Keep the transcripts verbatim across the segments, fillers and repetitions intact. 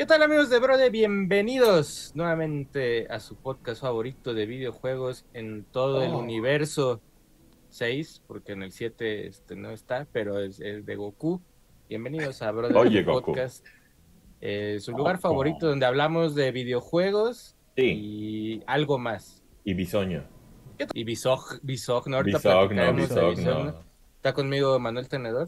¿Qué tal, amigos de Brode? Bienvenidos nuevamente a su podcast favorito de videojuegos en todo el Oh. universo seis, porque en el siete este, no está, pero es, es de Goku. Bienvenidos a Brode, Oye, el Goku. podcast, eh, su lugar Goku. favorito donde hablamos de videojuegos Sí, y algo más. y bisoño. ¿Qué tal? Y Bisog, Bisog, ¿no? Ahorita Bisog, no, platicaremos de Bisog, Bisog, ¿no? no. Está conmigo Manuel Tenedor.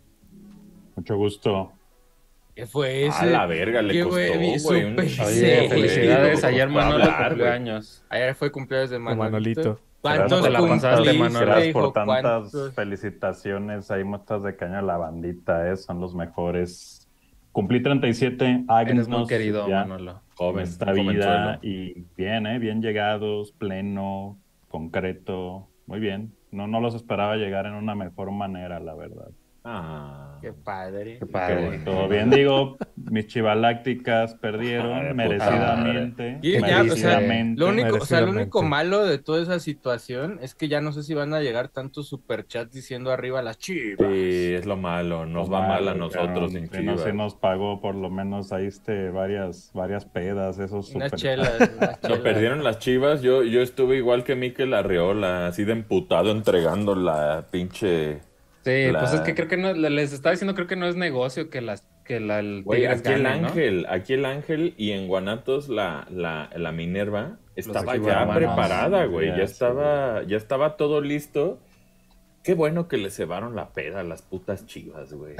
Mucho gusto. ¿Qué fue A ese? la verga, le ¿Qué costó, güey? güey, un Súper chingo, serio. Oye, felicidades. güey. Ayer Costó Manolo hablar, cumplió güey. años. Ayer fue cumpleaños de Manolito. Manolito. ¿Cuántos Gracias te la pasaste, cumpliste, Manolo? Gracias hijo? por tantas ¿Cuántos? felicitaciones. Ahí muestras de caña a la bandita, ¿eh? Son los mejores. Cumplí treinta y siete Eres muy años querido, ya Manolo. en Joven, esta un vida jovenzuelo. y bien, ¿eh? Bien llegados, pleno, concreto. Muy bien. No, no los esperaba llegar en una mejor manera, la verdad. Ah. Qué padre. Qué padre. Todo bien, digo, mis chivalácticas Ay, perdieron puta merecidamente. Y ya, o sea, merecidamente. Lo único, o sea, lo Merecidamente. único malo de toda esa situación es que ya no sé si van a llegar tantos superchats diciendo arriba las chivas. Sí, es lo malo. Nos Lo va mal a malo, nosotros cabrón. sin Si no se Chivas. nos pagó por lo menos ahí este, varias, varias pedas, esos Unas super... chelas, unas No, chelas. perdieron las Chivas. Yo, yo estuve igual que Mikel Arriola, así de emputado entregando la pinche... Sí, La- pues es que creo que no, les estaba diciendo, creo que no es negocio que las que la, el Güey, Tigres aquí el gane, ¿no? Ángel, aquí el Ángel y en Guanatos la, la, la Minerva estaba ya chivarmanos. preparada, güey. Ya, Ya sí. estaba, ya estaba todo listo. Qué bueno que le cebaron la peda a las putas Chivas, güey.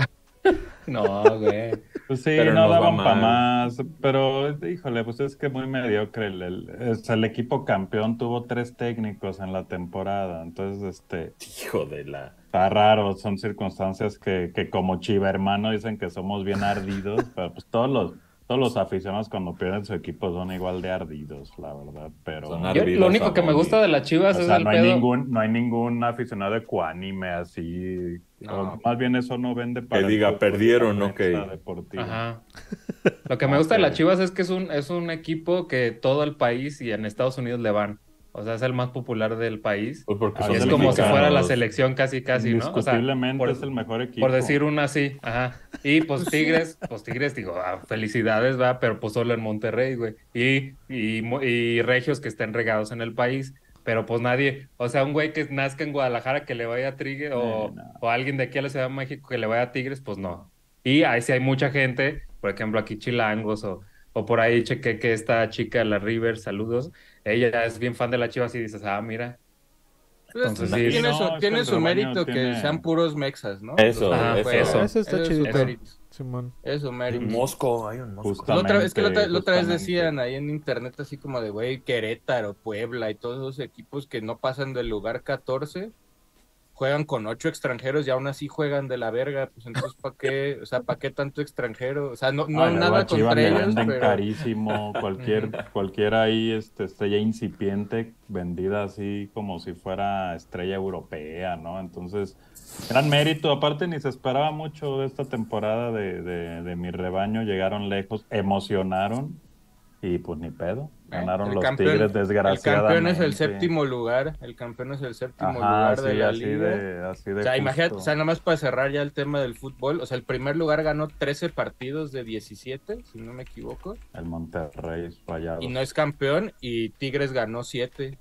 No, güey. Pues sí, Pero no nos va daban para mal. más, pero híjole, pues es que muy mediocre. El, el, es- el equipo campeón tuvo tres técnicos en la temporada, entonces este, Hijo de la... está raro, son circunstancias que, que como Chiva hermano dicen que somos bien ardidos, pero pues todos los, todos los aficionados cuando pierden su equipo son igual de ardidos, la verdad, pero... Son Yo, ardidos lo único a que me morir. gusta de las Chivas O es sea, el no hay pedo. ningún, no hay ningún aficionado ecuánime así. No. O más bien eso no vende para el diga, fútbol y perdieron, la ok. prensa deportiva. Ajá. Lo que me gusta de Ok. las Chivas es que es un, es un equipo que todo el país y en Estados Unidos le van. O sea, es el más popular del país. Pues porque Ah, son Y es son como si mexicanos. fuera la selección casi, casi, ¿no? O sea, Indiscutiblemente por, es el mejor equipo. por decir una así, ajá. Y pues Tigres, pues Tigres, digo, ah, felicidades, va, pero pues solo en Monterrey, güey. Y, y, mo- y regios que estén regados en el país, pero pues nadie, o sea, un güey que nazca en Guadalajara que le vaya a Tigres, o, Eh, no. o alguien de aquí a la Ciudad de México que le vaya a Tigres, pues no. Y ahí sí hay mucha gente, por ejemplo, aquí Chilangos, o, o por ahí chequé que esta chica, la River, saludos, ella es bien fan de las Chivas y dices, ah, mira. Pues, Entonces, tiene sí. no, su, es que tiene el su rebaño mérito que tiene- sean puros mexas, ¿no? Eso, Ajá, eso. eso. Eso está es su chido. mérito. Simón. Es su mérito. Un mosco, hay un mosco. Justo. La otra, es que la otra, la otra vez Justamente. decían ahí en internet así como de, güey, Querétaro, Puebla y todos esos equipos que no pasan del lugar catorce, juegan con ocho extranjeros y aún así juegan de la verga, pues entonces ¿para qué? O sea, ¿para qué tanto extranjero? O sea, no, no Ah, y luego nada a Chivas contra le ellos, venden pero... carísimo. Cualquier, cualquiera ahí este, estrella incipiente vendida así como si fuera estrella europea, ¿no? Entonces, gran mérito. Aparte, ni se esperaba mucho de esta temporada de, de, de mi rebaño. Llegaron lejos, emocionaron y pues ni pedo. Ganaron El los campeón- Tigres, El desgraciadamente. campeón es el séptimo lugar, el campeón es el séptimo Ajá, lugar de sí, la así liga. de, así de O sea, imagínate, o justo. sea, nada más para cerrar ya el tema del fútbol, o sea, el primer lugar ganó trece partidos de diecisiete, si no me equivoco, El Monterrey Rayados. y no es campeón, y Tigres ganó siete,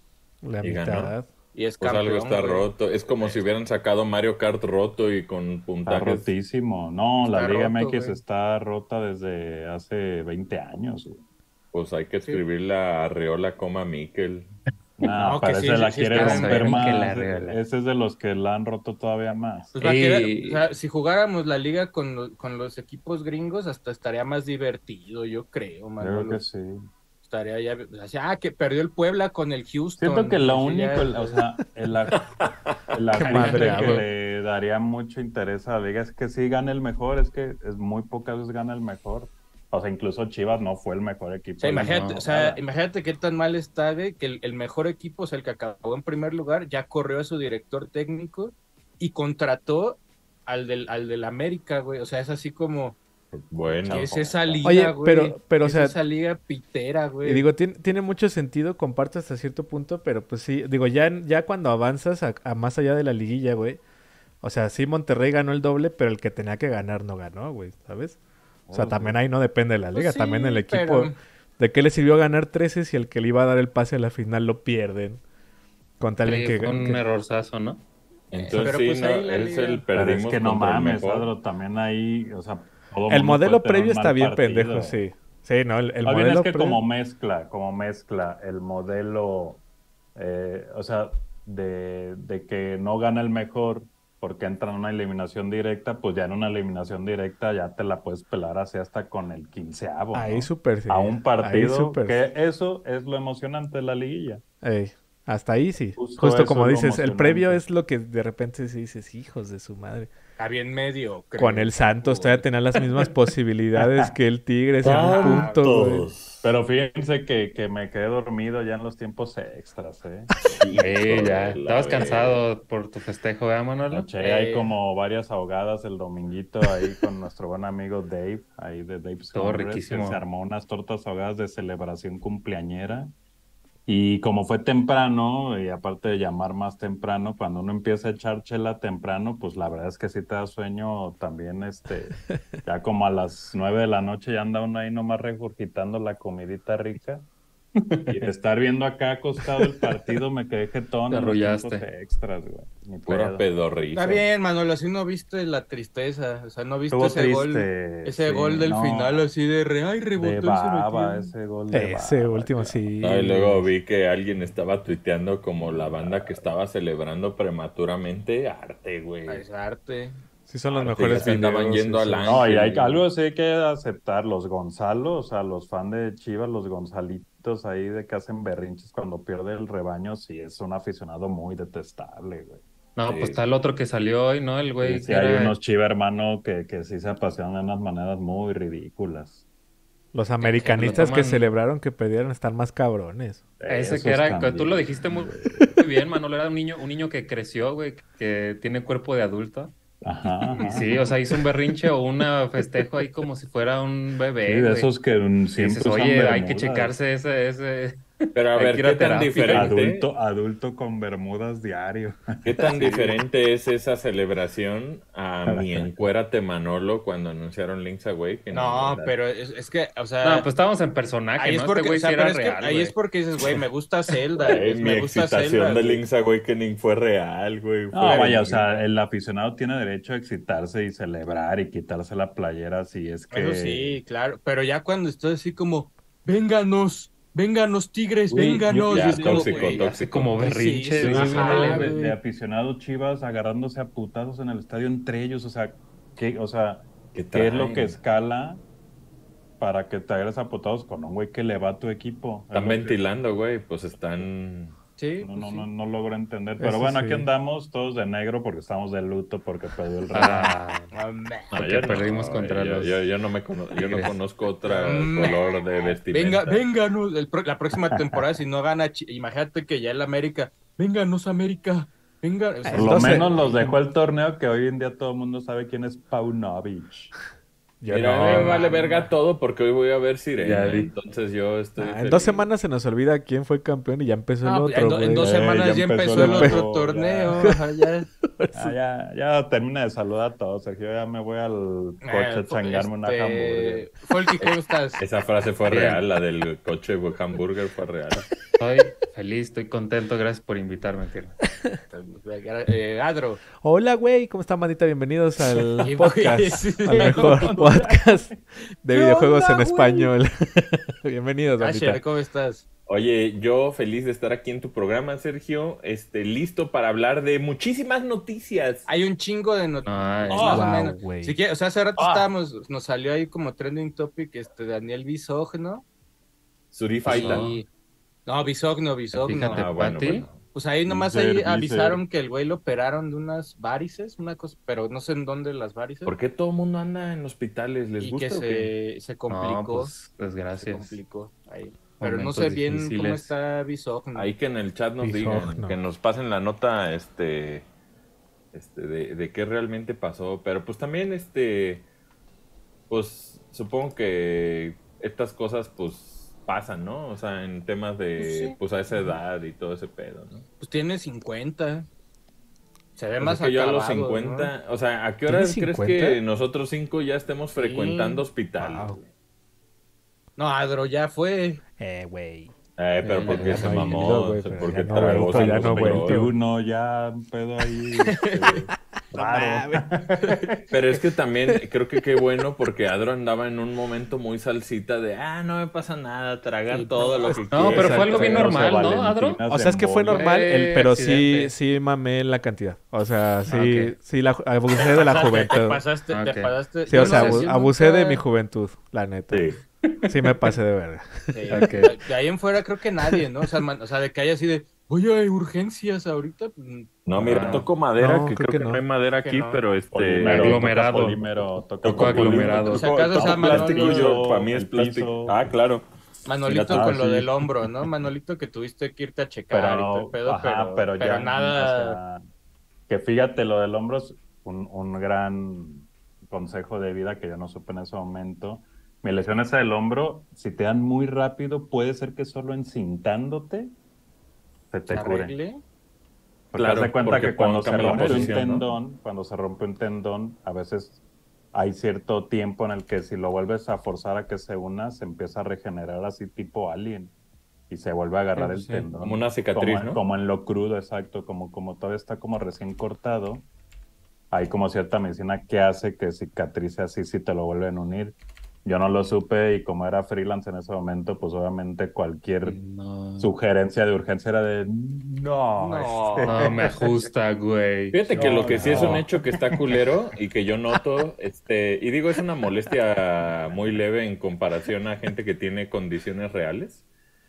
La Y ganó. mitad. y es Pues campeón. algo está güey. roto. Es como si hubieran sacado Mario Kart roto y con Está puntajes. rotísimo. No, la Está Liga roto, M X güey. está rota desde hace veinte años. Güey. Pues hay que escribirle a Arreola coma Mikel. No, No, que parece sí, sí, la sí quiere está romper bien, más. que la regala. Ese es de los que la han roto todavía más. Pues va a quedar- Y- o sea, si jugáramos la liga con, lo- con los equipos gringos, hasta estaría más divertido, yo creo, Yo Manolo. creo que sí. Estaría ya, o sea, ah, que perdió el Puebla con el Houston. Siento que lo Así único, ya- o sea, el, aj- el ajuste madreado. que le daría mucho interés a la liga es que sí gana el mejor, es que es muy pocas veces gana el mejor. O sea, incluso Chivas no fue el mejor equipo. O sea, de la imagínate, no, o sea, temporada. imagínate qué tan mal está, güey, que el, el mejor equipo, o sea, el que acabó en primer lugar, ya corrió a su director técnico y contrató al del, al del América, güey. O sea, es así como, Bueno. ¿qué es esa liga, Oye, güey? pero- pero, ¿Qué o sea, es esa liga pitera, güey? Y digo, tiene, tiene mucho sentido, comparto hasta cierto punto, pero pues sí, digo, ya, ya cuando avanzas a, a más allá de la liguilla, güey. O sea, sí, Monterrey ganó el doble, pero el que tenía que ganar no ganó, güey, ¿sabes? O sea, también ahí no depende de la liga. Pues sí, también el equipo... pero- ¿De qué le sirvió ganar trece si el que le iba a dar el pase a la final lo pierden? Con tal Sí, que... fue un que- errorzazo, ¿no? Entonces Pero sí, pues no, ahí la es liga. el Pero es perdimos que no contra el mames, mejor. Adro, también ahí, o sea, todo El mundo modelo puede tener previo un está mal bien partido. pendejo, sí. Sí, no, el, el Más bien modelo es que previo... como mezcla, como mezcla el modelo, eh, o sea, de, de que no gana el mejor porque entra en una eliminación directa, pues ya en una eliminación directa ya te la puedes pelar así hasta con el quinceavo, Ahí ¿no? súper, sí. A un Ahí partido, súper. que eso es lo emocionante de la liguilla. Ey, hasta ahí sí. Justo Justo eso como es lo dices, el previo emocionante. es lo que de repente se dices, hijos de su madre. Está bien medio. Con el Santos todavía tenía las mismas posibilidades que el Tigres en un Ah, punto, güey. Pero fíjense que, que me quedé dormido ya en los tiempos extras, ¿eh? Sí, ya. de la Estabas verga. cansado por tu festejo, ¿verdad, Manolo? Noche, hay Eh. como varias ahogadas el dominguito ahí con nuestro buen amigo Dave, ahí de Dave's Estuvo Hundred, que riquísimo. se armó unas tortas ahogadas de celebración cumpleañera. Y como fue temprano, y aparte de llamar más temprano, cuando uno empieza a echar chela temprano, pues la verdad es que sí te da sueño también, este, ya como a las nueve de la noche ya anda uno ahí nomás regurgitando la comidita rica. Y de estar viendo acá acostado el partido me quedé jetón Te en los tiempos arrullaste. extras, güey. Ni Pura pedo. pedorriza. Está bien, Manolo, así no viste la tristeza. O sea, no viste Estuvo ese gol. triste, Ese sí, gol del no. final así de re. Ay, De rebotó y se baba, metió. ese gol de Ese baba, último, claro. sí. No, y luego vi que alguien estaba tuiteando como la banda que estaba celebrando prematuramente. Arte, güey. Es arte. Sí son los Arte, mejores ya se andaban videos, yendo sí, al sí. ángel. No, y hay algo sí hay que aceptar, los Gonzalo, o sea, los fans de Chivas, los Gonzalitos ahí de que hacen berrinches cuando pierde el rebaño, sí es un aficionado muy detestable, güey. No, Sí. pues está el otro que salió hoy, ¿no? El güey Sí, sí que hay era- unos Chivas, hermano, que, que sí se apasionan de unas maneras muy ridículas. Los americanistas lo que toman- celebraron que perdieron están más cabrones. Ese Esos que era, también, tú lo dijiste muy, güey. muy bien, Manolo, era un niño, un niño que creció, güey, que tiene cuerpo de adulto. Ajá, Y ajá. sí, o sea, hizo un berrinche o un festejo ahí como si fuera un bebé, Sí, de güey. esos que um, Y siempre dices, usan oye, hay que bermudas. checarse ese, ese... Pero a Hay ver, que ir a ¿qué tan terapia. diferente? Adulto, adulto con bermudas diario. ¿Qué tan diferente es esa celebración a mi encuérate Manolo cuando anunciaron Link's Away? Que No, la- pero es, es que, o sea. No, pues estábamos en personaje, ahí ¿no? es porque, Este güey o sea, sí era pero es que real, ahí güey. es porque dices, güey, me gusta Zelda. Güey, es- mi me gusta excitación Zelda. de güey. Link's Awakening fue real, güey. No, Fue vaya, o genuino. sea, el aficionado tiene derecho a excitarse y celebrar y quitarse la playera si es que... Eso sí, claro. Pero ya cuando estás así como, vénganos, vénganos, tigres, Güey, vénganos. yo- Ya, es como, tóxico, güey, tóxico. Hace como berrinche. Sí, sí, Yo sí, vi ajá, videos de, güey. de aficionados Chivas agarrándose a putazos en el estadio entre ellos, o sea, ¿qué, o sea, ¿Qué ¿qué es lo traen? que escala para que te agarres a putazos con un güey que le va a tu equipo? Es Están lo que- ventilando, güey. Pues están... Sí, No, pues no, sí. no, no logro entender. Pero Eso bueno, sí. aquí andamos todos de negro porque estamos de luto porque perdió el Real. Ah, Ah, man. porque yo no, perdimos contra yo, los... Yo, yo no me cono- yo no Tigres. conozco otra Mm. color de vestimenta. Venga, vénganos. El pro- la próxima temporada, si no gana, Chi- imagínate que ya el América, vénganos, América. Venga, o sea, Por lo Entonces- menos los dejó el torneo que hoy en día todo el mundo sabe quién es Paunovic. Yo Mira, no, a mí me vale man. verga todo porque hoy voy a ver Sirena. Ya vi. Entonces yo estoy. Ah, en feliz. dos semanas se nos olvida quién fue campeón y ya empezó el no, otro, en, do- en güey. dos Eh, semanas ya ya empezó empezó el el otro otro, torneo. ya. ajá, ya. Ah, ya, ya termina de saludar a todos, Sergio. Ya me voy al coche a Eh, changarme una este, hamburguesa. Folky, ¿cómo estás? Esa frase fue Bien. real, la del coche de hamburger fue real. Estoy feliz, estoy contento, gracias por invitarme, tío. Eh, Adro. Hola, güey. ¿Cómo están, bandita? Bienvenidos al Sí, podcast. güey, sí. Al mejor podcast de ¿Qué videojuegos onda, en güey? español. Bienvenidos, bandita. Asher, ¿cómo estás? Oye, yo feliz de estar aquí en tu programa, Sergio. Este, listo para hablar de muchísimas noticias. Hay un chingo de noticias. Ay, más o wow, menos. güey. Si quieres, o sea, hace rato Ah. estábamos, nos salió ahí como trending topic, este, Daniel Bisog, ¿no? Surifaita. Y- No, Bisog no, Bisog no. Fíjate, Ah, bueno, Pati. bueno. Pues ahí nomás Deezer, ahí Deezer. avisaron que el güey lo operaron de unas varices, una cosa, pero no sé en dónde las varices. ¿Por qué todo el mundo anda en hospitales? ¿Les Y gusta que o qué? se, se complicó. No, pues, pues se gracias. complicó ahí. Pero no Momentos sé bien cómo difíciles. está Bisog. ¿no? Ahí que en el chat nos Dijo, digan, no. que nos pasen la nota, este, este, de, de qué realmente pasó. Pero pues también, este, pues supongo que estas cosas, pues pasan, ¿no? O sea, en temas de, Pues sí. pues a esa edad y todo ese pedo, ¿no? Pues tiene cincuenta. Se ve Pues más es que yo a los acabado, cincuenta, o sea, ¿a qué ¿Tienes horas crees cincuenta? que nosotros cinco ya estemos Sí. frecuentando hospitales? Wow. güey? ¿no? No, Adro ya fue. Eh, güey. Eh, pero Eh, porque ya se no he mamó, ido, güey, o sea, pero porque ya no he tragó vuelto, ya San no he Luis. vuelto. veintiuno, ya un pedo ahí. este, raro. Pero es que también creo que qué bueno porque Adro andaba en un momento muy salsita de, ah, no me pasa nada, tragar Sí, todo no, lo que no, quieras. pero fue algo bien Tragándose normal, ¿no, Adro? Valentinas O sea, es que fue en bola. normal, el, Fue pero sí, accidente. sí mamé en la cantidad. O sea, sí, Ah, ok. sí la, abusé de la Pasaste, juventud. Te pasaste, Ok. te pasaste. Sí, Yo o sea, no sé, abu- yo abusé nunca- de mi juventud, la neta. Sí. Sí me pasé de verga. Sí, Ok. de, de ahí en fuera creo que nadie, ¿no? O sea, man- o sea, de que haya así de, oye, hay urgencias ahorita. Pues, No, Ah. mira, toco madera, No, que creo creo que que, no. no hay madera Que aquí, no. pero este... Polímero, Aglomerado. toca polímero, toca Toco aglomerado. Si acaso sea toco plástico, Manolo- yo, para mí el es plástico. piso. Ah, claro. Manolito Mira, con ah, lo sí. del hombro, ¿no? Manolito que tuviste que irte a checar y todo el Pero, pedo, ajá, pero, pero, pero ya, nada. o sea, que fíjate, lo del hombro es un, un gran consejo de vida que yo no supe en ese momento. Mi lesión esa del hombro, si te dan muy rápido, puede ser que solo encintándote se te ¿Se cure. arregle? Porque Claro, haz de cuenta porque que cuando se cambia la rompe un posición, ¿no? tendón, cuando se rompe un tendón, a veces hay cierto tiempo en el que si lo vuelves a forzar a que se una, se empieza a regenerar así tipo alien y se vuelve a agarrar Sí, el sí. tendón. Como una cicatriz, como, ¿no? Como en lo crudo, exacto, como, como todavía está como recién cortado, hay como cierta medicina que hace que cicatrice así si te lo vuelven a unir. Yo no lo supe y como era freelance en ese momento, pues obviamente cualquier No. sugerencia de urgencia era de no, No. este, No me ajusta, güey. Fíjate que No, lo que sí es un no. hecho que está culero y que yo noto, este, y digo, es una molestia muy leve en comparación a gente que tiene condiciones reales.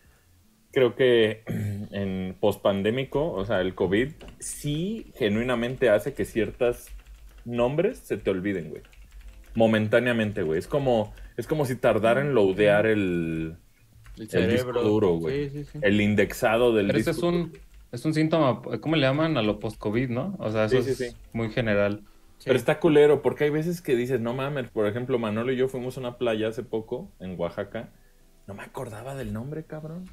Creo que en pospandémico, o sea, el COVID sí genuinamente hace que ciertos nombres se te olviden, güey. Momentáneamente, güey. Es como, es como si tardara en loadear el, El el cerebro. disco duro, güey. Sí, sí, sí. El indexado del Pero ese disco es un, es un síntoma, ¿cómo le llaman? A lo post-COVID, ¿no? O sea, eso Sí, sí, es sí. muy general. Sí. Pero está culero, porque hay veces que dices, no mames, por ejemplo, Manolo y yo fuimos a una playa hace poco, en Oaxaca. No me acordaba del nombre, cabrón.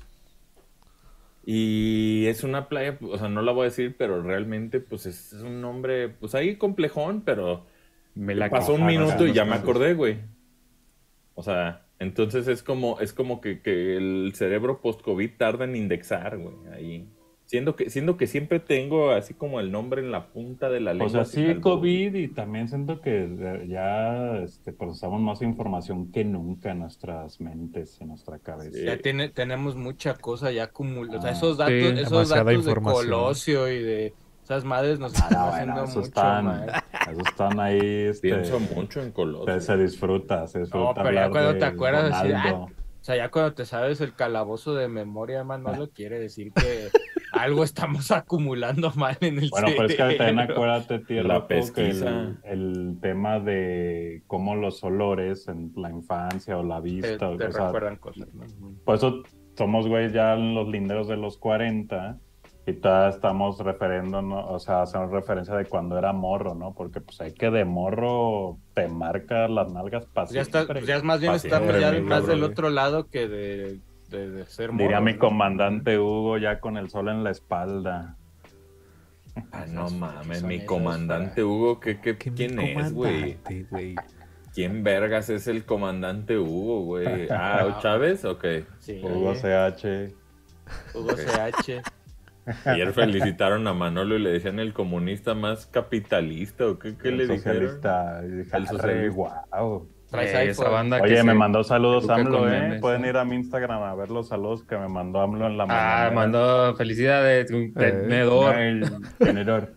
Y es una playa, o sea, no la voy a decir, pero realmente, pues es, es un nombre, pues ahí complejón, pero Me la pasó un Oaxaca, minuto y los ya me pasos. acordé, güey. O sea, entonces es como, es como que, que el cerebro post-COVID tarda en indexar, güey, ahí. Siendo que, siendo que siempre tengo así como el nombre en la punta de la lengua. O sea, así sí, al borde. COVID y también siento que eh, ya este, procesamos más información que nunca en nuestras mentes y en nuestra cabeza. Sí. Ya tiene, tenemos mucha cosa ya acumulada. O sea, Ah, esos datos, sí, esos demasiada datos de información. Colosio y de esas madres nos están Ah, haciendo bueno, eso mucho están, mal. eso están ahí, este, Pienso mucho en Colosio. se, se disfruta, se disfruta No, pero ya hablar cuando de te acuerdas así, Ronaldo. ah, o sea, ya cuando te sabes el calabozo de memoria, Manolo, quiere decir que algo estamos acumulando mal en el Bueno, pero es que también cerebro. acuérdate, tío, La Rocco, que pesquisa. el, el tema de cómo los olores en la infancia o la Te, vista, te o sea, recuerdan cosas, ¿no? por eso somos, güey, ya en los linderos de los cuarenta y todavía estamos referiéndonos, o sea, hacemos referencia de cuando era morro, ¿no? Porque pues hay que de morro te marca las nalgas para Pues ya, está, siempre. pues ya es más bien Pa' estamos siempre, ya mi más cabrón. del otro lado que de, de, de ser morro, Diría mi ¿no? comandante Hugo ya con el sol en la espalda. Ah, no mames, Son mi esos, comandante para- Hugo, ¿qué, qué, ¿Qué quién es, güey? comandante, güey? ¿Quién vergas es el comandante Hugo, güey? Ah, ¿Chávez? Ok. Sí, Hugo C H. Hugo C H. Ayer felicitaron a Manolo y le decían el comunista más capitalista, ¿o qué, qué el le dijeron? socialista. Y dije, El socialista. wow. Traes Eh, iPhone. esa banda que Oye, me se mandó saludos educa AMLO, con ¿eh? memes, Pueden ¿no? ir a mi Instagram a ver los saludos que me mandó AMLO en la Ah, mañana. mandó felicidades, un tenedor. El tenedor.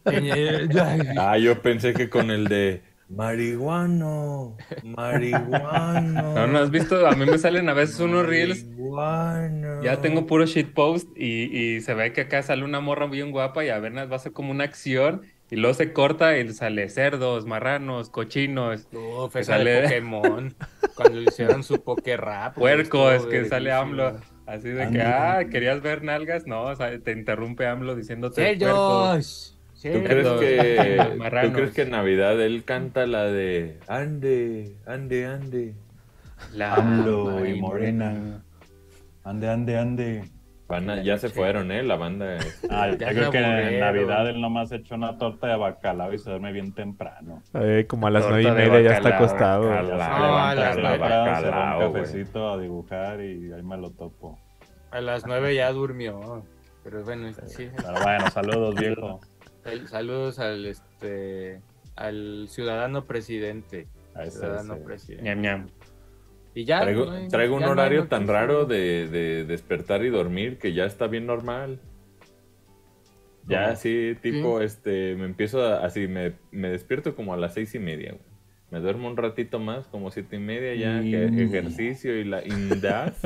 Ah, yo pensé que con el de marihuano, marihuano. No, ¿no has visto? A mí me salen a veces unos reels. Marihuano. Ya tengo puro shitpost y, y se ve que acá sale una morra bien guapa y a ver, va a ser como una acción y luego se corta y sale cerdos, marranos, cochinos, Uf, que esa sale- de Pokémon. Cuando le hicieron su Poké Rap. puercos, que sale AMLO. Así de que, Ande. ah, ¿querías ver nalgas? No, o sea, te interrumpe AMLO diciéndote puercos. Cerdos. ¿Tú crees Cerdos, que, marranos. ¿tú crees que en Navidad él canta la de Ande, ande, ande? La AMLO y marimorena. Morena. Ande, ande, ande. Van a- La ya se noche. fueron, ¿eh? La banda. este, Ah, yo Ya creo se que en aburrieron. Navidad él nomás echó una torta de bacalao y se duerme bien temprano. Eh, como a las Torta nueve y de media ya está bacalao, acostado. Ya bacalao. se Ah, levanta las de nueve. temprano, se va a Bacalao, un güey. cafecito a dibujar y ahí me lo topo. A las nueve ya durmió. Pero bueno, sí. Pero bueno, saludos, viejo. Sal- Saludos al este al ciudadano presidente. A ese, Ciudadano ese. presidente. Ñam, ñam. Y ya. Traigo, no hay- traigo un ya no hay horario tan noticias. raro de, de despertar y dormir que ya está bien normal. Ya ¿Cómo? así, tipo, este, me empiezo a, así, me, me despierto como a las seis y media, güey. Me duermo un ratito más, como siete y media ya, que Mm. ejercicio y la indaf.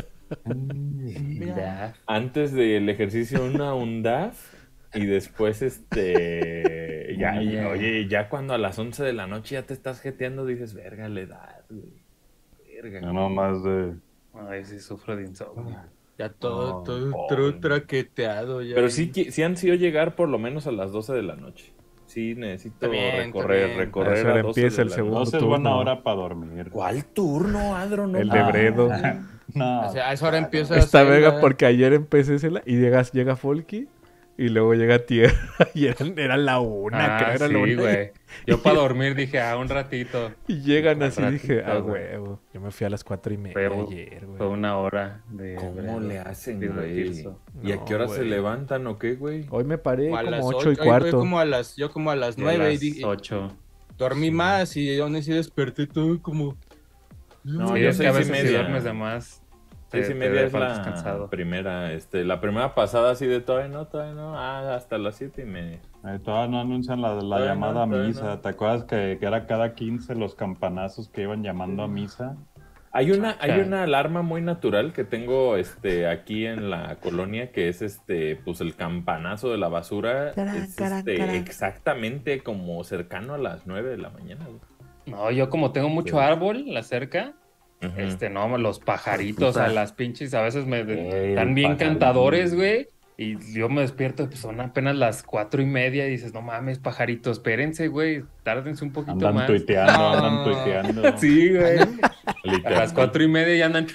Ya. Antes del ejercicio una undaf y después este ya, Muy y- bien. oye, ya cuando a las once de la noche ya te estás jeteando dices, verga, la edad, güey. Verga. No, no más de... Ay, sí sufro de insomnio. Ya todo, No, todo pobre. tru- traqueteado ya. Pero sí, qui- sí han sido llegar por lo menos a las doce de la noche. Sí, necesito Está bien, está recorrer, bien. recorrer A esa hora a doce empieza de el la segundo. noche. doce es buena turno. hora para dormir. ¿Cuál turno, Adro? No El de mames. Bredo. No. O sea, a esa hora empieza Esta Zelda. vega porque ayer empecé Zelda y llegas, llega Folky y luego llega Tierra y era, era la una, Ah, creo, era la sí, una. y- güey. Yo para dormir dije, ah, un ratito. Y llegan Un así, dije, ratito, ah, güey. huevo. Yo me fui a las cuatro y media Fue- ayer, Fue güey. una hora de... ¿Cómo le hacen, de güey? divertirse. ¿Y a No, qué hora se güey. levantan o qué, güey? Hoy me paré Como a como las ocho ocho, y hoy fue cuarto. como a las, yo como a las De nueve y las dije, ocho. dormí Sí. más y aún así desperté todo como... No, Sí, yo es que seis a y veces si media. duermes de más, te, Seis y te media es levantas la cansado. primera, este, la primera pasada así de todavía no, todavía no, ah, hasta las siete y media. Eh, todavía no anuncian la, la Todavía llamada no, a todavía misa. no. ¿Te acuerdas que, que era cada quince los campanazos que iban llamando a misa? Hay una, hay Chacha. una alarma muy natural que tengo este aquí en la colonia que es este, pues el campanazo de la basura. Es este, exactamente como cercano a las nueve de la mañana, güey. No, yo como tengo mucho Sí. árbol en la cerca, Ujú. este, no, los pajaritos, Puta. a las pinches, a veces me Ey, están el bien pajarito. cantadores, güey. Y yo me despierto, pues son apenas las cuatro y media y dices, no mames, pajaritos, espérense, güey, tárdense un poquito Andan más. tuiteando, No. andan tuiteando. Sí, güey. A Literal. las cuatro y media ya andan.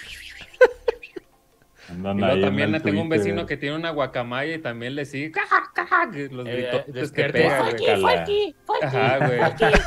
Andan Y luego ahí en también el tengo un Twitter. vecino que tiene una guacamaya y también le sigue. ¡Caja, caja! que Los Eh, gritotes que despierte, pega, Folky, güey. Folky, Ajá, güey.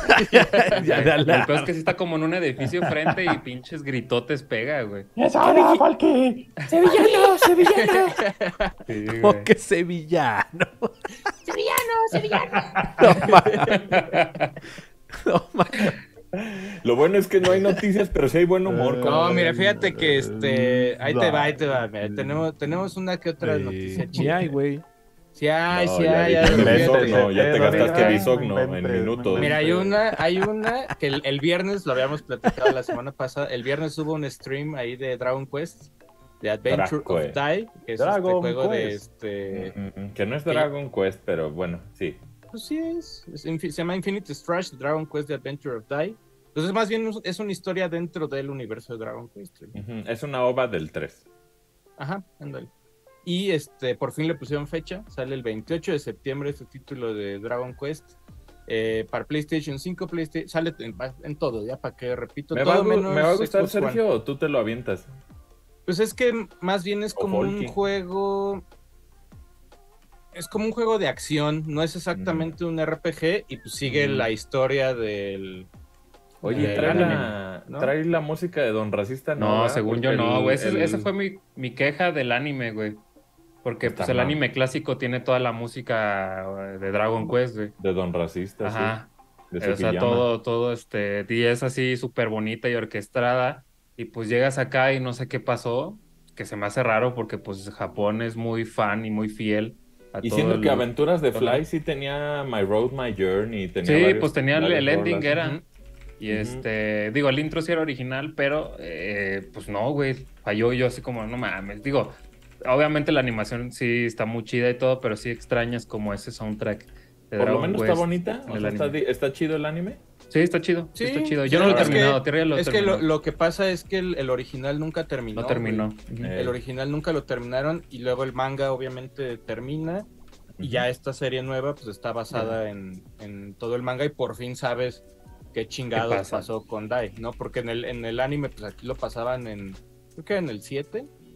Ya de El ala- peor es que sí está como en un edificio enfrente y pinches gritotes pega, güey. ¡Esa Falky! ¡Sevillano, sevillano! Sí, Como güey. que sevillano. Sevillano, sevillano. No mames. No mames. Lo bueno es que no hay noticias, pero sí hay buen humor. Eh, No, como- mira, fíjate que este, ahí te va, ahí te va. Mira, Sí. tenemos, tenemos una que otra Sí, noticia sí chida. hay, güey. Sí hay, No, sí ya hay, ya dijiste lo eso, fíjate. no, ya te Pero gastaste diga, Bisogno no en inventes, minutos. no Mira, hay una, hay una que el, el viernes lo habíamos platicado la semana pasada. El viernes hubo un stream ahí de Dragon Quest, de Adventure Dragon of Quest. Die, que es Dragon este juego de Quest. este. Mm, mm, Que no es Dragon Quest, pero bueno, sí. Pues sí es, es infi- se llama Infinite Strash, Dragon Quest The Adventure of Die. Entonces más bien es una historia dentro del universo de Dragon Quest. Ujú, Es una ova del tres. Ajá, ándale. Y este, por fin le pusieron fecha, sale el veintiocho de septiembre este título de Dragon Quest. eh, para PlayStation cinco, PlayStation, sale en, en todo, ya para que repito, ¿Me va, a, todo gu- menos me va a gustar, Xbox One. Sergio, o tú te lo avientas? Pues es que más bien es O como un Folky. juego. Es como un juego de acción, no es exactamente un R P G y pues sigue Mm. la historia del. Oye, del trae anime, la, ¿no? trae la música de Don Racista, ¿no? No, ¿verdad? según Porque yo no, el- güey. Ese, el- esa fue mi, mi queja del anime, güey. Porque Está pues el mal. anime clásico tiene toda la música eh, de Dragon Quest, güey. De Don Racista, Ajá. sí. De O sea, Sukiyama. todo, todo este, y es así súper bonita y orquestada. Y pues llegas acá y no sé qué pasó, que se me hace raro porque pues Japón es muy fan y muy fiel a Y todo siendo el- que Aventuras de Ajá. Fly sí tenía My Road, My Journey. Tenía Sí, varios- pues tenía el, varias el ending rolas. era. Ujú. Y Ujú. este, digo, el intro sí era original, pero eh, pues no, güey, falló yo así como, no mames. Digo, obviamente la animación sí está muy chida y todo, pero sí extrañas como ese soundtrack de Por lo Dragon menos Quest está bonita. en O el sea, está, anime. di- está chido el anime. Sí, está chido, sí, Sí, está chido. sí, Yo no lo he es que- terminado, Tierra lo Es que terminó. lo, lo que pasa es que el, el original nunca terminó. No terminó. güey. Ujú. Eh. El original nunca lo terminaron y luego el manga obviamente termina y ya esta serie nueva pues está basada en, en todo el manga y por fin sabes qué chingados ¿Qué pasa? pasó con Dai, ¿no? Porque en el, en el anime pues aquí lo pasaban en, creo que en el siete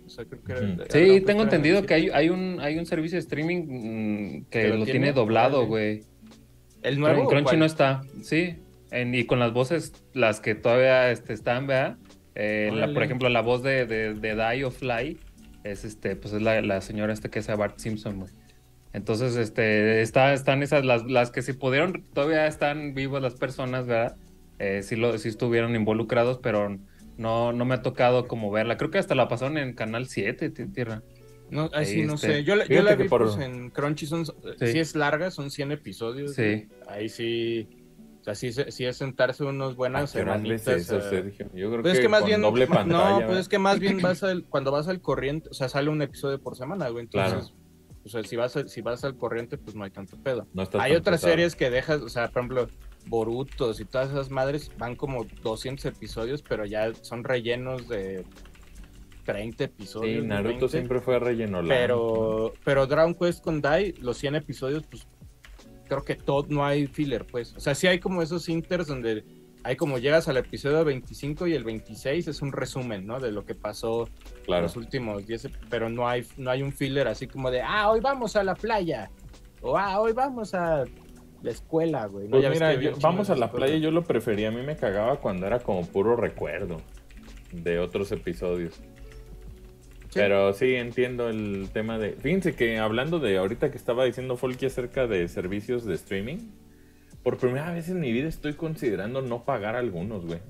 O sea, creo que era, Ujú. era Sí, Dragon Quest tengo era en el entendido que hay, siete. hay un hay un servicio de streaming mm, que ¿Que lo lo tiene? tiene doblado, Órale. güey. ¿El Crunchy nuevo o Crunchy cuál? no está, sí. En- y con las voces, las que todavía este, están, ¿verdad? Eh, la, por Órale. ejemplo, la voz de, de, de Die of Fly es este, pues es la, la señora este que es a Bart Simpson, güey. Entonces, este, está, están esas, las, las que si pudieron, todavía están vivas las personas, ¿verdad? Eh, sí, lo, sí estuvieron involucrados, pero no, no me ha tocado como verla. Creo que hasta la pasaron en Canal siete, ti- Tierra. No, ahí sí, no Este, sé. Yo, la- yo fíjate la que vi por- pues, en Crunchy, son, Sí. sí es larga, son cien episodios. Sí. güey. Ahí sí, o sea, sí, se- sí es sentarse unos ¿A buenas qué horas ves semanitas. eso, a- Sergio? Yo creo Pues que es que más con bien, doble ma- pantalla. no, pues ¿verdad? es que más bien vas al, cuando vas al corriente, o sea, sale un episodio por semana, güey. Entonces, o sea, si vas, a- si vas al corriente, pues no hay tanto pedo. No está Hay tan otras pesado. series que dejas, o sea, por ejemplo, Borutos y todas esas madres van como doscientos episodios, pero ya son rellenos de treinta episodios. Sí, de Naruto veinte. siempre fue relleno. Pero, pero Dragon Quest con Dai, los cien episodios, pues creo que todo, no hay filler, pues. O sea, sí hay como esos inters donde hay como llegas al episodio veinticinco y el veintiséis es un resumen, ¿no? De lo que pasó Claro. los últimos diez, pero no hay, no hay un filler así como de, ah, hoy vamos a la playa, o ah, hoy vamos a la escuela, güey. ¿no? Pues Ya ves mira, que había yo- un vamos chingo a de la esas playa, cosas. yo lo prefería. A mí me cagaba cuando era como puro recuerdo de otros episodios. Sí. Pero sí, entiendo el tema de... Fíjense que hablando de ahorita que estaba diciendo Folky acerca de servicios de streaming, por primera vez en mi vida estoy considerando no pagar algunos, güey.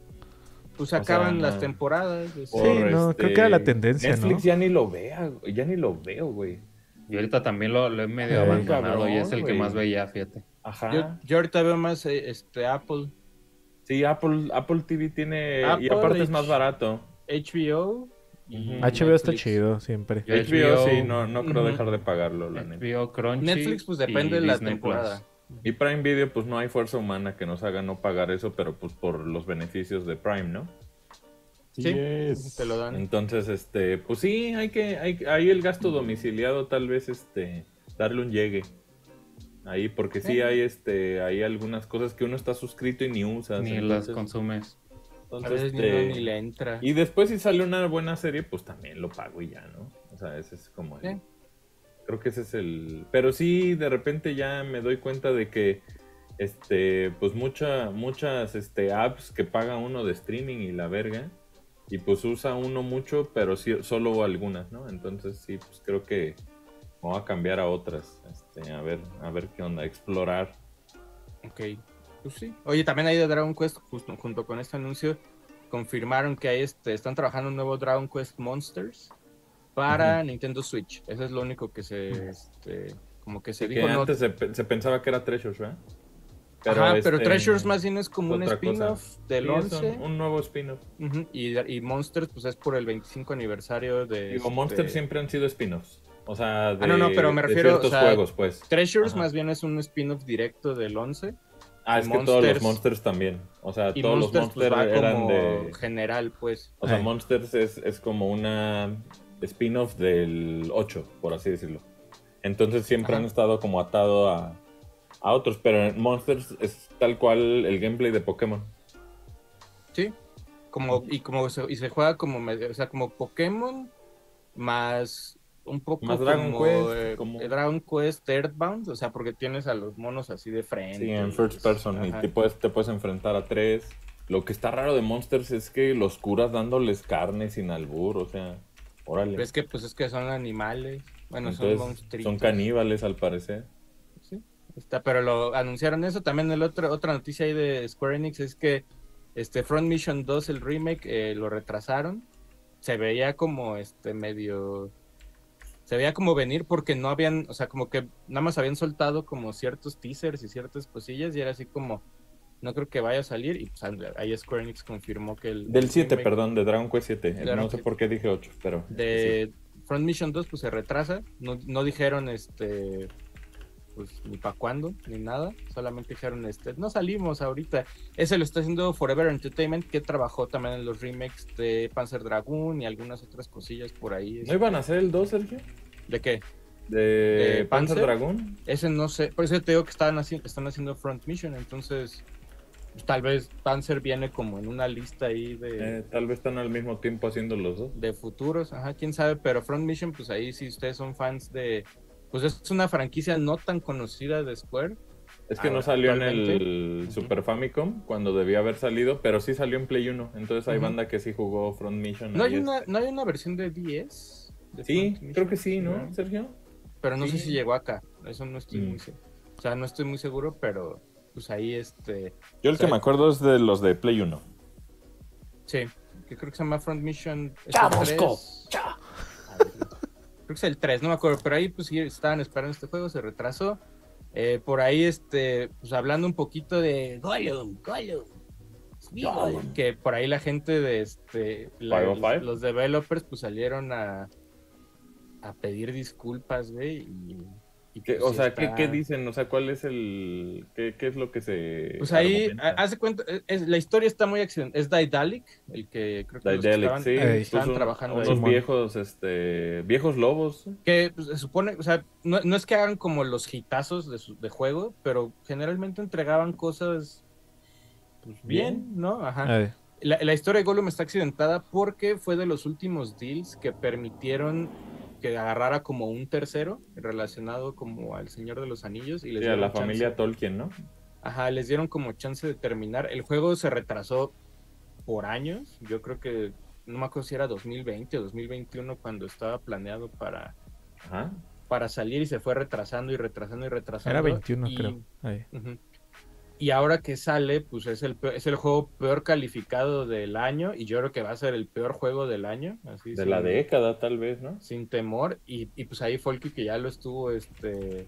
Pues o acaban sea, las temporadas. es- Sí, no, creo que era la tendencia, Netflix ¿no? ya ni lo vea, ya ni lo veo, güey. Y ahorita también lo, lo he medio Ay, abandonado y cabrón, es el que güey. más veía, fíjate. Ajá. Yo, yo ahorita veo más eh, este Apple, Sí, Apple, Apple T V tiene... y Apple, aparte es más H- B H B O. y Ujú. H B O está Netflix. chido siempre. Yo- H B O H B O, sí, no, no creo ujú. dejar de pagarlo, la neta. H B O, Crunchy Netflix, pues depende y de la Disney temporada. Plus. Y Prime Video, pues no hay fuerza humana que nos haga no pagar eso, pero pues por los beneficios de Prime, ¿no? Sí, Yes. te lo dan. Entonces, este, pues sí, hay que, hay, ahí el gasto domiciliado tal vez, este, darle un llegue. Ahí, porque sí hay, este, hay algunas cosas que uno está suscrito y ni usa. Ni las consumes. A veces ni, este, uno ni le entra. y después si sale una buena serie, pues también lo pago y ya, ¿no? O sea, ese es como el... Sí. Creo que ese es el... Pero sí, de repente ya me doy cuenta de que, este, pues mucha, muchas, este, apps que paga uno de streaming y la verga, y pues usa uno mucho, pero sí, solo algunas, ¿no? Entonces sí, pues creo que voy a cambiar a otras, este, a ver, a ver qué onda, explorar. Ok, pues sí. Oye, también ahí de Dragon Quest, justo junto con este anuncio, confirmaron que hay este, están trabajando un nuevo Dragon Quest Monsters para Ujú. Nintendo Switch. Eso es lo único que se, este, como que se Que dijo. No, antes se, pe- se pensaba que era Treasures, ¿verdad? Ajá, pero este, Treasures más bien es como un otra cosa. spin-off del Sí, es once. un, un nuevo spin-off. Ujú, y, y Monsters, pues es por el veinticinco aniversario de. Digo, este, Monster siempre han sido spin-offs. O sea, de, Ah, no, no, pero me de refiero, ciertos o sea, juegos, pues. Treasures Ajá. más bien es un spin-off directo del once. Ah, y es que todos los Monsters- Monsters también. O sea, Y todos Monsters los pues, Monsters va eran como de... general, pues. O sea, Ay. Monsters es, es como una spin-off del ocho, por así decirlo. Entonces siempre Ajá. han estado como atado a, a otros. Pero en Monsters es tal cual el gameplay de Pokémon. Sí. Como, y como se, y se juega como, medio- o sea, como Pokémon más un poco Más Dragon como, Quest, eh, como- eh, Dragon Quest Earthbound, o sea, porque tienes a los monos así de frente. Sí, en y, first pues, person. Y ajá. te puedes, te puedes enfrentar a tres. Lo que está raro de Monsters es que los curas dándoles carne sin albur. O sea, órale. Ves que pues es que son animales. Bueno, Entonces, son monstruitos. son caníbales al parecer. Sí, está, pero lo anunciaron eso. También el otro, otra noticia ahí de Square Enix es que este Front Mission dos, el remake, eh, lo retrasaron. Se veía como este medio... Se veía como venir porque no habían, o sea, como que nada más habían soltado como ciertos teasers y ciertas cosillas y era así como, no creo que vaya a salir. Y pues ahí Square Enix confirmó que el... Del el siete, remake perdón, de Dragon Quest siete. Dragon No sé Quest. por qué dije ocho, pero... De Front Mission dos pues se retrasa, no, no dijeron este pues ni para cuándo, ni nada, solamente dijeron este, no salimos ahorita. Ese lo está haciendo Forever Entertainment, que trabajó también en los remakes de Panzer Dragoon y algunas otras cosillas por ahí. ¿No este. iban a hacer el dos, Sergio? ¿De qué? ¿De, ¿De Panzer Panzer? Dragoon? Ese no sé, por eso te digo que estaban haciendo, están haciendo Front Mission, entonces pues, tal vez Panzer viene como en una lista ahí de, Eh, tal vez están al mismo tiempo haciendo los dos. de futuros, ajá, quién sabe, pero Front Mission, pues ahí si ustedes son fans de, pues es una franquicia no tan conocida de Square. Es que Ah, no salió en actualmente. el Ujú. Super Famicom cuando debía haber salido, pero sí salió en Play uno. Entonces hay Ujú. banda que sí jugó Front Mission. ¿No ahí hay es- una, no hay una versión de diez? de Sí, Front Mission? creo que sí, ¿no, No. Sergio? Pero no sé Sí. si llegó acá, eso no estoy Mm. muy seguro. O sea, no estoy muy seguro, pero pues ahí este... Yo el o sea, que me acuerdo es de los de Play uno. Sí, que creo que se llama Front Mission. ¿es ¡Ya, el Bosco! tres? A ver, creo que es el tres, no me acuerdo, pero ahí pues sí estaban esperando este juego, se retrasó. Eh, por ahí, este, pues hablando un poquito de Gollum, Gollum, Smeagol, que por ahí la gente de este, la- Five oh five. los developers pues salieron a, a pedir disculpas, güey, y, y, ¿Qué- pues, o sí sea, ¿qué, está- qué dicen? O sea, ¿cuál es el... ¿Qué, qué es lo que se Pues ahí, argumenta? ha- haz de cuenta, es- es- la historia está muy accidental. Es Daedalic, el que creo que los que Daedalic, estaban, sí. Ey. pues estaban un- trabajando unos ahí. Simón. viejos, este... Viejos lobos. Que pues, se supone, o sea, no, no es que hagan como los hitazos de, su- de juego, pero generalmente entregaban cosas pues, bien, Bien. ¿no? Ajá. Ay, La, la historia de Gollum está accidentada porque fue de los últimos deals que permitieron que agarrara como un tercero relacionado como al Señor de los Anillos y les Sí, a dieron la chance. familia Tolkien, ¿no? Ajá, les dieron como chance de terminar. El juego se retrasó por años. Yo creo que no me acuerdo si era dos mil veinte o dos mil veintiuno cuando estaba planeado para, Ajá. para salir y se fue retrasando y retrasando y retrasando. era veintiuno, y, creo. Ay. Ujú. Y ahora que sale, pues es el, peor- es el juego peor calificado del año y yo creo que va a ser el peor juego del año. Así, De sin, la década, tal vez, ¿no? sin temor. Y, y pues ahí Folky que ya lo estuvo, este,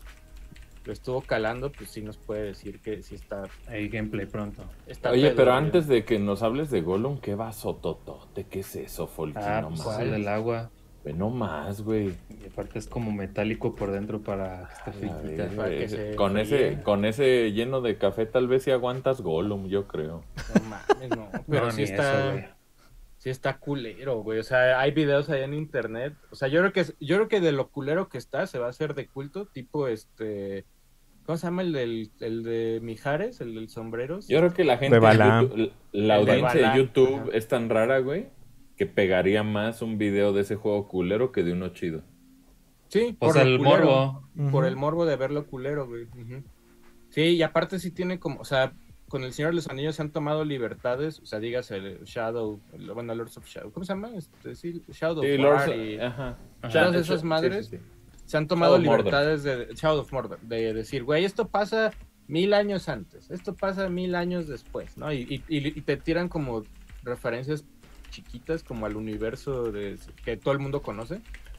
lo estuvo calando, pues sí nos puede decir que sí está... Hay gameplay pronto. está Oye, pedo, pero güey. antes de que nos hables de Gollum, ¿qué vasototote? ¿Qué es eso, Folky? Ah, no pues más. eso del agua. Ve no más, güey. Y aparte es como metálico por dentro para que esté A friquita. ver, para que eh, se con enfríe. ese, con ese lleno de café, tal vez si aguantas Gollum, yo creo. No mames, no. Pero No, sí ni está... eso, güey. Sí está culero, güey. O sea, hay videos allá en internet. O sea, yo creo que yo creo que de lo culero que está se va a hacer de culto, tipo este, ¿cómo se llama el del el de Mijares, el del sombreros? Yo creo que la gente De Balam. YouTube- la El de audiencia de Balam, YouTube ajá. es tan rara, güey, que pegaría más un video de ese juego culero que de uno chido. Sí, Pues por lo el culero. morbo. Por Ujú. el morbo de verlo culero, güey. Ujú. Sí, y aparte sí tiene como, o sea, con el Señor de los Anillos se han tomado libertades, o sea, digas el Shadow, el, bueno, Lords of Shadow, ¿cómo se llama? Este, sí, Shadow Sí, of Lords- War y ajá. Ajá. todas Sha- esas sí, madres. sí, sí. Se han tomado Shadow of Mordor. libertades de Shadow of Mordor, de decir, güey, esto pasa mil años antes, esto pasa mil años después, ¿no? Y, y- y- y te tiran como referencias chiquitas como al universo de, que todo el mundo conoce.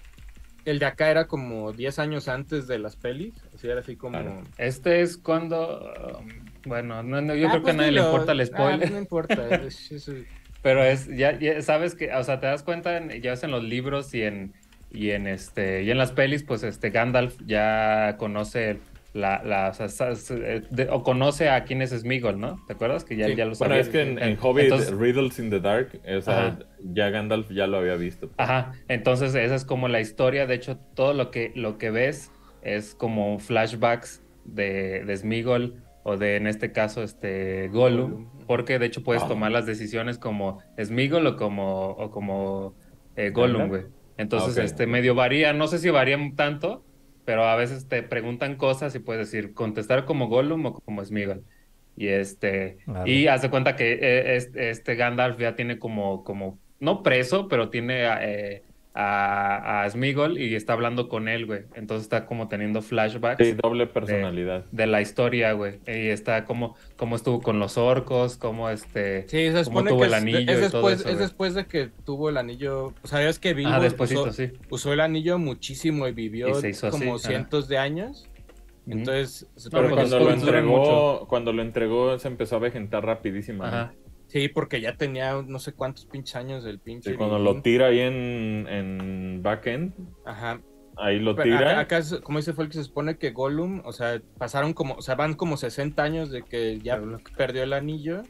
El de acá era como diez años antes de las pelis, así era así como... Claro. Este es cuando. um, bueno, no, no, yo Ah, creo que pues a nadie le dilo. importa el Ah, spoiler. pues no importa. es- es- es- Pero es, ya, ya sabes que, o sea, te das cuenta, en- ya ves en los libros y en, y en este, y en las pelis, pues este Gandalf ya conoce la, la o, sea, sa- sa- de- o conoce a quién es Sméagol, ¿no? ¿Te acuerdas? Que ya, Sí. ya lo Bueno, sabía. es que en, en En- Hobbit, entonces- Riddles in the Dark, o sea, Ajá. ya Gandalf ya lo había visto. Ajá, entonces esa es como la historia, de hecho, todo lo que, lo que ves es como flashbacks de, de Sméagol o de, en este caso, este Gollum, Gollum. porque de hecho puedes Ah. tomar las decisiones como Sméagol o como, o como eh, Gollum, güey. Entonces, Ah, ok. este medio varía, no sé si varían tanto, pero a veces te preguntan cosas y puedes decir contestar como Gollum o como Sméagol. Y este, Vale. y haz de cuenta que eh, este, este Gandalf ya tiene como, como, no preso, pero tiene eh, a, a Sméagol y está hablando con él, güey. Entonces está como teniendo flashbacks Sí, doble personalidad. de la historia, güey. Y está como, como estuvo con los orcos, como este... Sí, se cómo supone tuvo que el es, anillo es y todo después, eso, es güey. después de que tuvo el anillo. O sea, es que Bilbo Ah, despuésito, usó, sí. usó el anillo muchísimo y vivió Y se hizo así, como ajá. cientos de años. Ujú. Entonces, se Pero supone que cuando es lo por- duran entregó, cuando lo entregó se empezó a vegetar rapidísimo. Ajá. Sí, porque ya tenía no sé cuántos pinches años el pinche. Sí, cuando Bilbo. lo tira ahí en, en backend, Ajá. ahí lo Pero tira. acá, acá es- como dice Folk, se supone que Gollum, o sea, pasaron como, o sea, van como sesenta años de que ya perdió el anillo.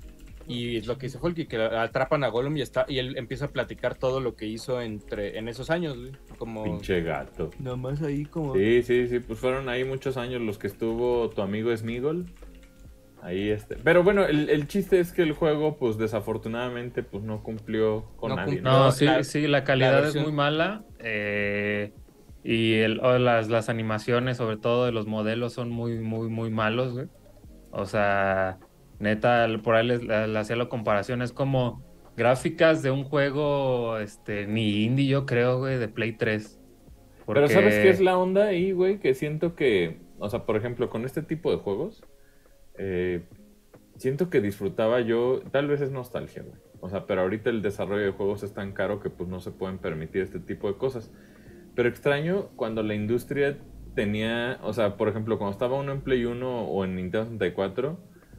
Y es lo que dice Folky, que atrapan a Gollum y está y él empieza a platicar todo lo que hizo entre en esos años, güey. Como Pinche gato. nomás ahí como Sí, sí, sí, pues fueron ahí muchos años los que estuvo tu amigo Sméagol Ahí este. Pero bueno, el, el chiste es que el juego, pues desafortunadamente, pues no cumplió con No nadie. cumplió. ¿no? No, sí, la- sí, la calidad versión- es muy mala. eh, y el, o las, las animaciones, sobre todo de los modelos, son muy, muy, muy malos, güey. O sea, neta, por ahí les, le- le hacía la comparación. Es como gráficas de un juego, este, ni indie, yo creo, güey, de Play tres. Pero ¿sabes qué es Porque, la onda ahí, güey? Que siento que, o sea, por ejemplo, con este tipo de juegos, eh, siento que disfrutaba yo, tal vez es nostalgia, güey. O sea, pero ahorita el desarrollo de juegos es tan caro que pues no se pueden permitir este tipo de cosas. Pero extraño cuando la industria tenía, o sea, por ejemplo, cuando estaba uno en Play uno o en Nintendo sesenta y cuatro,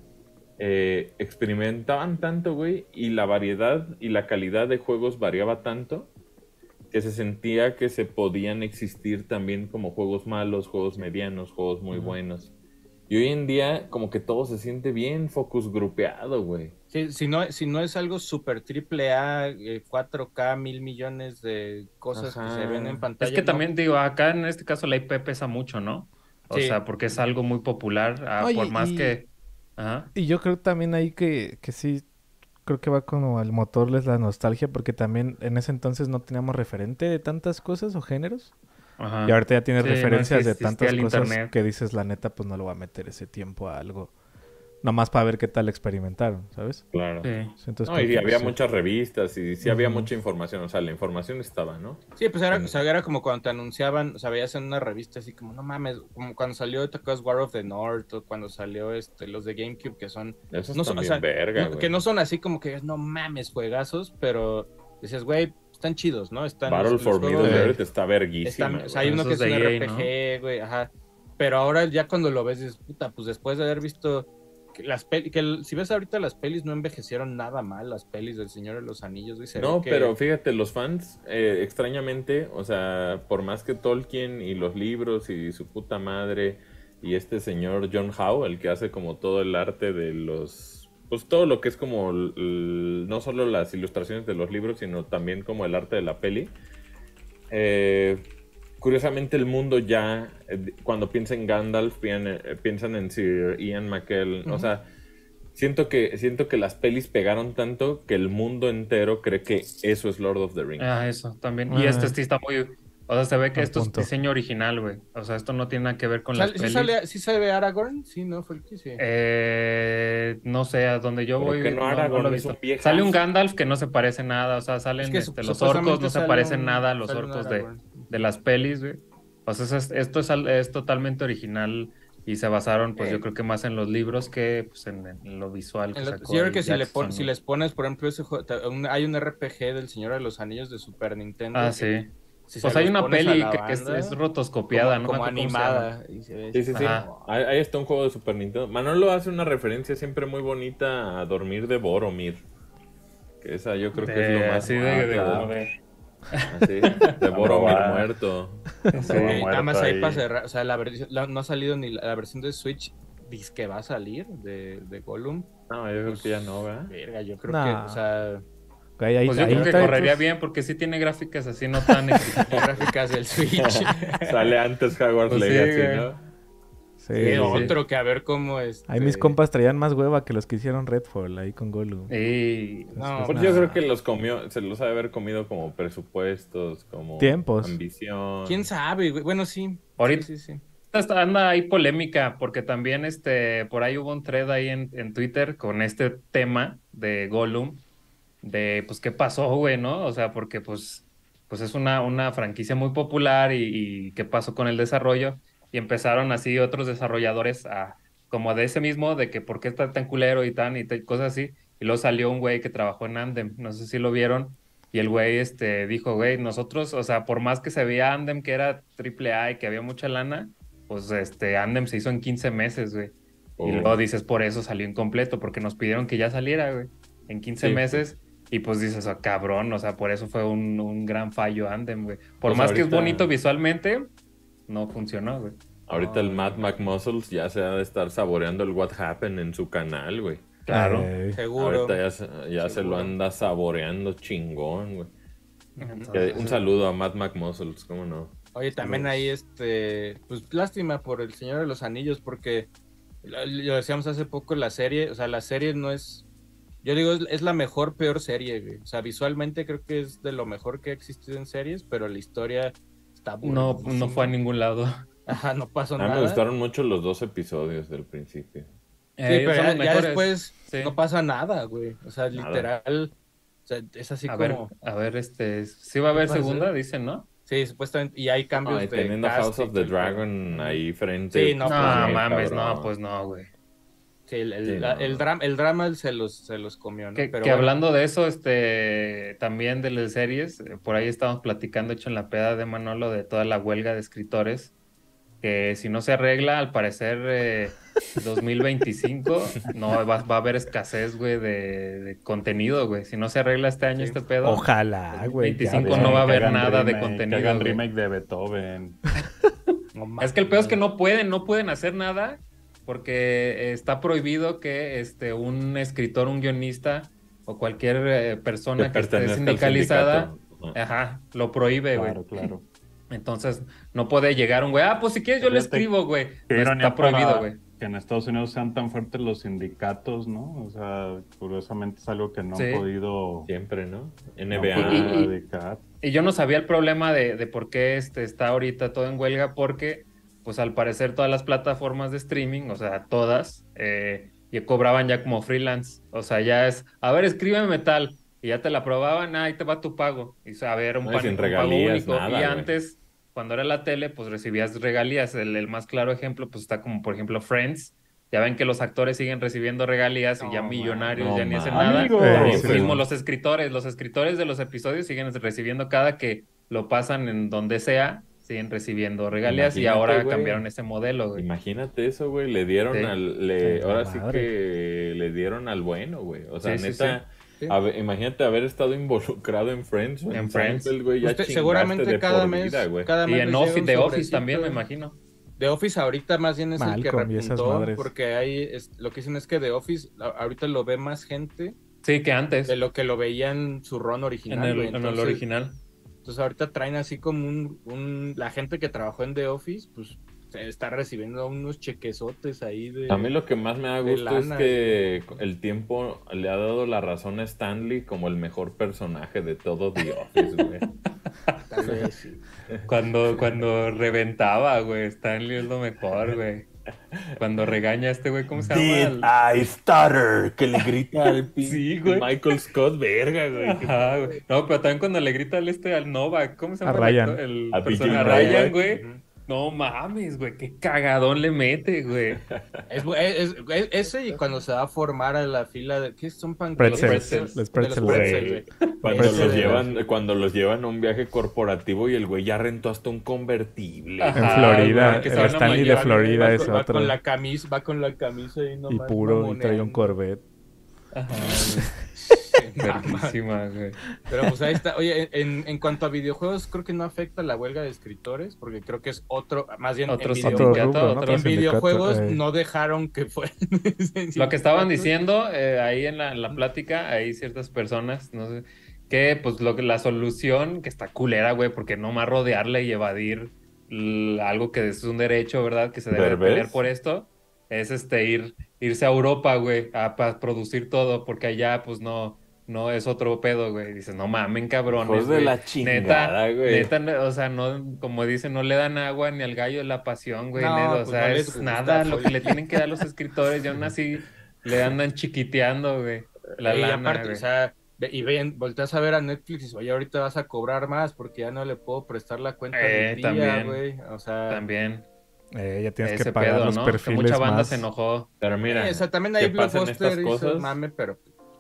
eh, experimentaban tanto, güey, y la variedad y la calidad de juegos variaba tanto que se sentía que se podían existir también como juegos malos, juegos medianos, juegos muy buenos. Y hoy en día como que todo se siente bien focus grupeado, güey. Sí, si no, si no es algo super triple A, eh, cuatro K, mil millones de cosas Ajá. que se ven en pantalla. es que no- también digo, acá en este caso la I P pesa mucho, ¿no? O Sí. sea, porque es algo muy popular, ah, Oye, por más y- que... Ajá. Y yo creo también ahí que, que sí, creo que va como al motor es la nostalgia, porque también en ese entonces no teníamos referente de tantas cosas o géneros. Ajá. Y ahorita ya tienes Sí, no referencias de existía tantas el cosas internet. que dices, la neta, pues no lo voy a meter ese tiempo a algo. Nomás para ver qué tal experimentaron, ¿sabes? Claro. Sí. Entonces, No, creo y que había sí. muchas revistas y sí había Ujú. mucha información, o sea, la información estaba, ¿no? Sí, pues era, En- o sea, era como cuando te anunciaban, o sea, veías en una revista así como, no mames, como cuando salió, ¿te acuerdas? War of the North, o cuando salió este, los de GameCube, que son, Esos no son, o también sea, verga, no- güey. que no son así como que, no mames, juegazos, pero dices, güey, están chidos, ¿no? Están Battle los, for los juegos Middle de- Earth está verguísima, están- o sea, hay güey. uno Esos que es un de E A, R P G, güey, ajá, pero ahora ya cuando lo ves, dices, puta, pues después de haber visto que las pelis, que el- si ves ahorita las pelis no envejecieron nada mal, las pelis del Señor de los Anillos, güey, se ve No, que- pero fíjate, los fans, eh, extrañamente, o sea, por más que Tolkien y los libros y su puta madre y este señor John Howe, el que hace como todo el arte de los, pues todo lo que es como, l- l- no solo las ilustraciones de los libros, sino también como el arte de la peli. Eh, curiosamente el mundo ya, eh, cuando piensa en Gandalf, piensan, eh, piensan en Sir Ian McKellen, o sea... Siento que, siento que las pelis pegaron tanto que el mundo entero cree que eso es Lord of the Rings. Ah, eso también. Y Ah. este sí está muy... O sea, se ve que Buen esto punto. es diseño original, güey. O sea, esto no tiene nada que ver con las ¿Sale- ¿Sí, pelis. sale, ¿Sí se ve Aragorn? Sí, ¿no? Fue el que sí. Eh, no sé, a donde yo Pero voy que no, no, no Aragorn lo he es un visto. viejazo. Sale un Gandalf que no se parece nada, o sea, salen Es que este, sup- los supuestamente orcos, no se sale parecen un- nada a los sale un orcos de, Aragorn. de las pelis, güey. O sea, eso es- esto es, al- es totalmente original y se basaron, pues Eh. yo creo que más en los libros que pues, en, en lo visual que En lo- sacó sí, yo creo ahí que si, le Jackson, pon- si güey. les pones, por ejemplo, ese juego, ta- un- hay un R P G del Señor de los Anillos de Super Nintendo. Ah, que sí. si se Pues hay los una pones a peli la que, que es, banda, es rotoscopiada, como, ¿no? como me acuerdo cómo se llama. animada. Y se ve Sí, sí, sí. Ajá. Ahí, ahí está un juego de Super Nintendo. Manolo hace una referencia siempre muy bonita a Dormir de Boromir. Que esa yo creo que es lo De- más... así de, de- Ah, de- así, de Boromir Probar. muerto. sí. Eh, muerto nada más ahí ahí. para cerrar, o sea, la versión, la- no ha salido ni la, la versión de Switch, dice que va a salir de, de Gollum. No, yo creo que ya no, ¿verdad? Verga, yo creo Nah. que, o sea, Ahí- ahí- Pues yo ahí creo que está, correría pues. bien porque sí tiene gráficas así no tan exigentes. gráficas del Switch. Sale antes Hogwarts Pues sí, Legacy, güey. ¿no? Sí, Y sí. otro que a ver cómo es. Ahí mis compas traían más hueva que los que hicieron Redfall ahí con Gollum. Y No, Pues Nah. yo creo que los comió, se los ha de haber comido como presupuestos, como Tiempos. ambición. ¿Quién sabe, güey? Bueno, sí. Ahorita- Sí, sí, sí. Está- anda ahí polémica porque también este por ahí hubo un thread ahí en, en Twitter con este tema de Gollum de pues qué pasó, güey, ¿no? O sea, porque pues pues es una, una franquicia muy popular y, y qué pasó con el desarrollo y empezaron así otros desarrolladores a como de ese mismo de que por qué está tan culero y tan y te- cosas así y luego salió un güey que trabajó en Andem, no sé si lo vieron. Y el güey este, dijo, güey, nosotros, o sea, por más que se veía Andem que era triple A y que había mucha lana, pues este Andem se hizo en quince meses, güey. Oh. Y luego dices, por eso salió incompleto, porque nos pidieron que ya saliera, güey, en quince Sí. meses. Y pues dices, oh, cabrón, o sea, por eso fue un, un gran fallo Andem, güey. Por Pues más que es ahorita- bonito visualmente, no funcionó, güey. Ahorita el Oh. Matt McMuscles ya se ha de estar saboreando el What Happened en su canal, güey. Claro. Ay, Seguro. Ahorita ya, se, ya se lo Seguro. anda saboreando chingón, güey. Entonces, Que- Un saludo a Matt McMuscles, ¿cómo no? Oye, también ahí, este, pues lástima por el Señor de los Anillos, porque lo, lo decíamos hace poco, la serie, o sea, la serie no es, yo digo, es, es la mejor, peor serie, güey. O sea, visualmente creo que es de lo mejor que ha existido en series, pero la historia está No, buenísima. no fue a ningún lado. Ajá, no pasó A mí nada. me gustaron mucho los dos episodios del principio. Sí, Eh, pero son ya, los ya mejores. después Sí. no pasa nada, güey. O sea, Nada. literal, o sea, es así A como... ver, a ver, este, sí va a haber ¿Qué pasa? segunda, dicen, ¿no? Sí, supuestamente, y hay cambios Ay, de teniendo cast House y of todo the el pedo. Dragon ahí frente. Sí, no, No, pues, mames, cabrón. no, pues no, güey. Sí, el, el, Sí, la- no. el, drama, el drama se los, se los comió, ¿no? Que, Pero que bueno, hablando de eso, este, también de las series, eh, por ahí estábamos platicando, hecho en la peda de Manolo, de toda la huelga de escritores, que si no se arregla, al parecer, eh, dos mil veinticinco, no, va, va a haber escasez, güey, de, de contenido, güey. Si no se arregla este año Sí. este pedo, Ojalá, güey. ya veinticinco ves. no va a Que haber hagan nada de remake, contenido, Que hagan güey. remake de Beethoven. no Es que el peor es que mames. no pueden, no pueden hacer nada porque está prohibido que este, un escritor, un guionista o cualquier eh, persona Que que esté pertenezca al sindicalizada, sindicato. Ajá. ajá, lo prohíbe, güey. Claro, claro. Entonces no puede llegar un güey, ah, pues si quieres yo lo Fíjate escribo, güey. Qué No, ironía está prohibido, para güey. que en Estados Unidos sean tan fuertes los sindicatos, ¿no? O sea, curiosamente es algo que no Sí. han podido Siempre, ¿no? no N han B A. Y- y- podido y- erradicar. Y yo no sabía el problema de, de por qué este, está ahorita todo en huelga, porque, pues al parecer todas las plataformas de streaming, o sea, todas, eh, ya cobraban ya como freelance. O sea, ya es, a ver, escríbeme tal, y ya te la aprobaban, ah, ahí te va tu pago. Y o sea, a ver, un, No, y pan- sin un pago regalías, único. nada, y güey. antes, cuando era la tele, pues recibías regalías. El, el más claro ejemplo, pues está como, por ejemplo, Friends. Ya ven que los actores siguen recibiendo regalías y ya No, millonarios no, ya ni hacen man. nada. Amigos. Y Eh, así sí. mismo los escritores, los escritores de los episodios siguen recibiendo cada que lo pasan en donde sea, siguen recibiendo regalías y Imagínate, ahora güey. cambiaron ese modelo, güey. Imagínate eso, güey. Le dieron Sí. al. Le, Sí, ahora la sí madre. que le dieron al bueno, güey. O sea, Sí, sí, neta. sí. a ver, imagínate haber estado involucrado en Friends. o En Friends. Seinfeld, güey. Ya Usted chingaste seguramente de cada por mes, vida, güey. cada Y mes en les llega Office, un The Office sobrecito. también, me imagino. The Office ahorita más bien es el que Malcolm y esas repuntó, madres. porque hay, es- lo que dicen es que The Office a- ahorita lo ve más gente Sí, que antes, de lo que lo veía en su run en original, el, güey. en el Entonces- original. Entonces ahorita traen así como un, un... La gente que trabajó en The Office, pues se está recibiendo unos chequezotes ahí de... A mí lo que más me da de gusto es lana, que el tiempo le ha dado la razón a Stanley como el mejor personaje de todo The Office, güey. Tal vez, sí. Cuando, cuando reventaba, güey, Stanley es lo mejor, güey. Cuando regaña a este güey, ¿cómo se llama? El- I stutter? Que le grita al pinche Sí, güey. Michael Scott, verga, güey. Ajá, güey. No, pero también cuando le grita al este al Nova, ¿cómo se llama? A el Ryan. actor? El A persona- P J a Ryan, Ryan. güey. Ujú. No mames, güey, qué cagadón le mete, güey. Es, bu- es- es- ese y cuando se va a formar a la fila de... ¿Qué son pan? Pretzels. Los Los De los pretzels. pretzels, güey. Cuando Ese los de- llevan, cuando los llevan a un viaje corporativo y el güey ya rentó hasta un convertible. Ajá. En Ah, Florida, güey, que se el van a Stanley de Miami, Florida va es con, va otro. con la camisa, va con la camisa y Y nomás puro, y trae un mamoneando. Corvette. Ajá, No, verguísima, güey. Pero pues ahí está. Oye, en, en cuanto a videojuegos, creo que no afecta la huelga de escritores, porque creo que es otro, más bien Otro en, video- Otro sindicato, rubro, ¿no? otro- Otro en sindicato, videojuegos eh. no dejaron que fuera. Lo que estaban diciendo eh, ahí en la, en la plática, hay ciertas personas, no sé, que pues lo que la solución, que está culera, güey, porque no más rodearle y evadir l- algo que es un derecho, ¿verdad? Que se debe ¿Derbez? pelear por esto, es este ir, irse a Europa, güey, a, pa- producir todo, porque allá pues no, no es otro pedo, güey. Dices, no mamen, cabrones, Hijos de güey. la chingada, Neta, güey. neta, no- o sea, no, como dicen, no le dan agua ni al gallo de la pasión, güey. No, neta, o pues sea, no les es gusta, nada lo pues. que le tienen que dar los escritores y aún así le andan chiquiteando, güey. La y lana, aparte, güey. o sea, ve- y ven, volteas a ver a Netflix y dices, oye, ahorita vas a cobrar más porque ya no le puedo prestar la cuenta Eh, a mi tía, también. güey. O sea, También. Eh, ya tienes Ese que pagar pedo, los ¿no? Que perfiles mucha banda más. se enojó. Pero mira, eh, o sea, también ahí que pasen Blockbuster estas hizo cosas, mame, pero...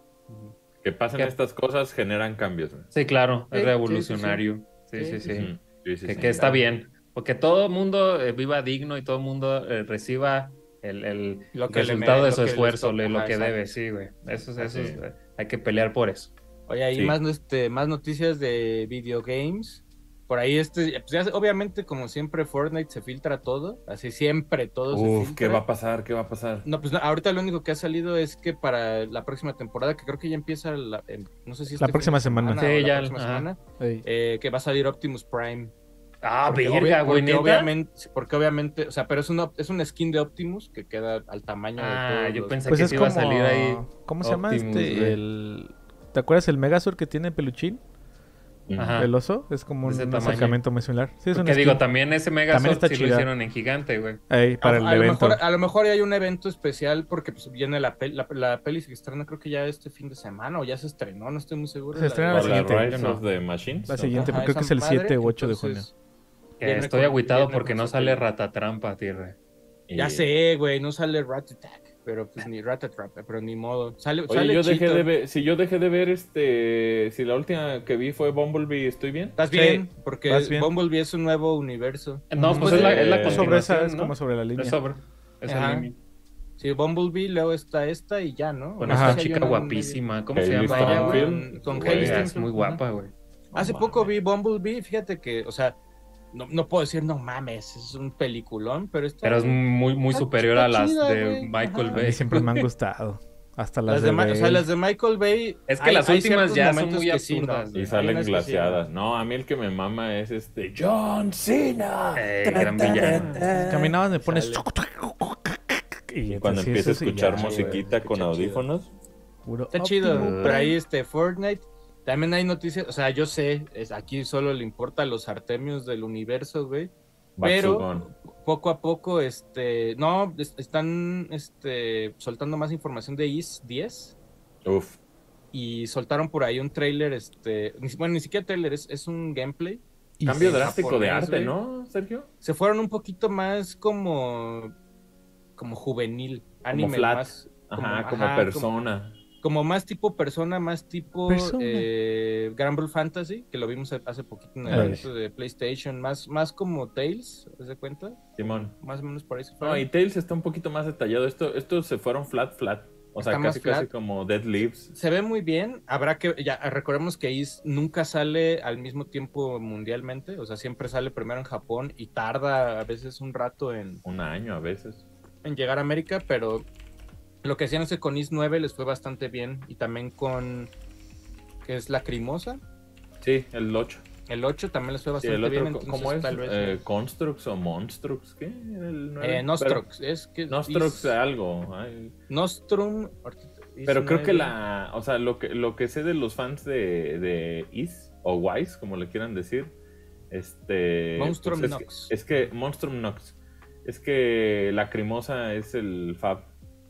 que pasen ¿Qué? estas cosas generan cambios, güey. Sí, claro, Sí, es sí, revolucionario. Sí, sí, sí, sí. sí. Ujú. Sí, sí, Que, sí. que está bien. Porque todo el mundo eh, viva digno y todo el mundo eh, reciba el, el Lo que le resultado mere- de lo su que les esfuerzo, toca. le- lo Ajá, que exacto. debe, sí, güey. Eso, es- eso es, Sí. eh, hay que pelear por eso. Oye, ahí Sí. más, este, más noticias de videogames. Por ahí, este, pues ya, obviamente, como siempre, Fortnite se filtra todo. Así siempre todo se Uf, filtra. ¿qué va a pasar? ¿Qué va a pasar? No, pues no, ahorita lo único que ha salido es que para la próxima temporada, que creo que ya empieza, la- en- no sé si La este próxima fin de semana. o Sí, la ya, próxima ajá. semana, Ey. eh, que va a salir Optimus Prime. Ah, Porque verga, obvia- güey, porque ¿neta? obviamente, porque obviamente, o sea, pero es una, es un skin de Optimus que queda al tamaño de Ah, todos yo los- pensé Pues que es sí iba como... a salir ahí. ¿Cómo se llama Optimus, este? güey. El... ¿Te acuerdas el Megazord que tiene peluchín? Ajá. El oso. Es como De un ese tamaño. acercamiento muy similar. Sí, es un Que digo, skin. también ese También Megazord está sí lo chida. hicieron en gigante, güey. Ahí, para a, el a lo evento. mejor, a lo mejor hay un evento especial porque pues, viene la, pel- la, la peli se estrena creo que ya este fin de semana o ya se estrenó, no estoy muy seguro. Se la estrena de- la ¿O la siguiente. Rise No. of the Machines? La ¿o? siguiente, Ajá, creo que esa es el madre, siete u ocho de junio. entonces, Que viene estoy con- agüitado viene porque con no su sale peli. Ratatrampa, tierra. Ya Y- sé, güey, no sale Rat Attack, pero pues ni Rat Attack, pero ni modo. Sale, Oye, sale yo dejé Cheetor. de ver, si yo dejé de ver este, si la última que vi fue Bumblebee, ¿estoy bien? Estás Sí, bien, porque vas bien. Bumblebee es un nuevo universo. No, Ujú. pues es la, es la Eh, Sobre esa, continuación, es ¿no? como sobre la línea. Es sobre. Es Ajá. el línea. Sí, Bumblebee, luego está esta y ya, ¿no? Con No sé Ajá. esa si hay chica una- guapísima. ¿Cómo se Hailey llama ella, güey? Steinfeld. Con Güey, Hailey es Steinfeld, muy ajá. guapa, güey. Hace No poco mames. vi Bumblebee, fíjate que, o sea, no, no puedo decir no mames, es un peliculón, pero está... Pero es muy, muy Está- superior está a las chida, de güey. Michael Ajá. A mí Bay. siempre me han gustado. Hasta las, Las de, de, Ma- o sea, Bale. las de Michael Bay... Es que hay- las hay últimas ciertos ya son momentos muy que sí, ¿no? absurdas, Y Hay salen unas que sí, glaciadas. No, a mí el que me mama es este John Cena. Eh, gran villano. Caminabas, me pones... Sale. Y Y cuando entonces empieza a eso sí, escuchar ya, musiquita güey, con escucha audífonos. puro Está chido, Optimus. pero ahí este Fortnite, también hay noticias, o sea, yo sé, es, aquí solo le importa a los Artemios del universo, güey, pero Bakugan. poco a poco, este, no, es- están, este, soltando más información de I S diez Uf. y soltaron por ahí un trailer, este, ni, bueno, ni siquiera trailer, es, es un gameplay. Y Cambio sí, drástico de japonés, arte, güey. ¿no, Sergio? Se fueron un poquito más como, como juvenil, anime flat. más. Ajá, como ajá, persona. Como más tipo persona, más tipo Persona. eh, Granblue Fantasy, que lo vimos hace poquito en el Ay. evento de PlayStation, más, más como Tales, ¿te das cuenta? Simón. Más o menos por ahí se No, fueron. y Tails está un poquito más detallado. Esto, estos se fueron flat, flat. O sea, Está más casi, casi flat. como Dead Leaves. Se ve muy bien, habrá que, ya recordemos que Is nunca sale al mismo tiempo mundialmente, o sea, siempre sale primero en Japón y tarda a veces un rato en, Un año a veces. en llegar a América, pero lo que hacían ese con Is nueve les fue bastante bien y también con, que es Lacrimosa, Sí, el ocho. el ocho también les fue Sí, bastante el otro, bien, co- entonces ¿cómo es? tal vez... Eh, ¿Construx o Monstrux? ¿Qué? El nueve. Eh, Nostrox, es que... Pero- Nostrox Is- algo. Ay. Nostrum... Pero creo que diecinueve. la... O sea, lo que, lo que sé de los fans de, de Is, o Wise, como le quieran decir, este... Monstrum pues es, Nox. Que, es que... Monstrum Nox. Es que Lacrimosa es el fab.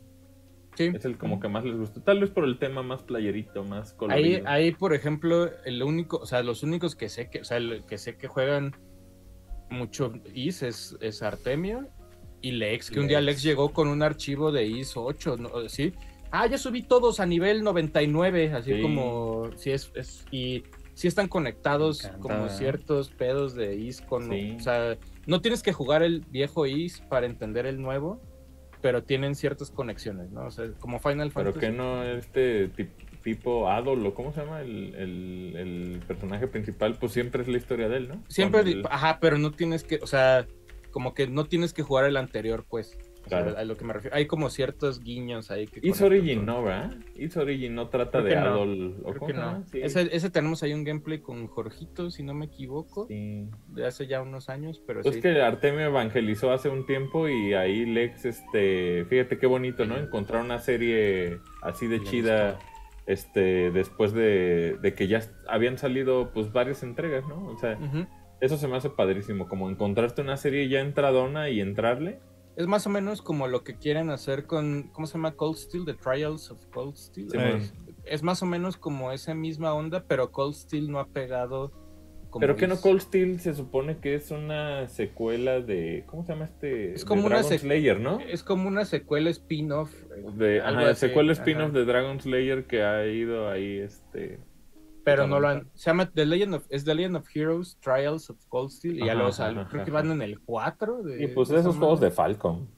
Sí. Es el como que más les gustó. Tal vez por el tema más playerito, más Ahí, colorido. ahí, por ejemplo, el único, o sea, los únicos que sé que, o sea, el que sé que juegan mucho Is es, es Artemio y Lex, que un día Lex. Lex llegó con un archivo de Is ocho, ¿no? ¿Sí? Ah, ya subí todos a nivel noventa y nueve, así Sí. como, sí es, es, y sí están conectados Me encanta, como ¿eh? ciertos pedos de Is con, Sí. o sea, no tienes que jugar el viejo Is para entender el nuevo, pero tienen ciertas conexiones, ¿no? O sea, como Final Pero Fantasy. que no este tip- tipo Adol o cómo se llama el, el, el personaje principal, pues siempre es la historia de él, ¿no? Siempre, Con el- ajá, pero no tienes que, o sea, como que no tienes que jugar el anterior, pues. O sea, Claro. a lo que me refiero. Hay como ciertos guiños ahí que. Is conectan Origin todo. no, ¿verdad? Is Origin no trata Creo de que no. Adol. ¿O Creo cómo que se llama? no. Sí. Ese, ese tenemos ahí un gameplay con Jorgito, si no me equivoco, Sí. de hace ya unos años, pero Pues sí. que Artemio evangelizó hace un tiempo y ahí Lex, este, fíjate qué bonito, ¿no? Encontrar una serie así de Le chida, gustó. este, después de, de que ya habían salido, pues, varias entregas, ¿no? O sea, Ujú. eso se me hace padrísimo, como encontrarte una serie ya entradona y entrarle. Es más o menos como lo que quieren hacer con, ¿cómo se llama? Cold Steel, The Trials of Cold Steel. Sí, es, es más o menos como esa misma onda, pero Cold Steel no ha pegado. Como Pero que no Is. Cold Steel se supone que es una secuela de, ¿cómo se llama este? Es como de una Dragon sec- Slayer, ¿no? Es como una secuela spin-off. eh, De, algo ajá, así, secuela ajá. spin-off de Dragon Slayer que ha ido ahí, este... Pero no lo han. Se llama The Legend of. Es The Legend of Heroes, Trials of Cold Steel. Y ya Ajá, luego ajá, sal- ajá, creo que ajá. van en el cuatro. De, Y pues de esa esos juegos madre. de Falcon.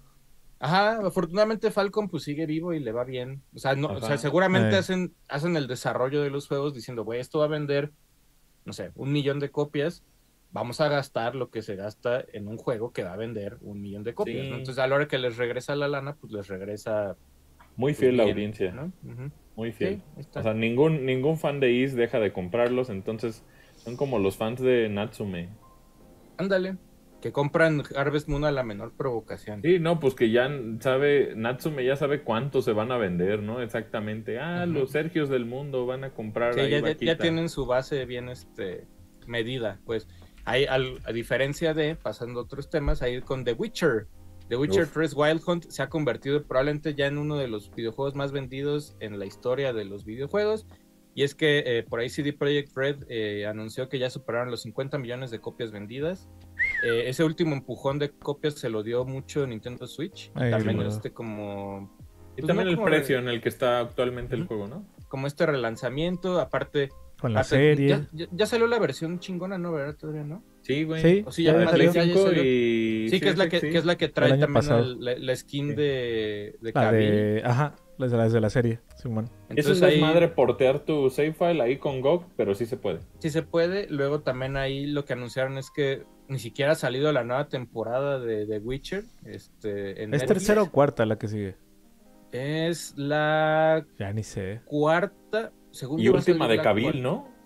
Ajá, afortunadamente Falcon pues sigue vivo y le va bien. O sea, no, o Ajá. sea seguramente Eh. hacen, hacen el desarrollo de los juegos diciendo, güey, esto va a vender, no sé, un millón de copias. Vamos a gastar lo que se gasta en un juego que va a vender un millón de copias. Sí. ¿no? Entonces, a la hora que les regresa la lana, pues les regresa. Muy pues, fiel la bien, audiencia. ¿no? Ujú. Muy fiel. Sí, ahí está. O sea, ningún, ningún fan de Is deja de comprarlos, entonces son como los fans de Natsume. Ándale. Que compran Harvest Moon a la menor provocación. Sí, no, pues que ya sabe, Natsume ya sabe cuánto se van a vender, ¿no? Exactamente. Ah, Ujú. los Sergios del mundo van a comprar Sí, ahí ya, ya- ya vaquita. tienen su base bien este, medida. Pues hay, al- a diferencia de, pasando a otros temas, ahí con The Witcher. The Witcher Uf. tres Wild Hunt se ha convertido probablemente ya en uno de los videojuegos más vendidos en la historia de los videojuegos. Y es que eh, por ahí C D Projekt Red eh, anunció que ya superaron los cincuenta millones de copias vendidas. Eh, ese último empujón de copias se lo dio mucho Nintendo Switch. Ay, También claro. este como... Y pues, también no el como precio re- en el que está actualmente el Ujú. juego, ¿no? como este relanzamiento, aparte... Con la aparte, serie. Ya, ya- ya salió la versión chingona, ¿no? ¿Verdad? Todavía no. Sí, güey. Sí, O sí, ya ya, Para más salió. bien, Play ya- ya cinco salió. y... Sí, que es la que, sí. que es la que trae El año también pasado. el- la, la skin Sí. de, de La Cavill. de... Ajá, las de, las de la serie, Simón. Es un Entonces ahí desmadre portear tu save file ahí con G O G, pero sí se puede. sí se puede. Luego también ahí lo que anunciaron es que ni siquiera ha salido la nueva temporada de The Witcher. Este, en ¿Es Netflix. tercera o cuarta la que sigue? Es la Ya ni sé. cuarta, según Y yo va a última salir de la Cavill, cuarta. ¿no?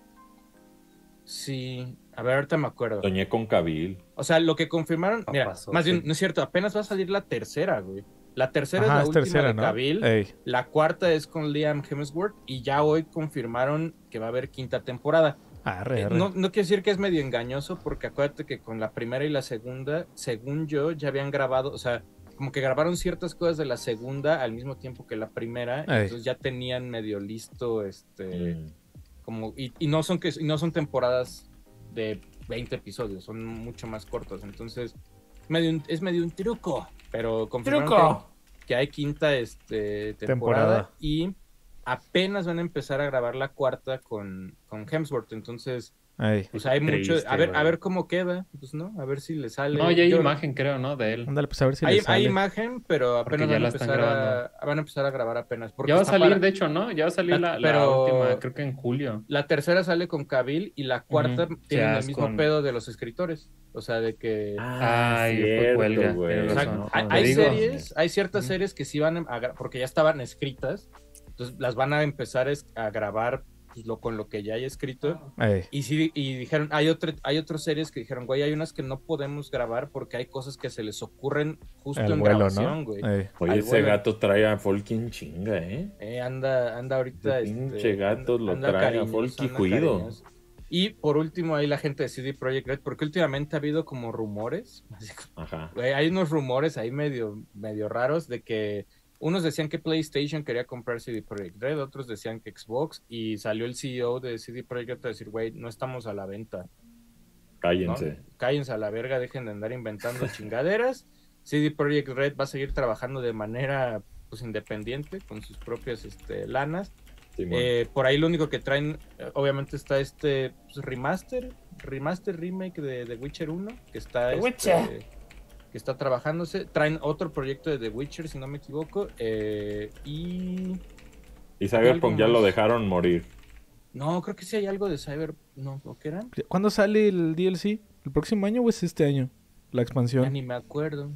Sí, a ver, ahorita me acuerdo. Soñé con Cavill. O sea, lo que confirmaron, mira, Papazote. más bien, no es cierto, apenas va a salir la tercera, güey. La tercera Ajá, es la es última tercera, de ¿no? Cavill. Ey. La cuarta es con Liam Hemsworth y ya hoy confirmaron que va a haber quinta temporada. Arre, Eh, arre. no, no quiero decir que es medio engañoso porque acuérdate que con la primera y la segunda, según yo, ya habían grabado, o sea, como que grabaron ciertas cosas de la segunda al mismo tiempo que la primera, Ey. entonces ya tenían medio listo, este, Mm. como, y, y no son que, y no son temporadas de veinte episodios, son mucho más cortos, entonces medio un- es medio un truco, pero confirmaron que, que hay quinta este, temporada, Temporada. y apenas van a empezar a grabar la cuarta con, con Hemsworth, entonces Ey. pues hay mucho, Triste, a ver, a güey. ver cómo queda, pues no, a ver si le sale. No, ya hay Yo- imagen, creo, ¿no? De él. Ándale, pues a ver si hay, le sale. hay imagen, pero Porque apenas ya van a, la están empezar a, grabando. van a empezar a grabar apenas. Porque Ya va a está salir, para- de hecho, ¿no? Ya va a salir La- la, la pero- última, creo que en julio. La tercera sale con Cavill y la cuarta Ujú, tiene ya el es mismo con- pedo de los escritores. O sea, de que... Ay, fue huelga, tienes o sea, razón. hay, Te hay digo. series, hay ciertas Ujú. series que sí van a, gra- porque ya estaban escritas, entonces las van a empezar es- a grabar pues, lo, con lo que ya hay escrito. Ey. Y sí, y dijeron, hay otro, hay otras series que dijeron, güey, hay unas que no podemos grabar porque hay cosas que se les ocurren justo El en vuelo, grabación, ¿no? güey. Ey. Oye, Al ese vuelo. gato trae a Folkin chinga, ¿eh? Eh, anda, anda ahorita. Ese este, pinche gato anda- lo anda trae a cariñoso, Folky anda cuido. cariñoso. Y por último, ahí la gente de C D Projekt Red, porque últimamente ha habido como rumores, así como, Ajá. güey, hay unos rumores ahí medio, medio raros de que unos decían que PlayStation quería comprar C D Projekt Red, otros decían que Xbox, y salió el C E O de C D Projekt Red a decir, güey, no estamos a la venta. ¿no? Cállense. Cállense a la verga, dejen de andar inventando chingaderas. C D Projekt Red va a seguir trabajando de manera pues independiente, con sus propias este, lanas. Simón. Eh, por ahí lo único que traen, eh, obviamente está este pues, remaster, remaster remake de The Witcher uno, que está, The este, Witcher. que está trabajándose. Traen otro proyecto de The Witcher, si no me equivoco, eh, y y Cyberpunk algo ya lo más. dejaron morir. no, creo que sí hay algo de Cyber, no, ¿o qué era? ¿Cuándo sale el D L C? ¿El próximo año o es este año? La Ya expansión. ni me acuerdo.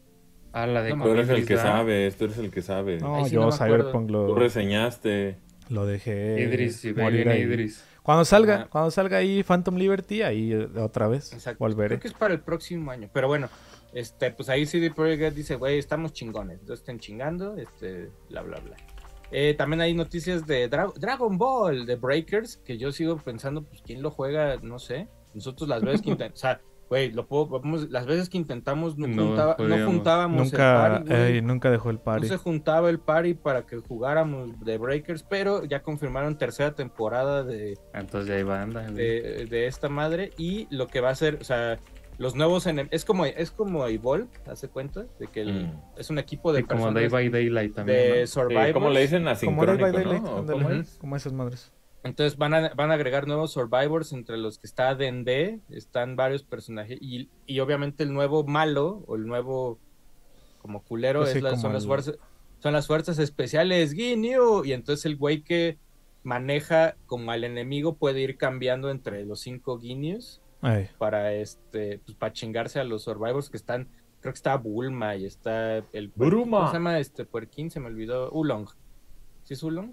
Ah, la de No, Tú eres el Idris, que ¿verdad? sabes, tú eres el que sabe. No, Ahí sí yo no me acuerdo. Cyberpunk Tú lo, reseñaste. lo dejé Idris, y morir viene ahí. Idris. Cuando salga, Ajá. cuando salga ahí Phantom Liberty, ahí eh, otra vez Exacto. volveré. Creo que es para el próximo año. Pero bueno, este, pues ahí C D Projekt Red dice, güey, estamos chingones. Entonces estén chingando, este, bla, bla, bla. Eh, también hay noticias de Dra- Dragon Ball, de Breakers, que yo sigo pensando, pues, ¿quién lo juega? No sé. Nosotros las veces que intentamos, o sea, güey, lo puedo, vamos, las veces que intentamos no, No juntaba- no podíamos. juntábamos el Nunca, party, güey. ey, nunca dejó el No party. se juntaba el party para que jugáramos de Breakers, pero ya confirmaron tercera temporada de, Entonces ya hay banda. güey. de, de esta madre y lo que va a ser, o sea, los nuevos enem- es como es como Evolve, hace cuenta de que el- Mm. es un equipo de Sí, como personas Day by Daylight también. de ¿no? Sí, Survivors. ¿cómo le dicen Como Dead by asincrónico, Daylight, no? ¿O ándale, cómo es? como esas madres. Entonces van a, van a agregar nuevos Survivors, entre los que está Dende, están varios personajes y, y obviamente el nuevo malo o el nuevo como culero Pues es sí, la- como son las el- fuerzas son las fuerzas especiales Ginyu, y entonces el güey que maneja como al enemigo puede ir cambiando entre los cinco Ginyus Ey. para este pues para chingarse a los Survivors que están, creo que está Bulma y está el Bruma. ¿cómo se llama este puerquín? Se me olvidó, Ulong. ¿Sí es Ulong?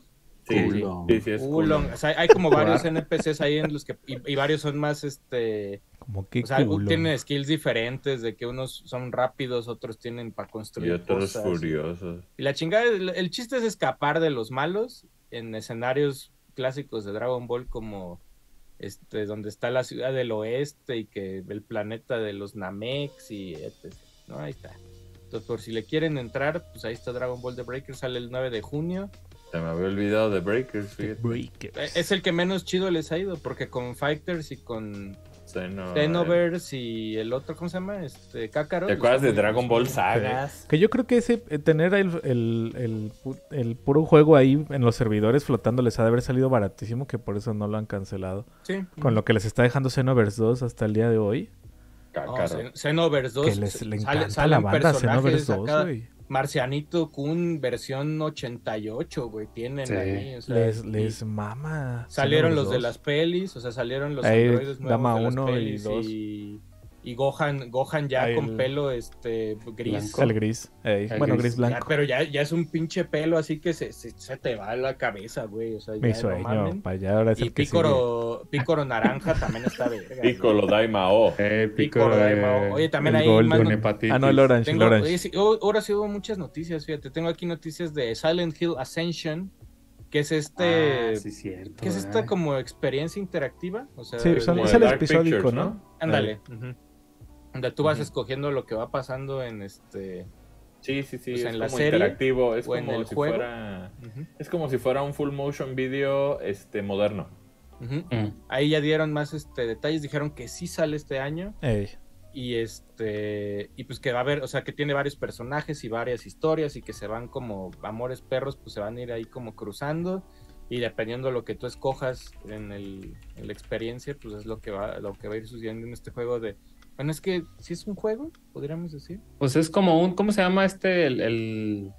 Sí, Culo. sí, sí, es Oolong. culo. O sea, hay como varios N P Cs ahí en los que. Y, y varios son más este. Como que O sea, culo. tienen skills diferentes, de que unos son rápidos, otros tienen para Y construir otros cosas. furiosos. Y la chingada, el, el chiste es escapar de los malos en escenarios clásicos de Dragon Ball como este, donde está la ciudad del oeste y que el planeta de los Namex y etcétera. ¿No? Ahí está. Entonces, por si le quieren entrar, pues ahí está Dragon Ball The Breaker, sale el nueve de junio. Se me había olvidado de Breakers, fíjate. Breakers. Eh, Es el que menos chido les ha ido, porque con Fighters y con Xeno- Xenoverse y el otro, ¿cómo se llama? Este, Kakarot. ¿Te acuerdas de Está muy- Dragon Ball Sí. Sagas? Que yo creo que ese eh, tener el, el, el, pu- el puro juego ahí en los servidores flotando les ha de haber salido baratísimo, que por eso no lo han cancelado. Sí. Con lo que les está dejando Xenoverse dos hasta el día de hoy. No, Kakarot. Xen- Xenoverse dos. Que les s- le sale- encanta salen la banda personajes Xenoverse dos, acá. güey. Marcianito Kun versión ochenta y ocho, güey, tienen Sí. ahí. O sea, Les, y les mama. salieron los Xenoverse de dos. las pelis, o sea, salieron los Ahí, androides nuevos Dama de las uno y pelis dos. y, y Gohan, Gohan ya Ahí con el- pelo este gris. Blanco. El gris. ey, El bueno, gris. gris Ya, blanco. pero ya, ya es un pinche pelo así que se, se, se te va a la cabeza, güey. O sea, Mi ya no sueño. mamen. Para allá ahora es Y el que Pícoro, Pícoro naranja también está verga. güey. Piccolo Daimao. Eh, Pícoro Piccolo de... Daimao. Oye, también el ahí Golden. más con no- hepatitis. Ah, no, el Orange, Tengo, el Orange. oye, sí, oh, ahora sí hubo muchas noticias, fíjate. Tengo aquí noticias de Silent Hill Ascension, que es este. Ah, sí, cierto. que es esta ¿verdad? como experiencia interactiva. O sea, Sí, son- Como es de el Dark episódico, Pictures, ¿no? ándale. ujú. Donde tú vas Ujú. escogiendo lo que va pasando en este. Sí, sí, sí. Pues es en la como serie interactivo. Es o en como el si juego. fuera. Ujú, Es como si fuera un full motion video este moderno. ujú. Mm. Ahí ya dieron más este detalles. Dijeron que sí sale este año. Ey. Y este. Y pues que va a haber. O sea, que tiene varios personajes y varias historias. Y que se van como amores perros. Pues se van a ir ahí como cruzando. Y dependiendo de lo que tú escojas en, el, en la experiencia, pues es lo que va, lo que va a ir sucediendo en este juego de. Bueno, es que si es un juego, podríamos decir. Pues es como un, ¿cómo se llama este? El, el,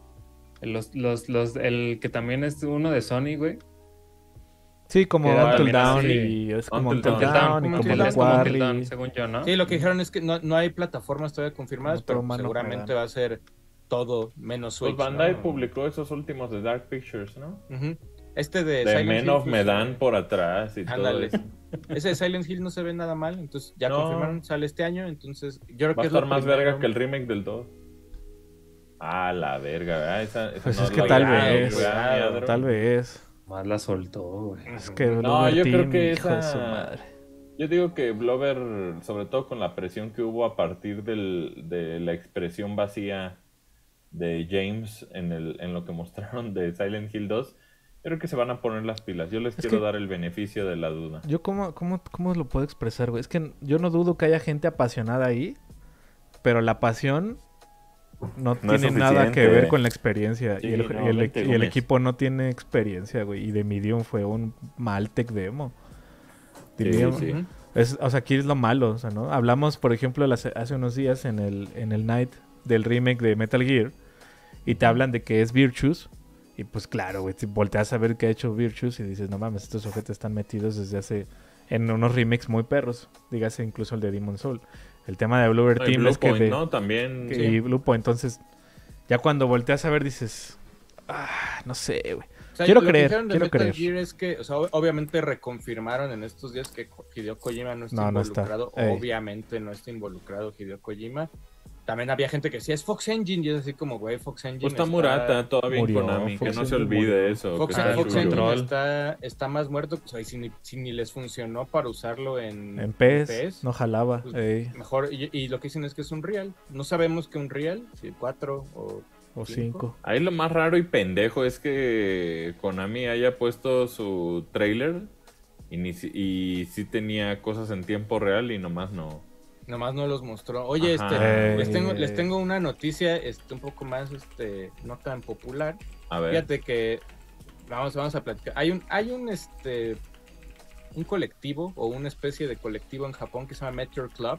el- los, los, los, el que también es uno de Sony, güey. Sí, como Que era Until también Down así. y es como Until Until Dawn. Down y Como como Until The Dawn, es como Until Quarry. Dawn, según yo, ¿no? Sí, lo que dijeron es que no, no hay plataformas todavía confirmadas, Otro pero mano seguramente Medan. va a ser todo menos Pues Switch. Bandai ¿no? publicó esos últimos de Dark Pictures, ¿no? Ujú. Este de, De Silent Men Hill, of pues, Medan por atrás y todo ándale. eso. Ese de Silent Hill no se ve nada mal, entonces ya No. confirmaron, sale este año, entonces yo creo Va que a es lo estar más primero. verga que el remake del dos. Ah, la verga, ¿verdad? Esa, esa Pues no es que la tal grabé, vez, ¿verdad, Miadro? tal vez. Más la soltó, güey. Es que No, yo Bloober creo Team, que hijo de esa- su madre. Yo digo que Blover, sobre todo con la presión que hubo a partir del, de la expresión vacía de James en, el, en lo que mostraron de Silent Hill dos, yo creo que se van a poner las pilas. Yo les Es quiero que- dar el beneficio de la duda. Yo cómo, cómo, cómo lo puedo expresar, güey. Es que yo no dudo que haya gente apasionada ahí, pero la pasión no, No es tiene nada que suficiente. ver con la experiencia. Sí, y, el, no, y el- vente, y el Gómez. equipo no tiene experiencia, güey. Y de Medium fue un mal tech demo. The Sí, Medium- sí. Ujú. Es, o sea, aquí es lo malo, o sea, ¿no? Hablamos, por ejemplo, las- hace unos días en el, en el Night del remake de Metal Gear y te hablan de que es Virtus y pues claro, güey, si volteas a ver qué ha hecho Virtus y dices, no mames, estos objetos están metidos desde hace, en unos remakes muy perros, dígase incluso el de Demon Soul. El tema de Bloober No, y Team Blue es que Point, de, ¿no? También. que- sí. y Blue Point, entonces, ya cuando volteas a ver dices, ah, no sé, güey. O sea, Quiero lo que creer, dijeron de quiero Metal creer. Gear es que, o sea, ob- obviamente reconfirmaron en estos días que Ko- Hideo Kojima no está No, no está. involucrado. Ey. Obviamente no está involucrado Hideo Kojima. También había gente que decía, es Fox Engine, y es así como, güey, Fox Engine Pues está está- Murata todavía Murió, en Konami, que Fox no se Engine olvide murió. eso. Fox, que está Fox chulo. Engine Control. está, está más muerto, pues, ahí si, ni, si ni les funcionó para usarlo en, En P E S, P E S, no jalaba. pues, ey, mejor, y, y lo que dicen es que es un real. No sabemos que un real, si cuatro o o cinco. cinco. Ahí lo más raro y pendejo es que Konami haya puesto su trailer y, ni si- y sí tenía cosas en tiempo real y nomás no. Nomás no los mostró. Oye, Ajá. este, les tengo, Ey. les tengo una noticia, este, un poco más, este, no tan popular. A ver. Fíjate que vamos, vamos a platicar. Hay un, hay un, este, un colectivo o una especie de colectivo en Japón que se llama Meteor Club,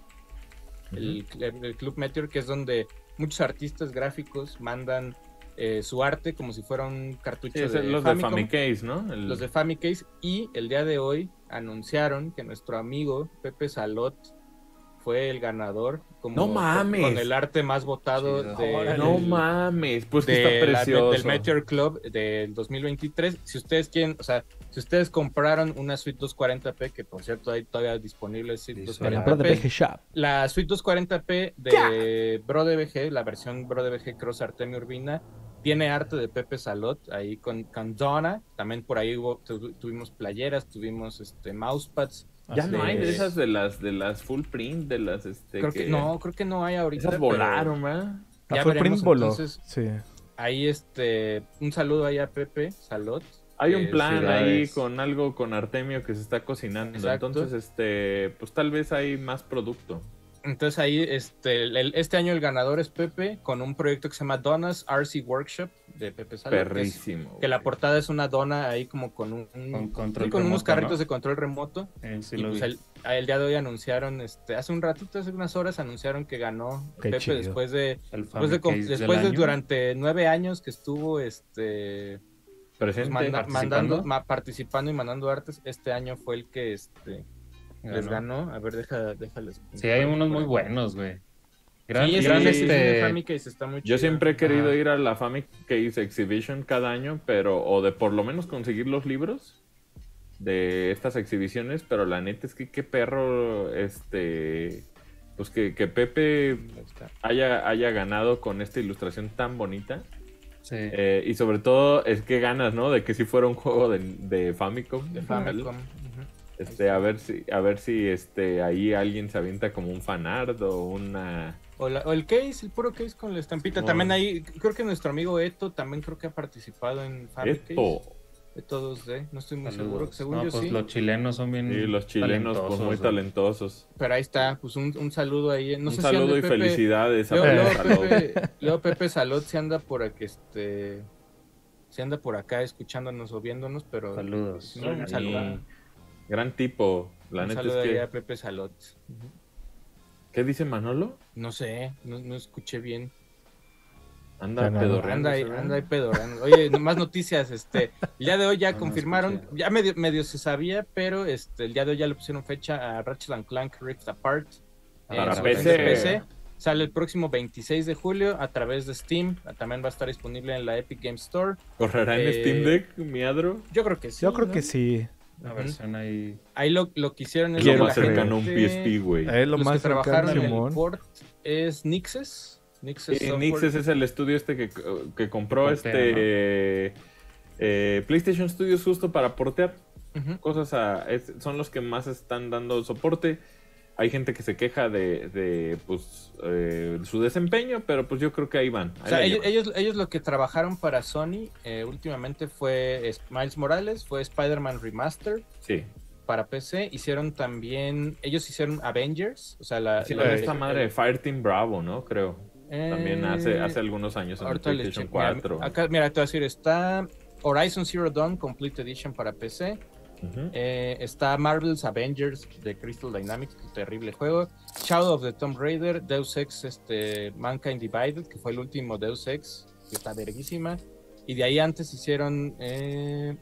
el, el Club Meteor, que es donde muchos artistas gráficos mandan eh, su arte como si fuera un cartucho Sí, es de los Famicom, de Famicase, ¿no? El- los de Famicase, y el día de hoy anunciaron que nuestro amigo Pepe Salot fue el ganador. Como ¡No con- mames! Con el arte más votado Chido. de, Órale. No del- mames, pues que de está la- precioso. del Meteor Club del dos mil veintitrés. Si ustedes quieren, o sea, si ustedes compraron una Suite doscientos cuarenta p, que por cierto hay todavía disponible Suite Sí, doscientos En la cuarenta Pro de p, B G Shop. la Suite doscientos cuarenta p de BroDBG, la versión BroDBG Cross Artemio Urbina, tiene arte de Pepe Salot, ahí con, con Donna. También por ahí hubo- tu- tuvimos playeras, tuvimos este mousepads. Ya Así no hay de es. esas de las de las full print, de las este Creo que, no, creo que no hay ahorita. esas pero volaron, ¿verdad? La Ya Full veremos, Print voló. entonces. Sí. Ahí este, un saludo ahí a Pepe Salot. Hay un Eh, plan sí, ahí es. con algo con Artemio que se está cocinando. Exacto. Entonces, este, pues tal vez hay más producto. Entonces ahí, este, el- este año el ganador es Pepe, con un proyecto que se llama Donna's R C Workshop de Pepe Salot. que es- Perrísimo. Que la güey. portada es una dona ahí como con un Con control sí, con unos remoto, carritos ¿no? de control remoto. Eh, sí Y lo pues vi. el, el día de hoy anunciaron, este, hace un ratito, hace unas horas anunciaron que ganó Qué Pepe chido. después de, El después de, Famicase del después de año. durante nueve años que estuvo este pues, Presente. manda- participando. mandando, ma- participando y mandando artes. Este año fue el que este les Ganó. ganó. A ver, deja, déjales. Sí, hay unos muy por aquí. buenos, güey. Gran, Sí, ese gran sí, sí, este... de Famicase está muy Yo chido. siempre he querido Ajá. ir a la Famicase Exhibition cada año, pero o de por lo menos conseguir los libros de estas exhibiciones, pero la neta es que qué perro, este, pues que, que Pepe Ahí está. haya, haya ganado con esta ilustración tan bonita. Sí. Eh, y sobre todo es que ganas, ¿no? De que si fuera un juego de, de Famicom. De Famicom. Ujú. Este, a ver si, a ver si este ahí alguien se avienta como un fanart o una. O, la- o el case, el puro case con la estampita. Simón. También ahí, creo que nuestro amigo Eto también creo que ha participado en Famicase. Esto. Eto dos D, no estoy muy Saludos. seguro. Según No, yo pues sí. los chilenos son bien Sí, los chilenos, pues muy talentosos, güey. talentosos. Pero ahí está, pues un, un saludo ahí. No un sé saludo si y ande Pepe- felicidades a Luego, Pepe luego Salot. Pepe, luego Pepe Salot se anda por aquí, este, se anda por acá escuchándonos o viéndonos, pero Saludos. no, un Sí. saludo, Gran tipo. La un neta saludo es ahí que. a Pepe Salot. Ujú. ¿Qué dice Manolo? No sé, no, no escuché bien. Anda Ya no, pedorreando. Anda ahí, ¿se ve? anda ahí pedorreando. Oye, no- más noticias, este, el día de hoy ya No, no confirmaron, escuché. ya medio, medio se sabía, pero este, el día de hoy ya le pusieron fecha a Ratchet and Clank Rift Apart. eh, Para su P versión C. de P C. Sale el próximo veintiséis de julio a través de Steam. También va a estar disponible en la Epic Game Store. ¿Correrá en Eh, Steam Deck, miadro? Yo creo que sí. Yo creo ¿no? que sí. Una Ujú. versión ahí. Ahí lo, lo que hicieron es Es lo Quiero más que la cercano a un gente- P S P, güey. Es lo los más que trabajaron cercano, en el Simón. port es Nixes. Nixes Sí, Software. Nixes es el estudio este que, que compró Portea, este eh, PlayStation Studios justo para portear Ujú. cosas a... es- son los que más están dando soporte. Hay gente que se queja de, de pues, eh, su desempeño, pero pues yo creo que ahí van. Ahí O sea, la ellos, llevan. ellos, ellos lo que trabajaron para Sony eh, últimamente fue es- Miles Morales, fue Spider-Man Remastered Sí. para P C. Hicieron también, ellos hicieron Avengers, o sea, la, Hicieron la- esta madre de Fireteam Bravo, ¿no? Creo. eh, También hace, hace algunos años en el ahorita les PlayStation checo. Mira, cuatro. acá, mira, te voy a decir, está Horizon Zero Dawn Complete Edition para P C. Ujú. Eh, está Marvel's Avengers de Crystal Dynamics, que terrible juego. Shadow of the Tomb Raider, Deus Ex, este, Mankind Divided, que fue el último Deus Ex, que está verguísima. Y de ahí antes hicieron. eh,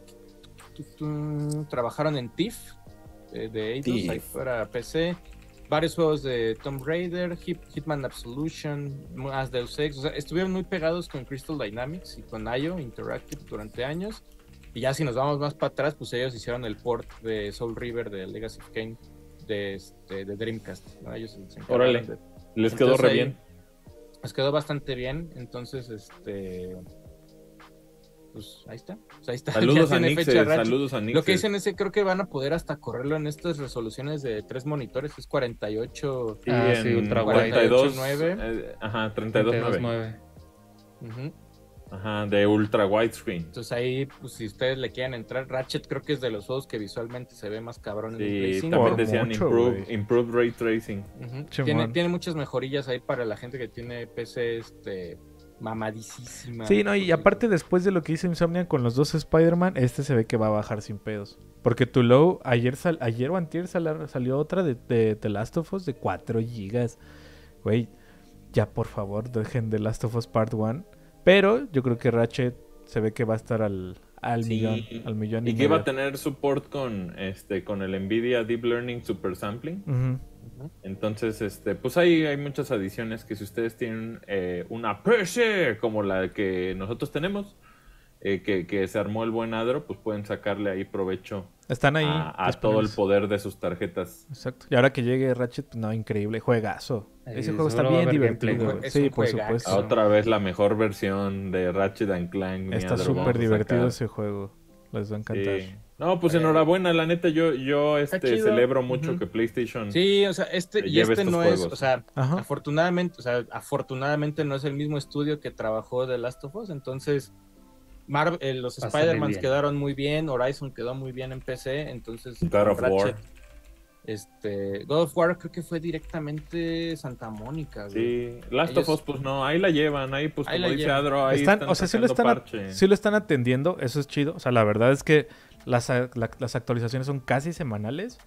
tu, tu, trabajaron en Thief, eh, de Eidos, Thief. ahí para P C. Varios juegos de Tomb Raider, Hit- Hitman Absolution, más Deus Ex. O sea, estuvieron muy pegados con Crystal Dynamics y con I O Interactive durante años. Y ya si nos vamos más para atrás, pues ellos hicieron el port de Soul River de Legacy of Kain de, este, de Dreamcast, ¿no? Ellos se encargaron Órale. de- Les quedó Entonces re ahí- bien. les quedó bastante bien, entonces este pues ahí está, pues ahí está. Ya Saludos a tiene Nixes, fecha Ratchet. saludos a Nixes. Lo que dicen es que creo que van a poder hasta correrlo en estas resoluciones de tres monitores, es cuarenta y ocho. Sí, Ah, en sí, ultra wide. cuarenta y dos, cuarenta y ocho eh, ajá, treinta y dos nueve. nueve. Ujú. Ajá, de ultra widescreen. Entonces ahí, pues si ustedes le quieren entrar, Ratchet creo que es de los juegos que visualmente se ve más cabrón en el Play Sí, cinco. también Por decían mucho, improve, güey. improved ray tracing. Ujú. Chimón. Tiene, tiene muchas mejorillas ahí para la gente que tiene P C este mamadísima. Sí, no, y aparte después de lo que hizo Insomnia con los dos Spider-Man, este se ve que va a bajar sin pedos. Porque tu low, ayer, sal, ayer o antier sal- salió otra de, de The Last of Us de cuatro gigas. Güey, ya por favor dejen The Last of Us Part uno. Pero yo creo que Ratchet se ve que va a estar al, al Sí. millón, al millón y, Y que iba a medio. tener support con este con el Nvidia Deep Learning Super Sampling. Ujú. Entonces, este, pues ahí hay muchas adiciones que si ustedes tienen eh, una P C como la que nosotros tenemos, eh, que, que se armó el buen Adro, pues pueden sacarle ahí provecho Están ahí. a, a todo el disponibles. poder de sus tarjetas. Exacto. Y ahora que llegue Ratchet, pues, no, increíble. Juegazo. Ahí Ese juego está seguro va a bien haber divertido. gameplay, güey. güey. Es Sí, un por juegazo. supuesto. A otra vez la mejor versión de Ratchet and Clank. mi Está Adro, vamos súper a divertido sacar. ese juego. Les va a encantar. Sí. No, pues enhorabuena, la neta, yo, yo este, chido. celebro mucho Ujú. que PlayStation Sí, o sea, este, Se y lleve este estos no es, juegos. o sea, Ajá. afortunadamente, o sea, afortunadamente no es el mismo estudio que trabajó The Last of Us, entonces Marvel, eh, los Va a salir Spider-Man bien. quedaron muy bien, Horizon quedó muy bien en P C, entonces God con of War. este, God of War creo que fue directamente Santa Mónica, güey. Sí, Last Ellos- of Us, pues no, ahí la llevan, ahí pues Ahí como la dice llevan. Adro, ahí Están, están o sea, sí lo sacando están, a- parche. sí lo están atendiendo, eso es chido. O sea, la verdad es que las, a- la- las actualizaciones son casi semanales,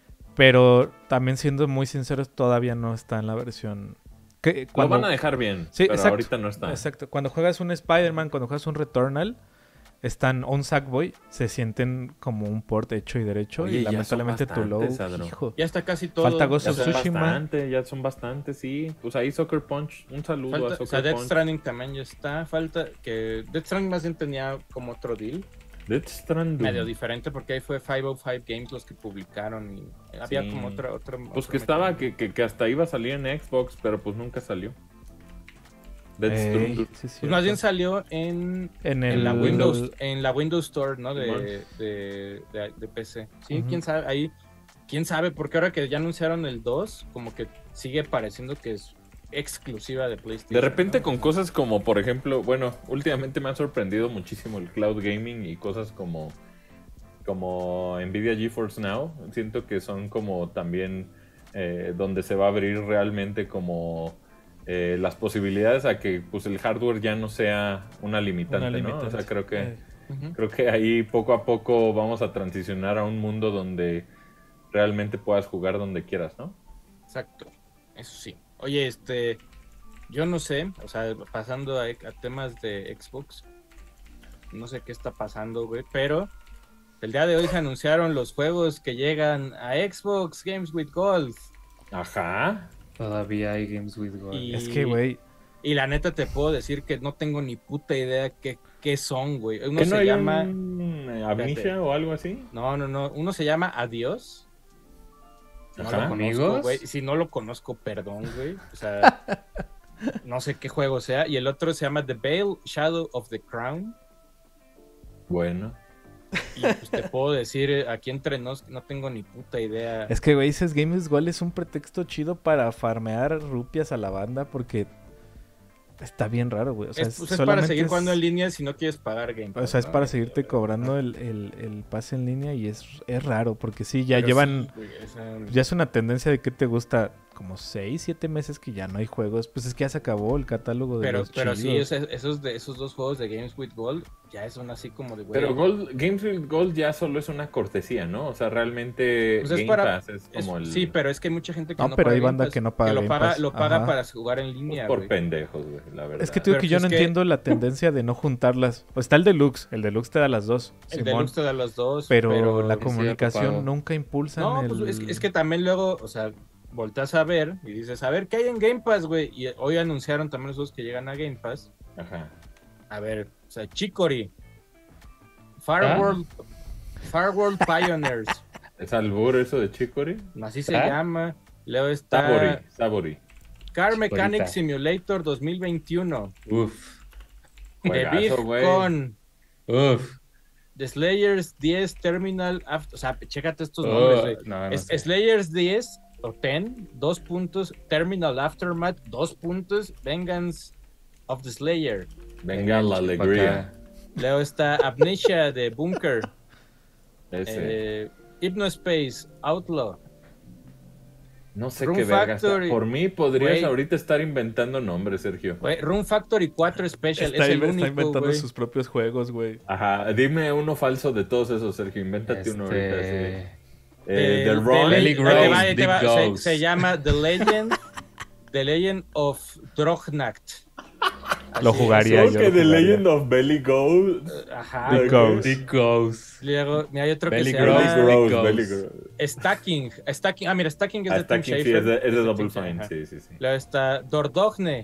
pero también siendo muy sinceros, todavía no está en la versión... Que, Lo cuando, van a dejar bien, Sí, pero exacto, ahorita no está. Exacto. Cuando juegas un Spider-Man, cuando juegas un Returnal, están un Sackboy, se sienten como un port hecho y derecho. Oye, y ya son lamentablemente tu low, bastantes, Adro. hijo. Ya está casi todo. Falta Ghost Ya of son Tsushima. bastante, ya son bastante, sí. Pues ahí Soccer Punch, un saludo Falta, a o sea, Soccer Death Punch. Stranding también ya está. Falta que Death Stranding más bien tenía como otro deal, Death Stranding. medio diferente, porque ahí fue quinientos cinco Games los que publicaron y había Sí. como otra. otra Pues otro que estaba, mecánico. que, que, que hasta iba a salir en Xbox, pero pues nunca salió. Death Ey, Stranding. sí, es Pues más bien cierto. salió en, en, en el, la Windows, en la Windows Store, ¿no? Simón. De, de, de, de P C. Sí, Ujú. quién sabe, ahí, quién sabe, porque ahora que ya anunciaron el dos, como que sigue pareciendo que es exclusiva de PlayStation. De repente ¿no? con cosas como, por ejemplo, bueno, últimamente me ha sorprendido muchísimo el cloud gaming y cosas como, como Nvidia GeForce Now. Siento que son como también eh, donde se va a abrir realmente como eh, las posibilidades a que pues el hardware ya no sea una limitante, una ¿no? O sea, limitante. creo que... Eh, Ujú. Creo que ahí poco a poco vamos a transicionar a un mundo donde realmente puedas jugar donde quieras, ¿no? Exacto, eso sí. Oye, este, yo no sé, o sea, pasando a, a temas de Xbox, no sé qué está pasando, güey, pero el día de hoy se anunciaron los juegos que llegan a Xbox Games with Gold. Ajá. Todavía hay Games with Gold. Y, Es que, güey, y la neta te puedo decir que no tengo ni puta idea qué, qué son, güey. Uno ¿Que se no hay llama... un eh, Amnesia Espérate. o algo así? No, no, no. Uno se llama Adiós. No Ajá. lo conozco, ¿Amigos? güey. Si no lo conozco, perdón, güey. O sea, no sé qué juego sea. Y el otro se llama The Veil Shadow of the Crown. Bueno. Y pues te puedo decir, eh, aquí entre nos, no tengo ni puta idea. es que, güey, dices Games igual es un pretexto chido para farmear rupias a la banda porque está bien raro, güey. O sea, es, es, pues, es para solamente seguir es- jugando en línea si no quieres pagar Game Pass, O sea, es ¿no? para seguirte cobrando el, el, el pase en línea y es, es raro porque sí, ya Pero llevan... sí, güey, o sea, Ya es una tendencia de que te gusta como seis, siete meses que ya no hay juegos. Pues es que ya se acabó el catálogo de pero, los pero sí, chidos. esos, esos, de, esos dos juegos de Games with Gold ya son así como de, güey. Pero Gold, Games with Gold ya solo es una cortesía, ¿no? O sea, realmente Pues es Game para- Pass es es- como el... Sí, pero es que hay mucha gente que No, no, pero paga hay Game banda Pass, que no paga lo Game paga, Pass. lo paga Ajá. para jugar en pues línea, por güey. pendejos, güey, la verdad. Es que te digo Pero que yo pues no es que- entiendo la tendencia de no juntarlas. O está el deluxe, el deluxe te da las dos, El Simón. Deluxe te da los dos, pero, pero, la sí, comunicación ocupado. nunca impulsan No, el... pues es, es que también luego, o sea, volteas a ver y dices, a ver, ¿qué hay en Game Pass, güey? Y hoy anunciaron también los dos que llegan a Game Pass. Ajá. A ver, o sea, Chicory, Far ¿Ah? World, Far World Pioneers, ¿Es albur eso de Chicory? así se ¿Ah? llama. Luego está Sabory, Sabory. Car Mechanic Chicorita. Simulator dos mil veintiuno, Uf. The Juegazo, Big güey. Con, Uf. The Slayers diez Terminal, Aft- o sea, chécate estos Oh, nombres, güey. no, no Es- sé. Slayers diez o diez, dos puntos, Terminal Aftermath, dos puntos, Vengeance of the Slayer. Venga la Pa' alegría. acá. Luego está Amnesia de Bunker, Ese. eh, Hypnospace, Outlaw. No sé Room qué verga está. Factory. Por mí podrías Güey. ahorita estar inventando nombres, Sergio. Güey, Room Factory cuatro Special, Está, es el está único, inventando güey. sus propios juegos, güey. Ajá, dime uno falso de todos esos, Sergio. Invéntate uno ahorita. así. Este... Eh, Eh, The Run. Le- Belly ahí te va, Gross, ahí te Big va, se, Ghost. se llama The Legend, The Legend of Drognacht. Lo Así, jugaría Creo yo. que lo The jugaría. Legend of Belly Goat. Ajá. Big güey. Ghost. Dick Ghost. Luego, mira, hay otro que Belly se Gross, Belly llama Big Gross, Ghost. Belly Gross. Stacking. Stacking. Ah, mira, Stacking es Ah, de Tim Stacking, sí, Schafer. es de, es de Tim Double Schafer, Fine, ajá. sí, sí, sí. Luego está Dordogne.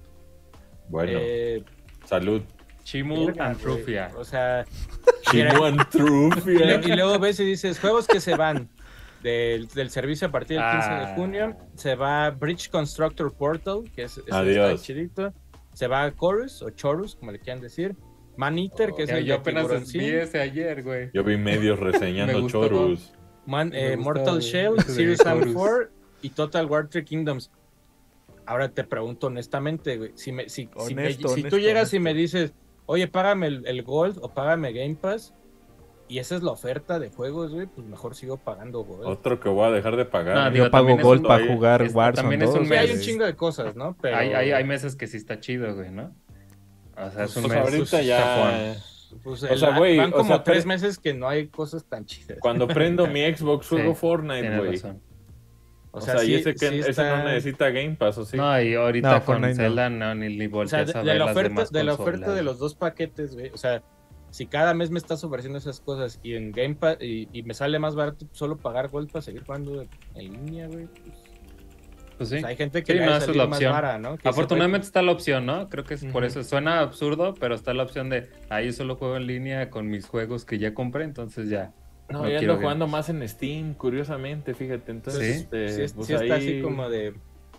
Bueno, Eh, salud. Chimu verga, and güey. Trufia. O sea, mira, Chimu and y, Trufia. lo- y luego ves y dices, juegos que se van del, del servicio a partir del quince de Ah. junio. Se va Bridge Constructor Portal, que es, ese Adiós. está chidito. Se va Chorus o Chorus, como le quieran decir. Man Eater, que es Que el yo de apenas Tiburoncín. vi ese ayer, güey. Yo vi medios reseñando Me gustó. Chorus. Man, Me eh, gustó, Mortal güey, Shell, ese de Serious Sam Chorus. cuatro y Total War Three Kingdoms. Ahora te pregunto honestamente, güey, si, me, si, si, me- Honesto, si tú honesto, llegas y honesto. me dices, oye, págame el, el Gold o págame Game Pass, y esa es la oferta de juegos, güey, pues mejor sigo pagando Gold. Otro que voy a dejar de pagar. No, ¿no? digo, Yo pago también es Gold un- para ahí- jugar es- Warzone también es un dos. Sí, hay mes. un chingo de cosas, ¿no? Pero... Hay, hay, hay meses que sí está chido, güey, ¿no? O sea, es un Pues mes ahorita ya. chafón. Pues, O el- sea, güey, van o como sea, tres pre- meses que no hay cosas tan chidas. Cuando prendo mi Xbox juego Sí, Fortnite, Tienes güey. razón. O sea, y sí- ese, que, sí ese está- no necesita Game Pass, ¿o sí? No, y ahorita No, con Fortnite no. Zelda no, ni, ni O sea, volteas de, a de ver la las oferta, demás de la consolas. oferta de los dos paquetes, güey. O sea, si cada mes me estás ofreciendo esas cosas y en Game Pass y, y me sale más barato solo pagar Gold para seguir jugando en línea, güey. Pues, Pues sí. o sea, hay gente que Sí, le no, va a esa es salir la más opción. vara, ¿no? Que Afortunadamente está la opción, ¿no? Creo que es por Ujú. eso. Suena absurdo, pero está la opción de, ahí yo solo juego en línea con mis juegos que ya compré, entonces ya. No, No ya quiero ando Game jugando Pass. más en Steam, curiosamente, fíjate. Entonces, Sí. este, Sí, es- pues sí está ahí- así como de...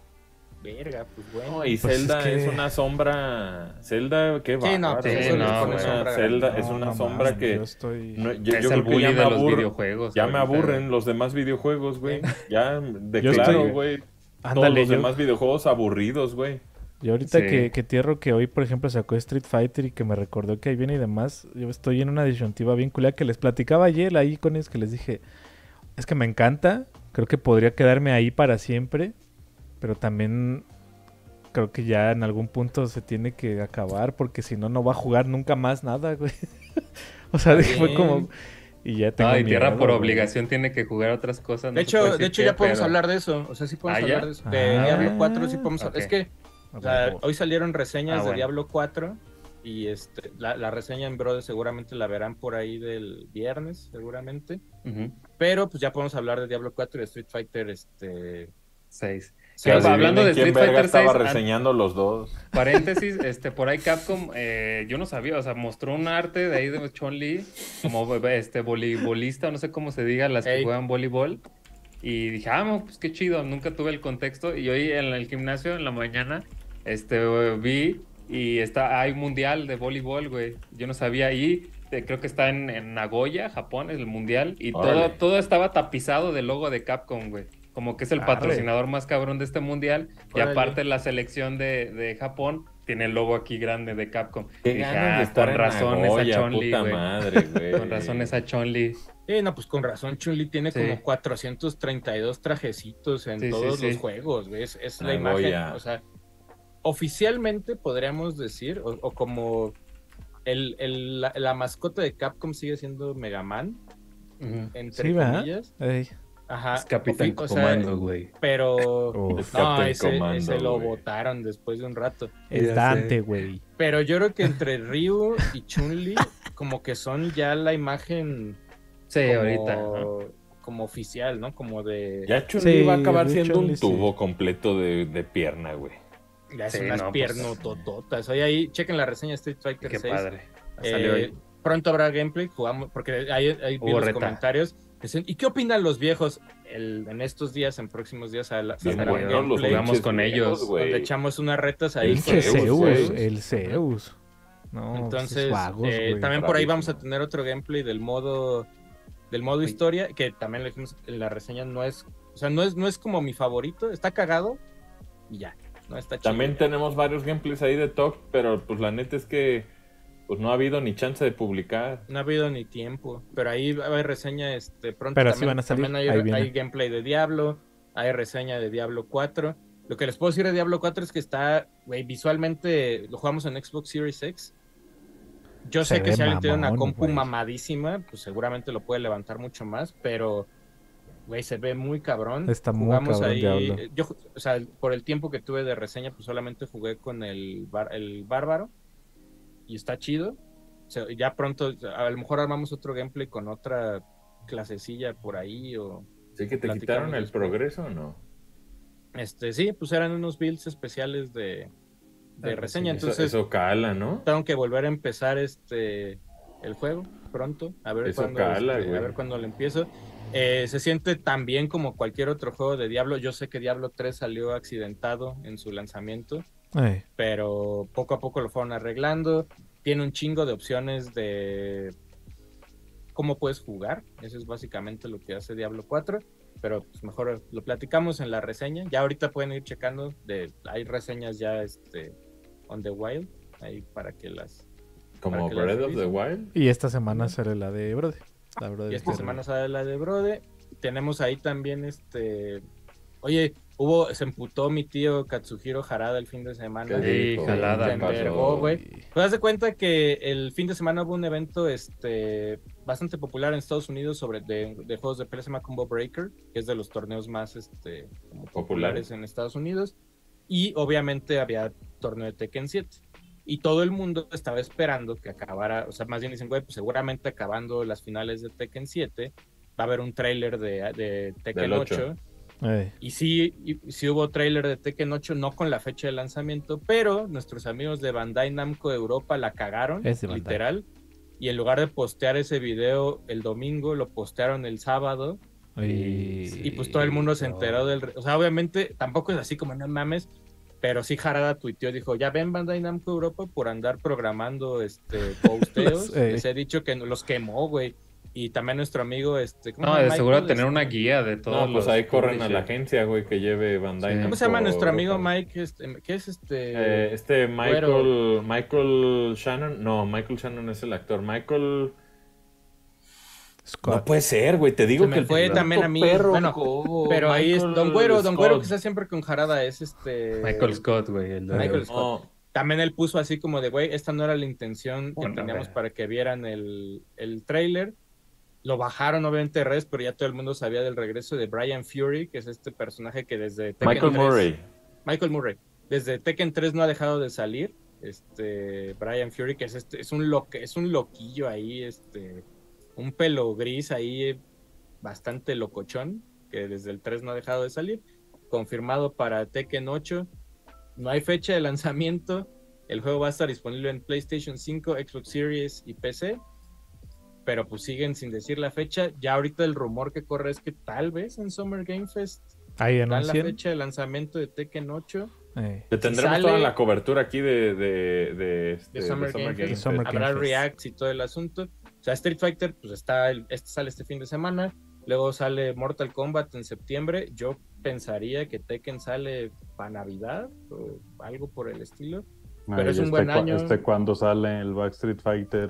Verga, pues bueno. No, y Pues Zelda es que- es una sombra. Zelda, qué Sí, no, bárbaro, pues güey. eso les pone Una sombra Zelda grande. es No, una no sombra mames, que yo estoy... no, yo, es yo el creo que bully ya de me los aburre- videojuegos. Ya me ahorita, aburren güey. los demás videojuegos, güey. Ya de Yo claro, estoy- güey. Todos Ándale, los yo, demás videojuegos aburridos, güey. yo ahorita Sí. que, que tierro que hoy, por ejemplo, sacó Street Fighter y que me recordó que ahí viene y demás, yo estoy en una disyuntiva bien culera que les platicaba ayer ahí con ellos que les dije, es que me encanta, creo que podría quedarme ahí para siempre, pero también creo que ya en algún punto se tiene que acabar porque si no, no va a jugar nunca más nada, güey. O sea, Está fue bien. como... Y ya tengo No, y Tierra miedo, por güey. obligación tiene que jugar otras cosas. no De se puede hecho, de decir hecho qué, ya podemos pero- hablar de eso. O sea, sí podemos ¿Ah, ya? hablar de eso. De Ah, Diablo cuatro sí podemos ok. Es que A o sea, huevo. hoy salieron reseñas Ah, de bueno. Diablo cuatro y este la, la reseña en Brother seguramente la verán por ahí del viernes, seguramente. Ujú, Pero pues ya podemos hablar de Diablo cuatro y de Street Fighter este Seis. Sí, Que Pero hablando de adivinen quién Street verga Fighter estaba seis, an- reseñando los dos. paréntesis, este, por ahí Capcom, eh, yo no sabía, o sea, mostró un arte de ahí de Chun-Li como este voleibolista, no sé cómo se diga, las que Ey. juegan voleibol. Y dije, ah, no, pues qué chido, nunca tuve el contexto. Y hoy en el gimnasio, en la mañana, este, vi y está, hay mundial de voleibol, güey. Yo no sabía, y eh, creo que está en, en Nagoya, Japón, es el mundial. Y todo, Órale. todo estaba tapizado del logo de Capcom, güey. Como que es el Arre. patrocinador más cabrón de este mundial. Y Órale. aparte la selección de, de Japón tiene el logo aquí grande de Capcom. Qué Y dije, ganas ah, de estar con en razón Nagoya, esa Chun-Li, puta güey. madre, güey. Con razón esa Chun-Li. Sí, no, pues con razón Chun-Li tiene Sí. como cuatrocientos treinta y dos trajecitos en Sí, sí, todos sí. los juegos, güey. Es, es la Nagoya. imagen, o sea, oficialmente podríamos decir, o, o como el, el- la, la mascota de Capcom sigue siendo Mega Man, Ujú. entre Sí, ¿verdad? comillas. Ey. Ajá. Es Capitán ofi- o sea, Comando, güey. Pero Uf. Es no, Captain ese, Commando, ese lo güey. botaron después de un rato. Es Ya Dante, sé. güey. Pero yo creo que entre Ryu y Chun-Li, como que son ya la imagen Sí, como, ahorita. ¿no? como oficial, ¿no? Como de. Ya Chun-Li Sí, va a acabar de siendo un Chun-Li, sí. tubo completo de, de pierna, güey. Ya es Sí, unas no, pues. piernotototas. Oye, ahí, chequen la reseña de Street Fighter Qué seis. padre. Eh, Salió hoy. Pronto habrá gameplay, jugamos, porque ahí, ahí vi Hubo los reta. comentarios. Dicen, ¿y qué opinan los viejos? El, en estos días, en próximos días, a la, Bien saldrá un buenos los gameplay jugamos pinches con viejos, ellos, güey. donde echamos unas retas ahí. El con Pinche Zeus, Zeus, güey. el Zeus. No, Entonces, esos vagos, eh, güey. también por ahí bravísimo. vamos a tener otro gameplay del modo del modo Uy. historia, que también le dijimos en la reseña, no es, o sea, no es, no es como mi favorito, está cagado y ya, no está chido. También tenemos varios gameplays ahí de T O C, pero pues la neta es que pues no ha habido ni chance de publicar. No ha habido ni tiempo, pero ahí va a haber reseña este pronto. Pero sí también, van a salir, también hay, ahí viene. hay gameplay de Diablo, hay reseña de Diablo cuatro. Lo que les puedo decir de Diablo cuatro es que está, güey, visualmente lo jugamos en Xbox Series X. Yo Se sé que ve si alguien tiene una mamón, compu güey. mamadísima, pues seguramente lo puede levantar mucho más, pero güey, se ve muy cabrón. Está muy Jugamos cabrón, ahí, Diablo. yo, o sea, por el tiempo que tuve de reseña, pues solamente jugué con el, bar- el bárbaro y está chido. O sea, ya pronto, a lo mejor armamos otro gameplay con otra clasecilla por ahí o ¿Sí que te platicamos quitaron el después. progreso o no? Este, sí, pues eran unos builds especiales de, de Ah, reseña, sí, Eso, entonces eso cala, ¿no? tengo que volver a empezar este el juego pronto, a ver Eso cuándo cala, este, a güey. ver cuándo lo empiezo. Eh, se siente tan bien como cualquier otro juego de Diablo. Yo sé que Diablo tres salió accidentado en su lanzamiento, Ey, pero poco a poco lo fueron arreglando. Tiene un chingo de opciones de cómo puedes jugar. Eso es básicamente lo que hace Diablo cuatro. Pero pues mejor lo platicamos en la reseña. Ya ahorita pueden ir checando. De, hay reseñas ya este, on the wild. Ahí para que las... Como para que la Breath of the revisen. Wild. Y esta semana será la de Brode. La Brode Y esta Stereo. semana sale la de Brode. Tenemos ahí también este... Oye, hubo... Se emputó mi tío Katsuhiro Harada el fin de semana. ¿Qué Sí, dijo? jalada. Se ¿Qué pasó? envergó, güey. Pues haz de cuenta que el fin de semana hubo un evento este, bastante popular en Estados Unidos sobre de, de juegos de pelea, se llama Combo Breaker, que es de los torneos más este, como populares en Estados Unidos. Y obviamente había torneo de Tekken siete. Y todo el mundo estaba esperando que acabara, o sea, más bien dicen, güey, pues seguramente acabando las finales de Tekken siete va a haber un tráiler de, de Tekken Del ocho. ocho. Ey, Y sí, y sí hubo tráiler de Tekken ocho, no con la fecha de lanzamiento, pero nuestros amigos de Bandai Namco Europa la cagaron, Es de Bandai. literal. Y en lugar de postear ese video el domingo, lo postearon el sábado. y... Y pues todo el mundo se enteró del... re- O sea, obviamente tampoco es así como no mames, pero sí Harada tuiteó, dijo, ya ven Bandai Namco Europa por andar programando este posteos. Los, eh. Les he dicho que los quemó, güey. Y también nuestro amigo, este... ¿cómo No, se de llama? seguro Michael, tener este, una guía de todos No, pues los ahí corren a la publishers. agencia, güey, que lleve Bandai Sí. Namco ¿Cómo se llama nuestro amigo Europa. Mike? Este, ¿qué es este? Eh, este Michael, Güero. Michael Shannon, no, Michael Shannon es el actor. Michael, Scott. no puede ser, güey, te digo Se me que el fue puto también a mí. perro Bueno, cobo, Pero ahí es Michael Don Güero, Don Güero que Scott. está siempre con Jarada, es este... Michael Scott, güey. El de- Michael Scott. No, También él puso así como de, güey, esta no era la intención que Bueno, teníamos güey. para que vieran el, el tráiler. Lo bajaron obviamente de redes, pero ya todo el mundo sabía del regreso de Brian Fury, que es este personaje que desde Tekken Michael tres Murray. Michael Murray. Desde Tekken tres no ha dejado de salir. Este Brian Fury, que es este, es un lo, es un loquillo ahí, este, un pelo gris ahí, bastante locochón, que desde el tres no ha dejado de salir. Confirmado para Tekken ocho. No hay fecha de lanzamiento. El juego va a estar disponible en PlayStation cinco, Xbox Series y P C. Pero pues siguen sin decir la fecha. Ya ahorita el rumor que corre es que tal vez en Summer Game Fest Ahí dan la anuncian. fecha de lanzamiento de Tekken ocho. Ey. Que tendremos sale- toda la cobertura aquí de, de, de, este, De Summer Game Fest. De Summer Game Habrá Fest. reacts y todo el asunto. O sea, Street Fighter, pues está, el- este sale este fin de semana. Luego sale Mortal Kombat en septiembre. Yo pensaría que Tekken sale para Navidad o algo por el estilo. Pero Ay, es un este buen cu- año. Este cuando sale el Backstreet Fighter.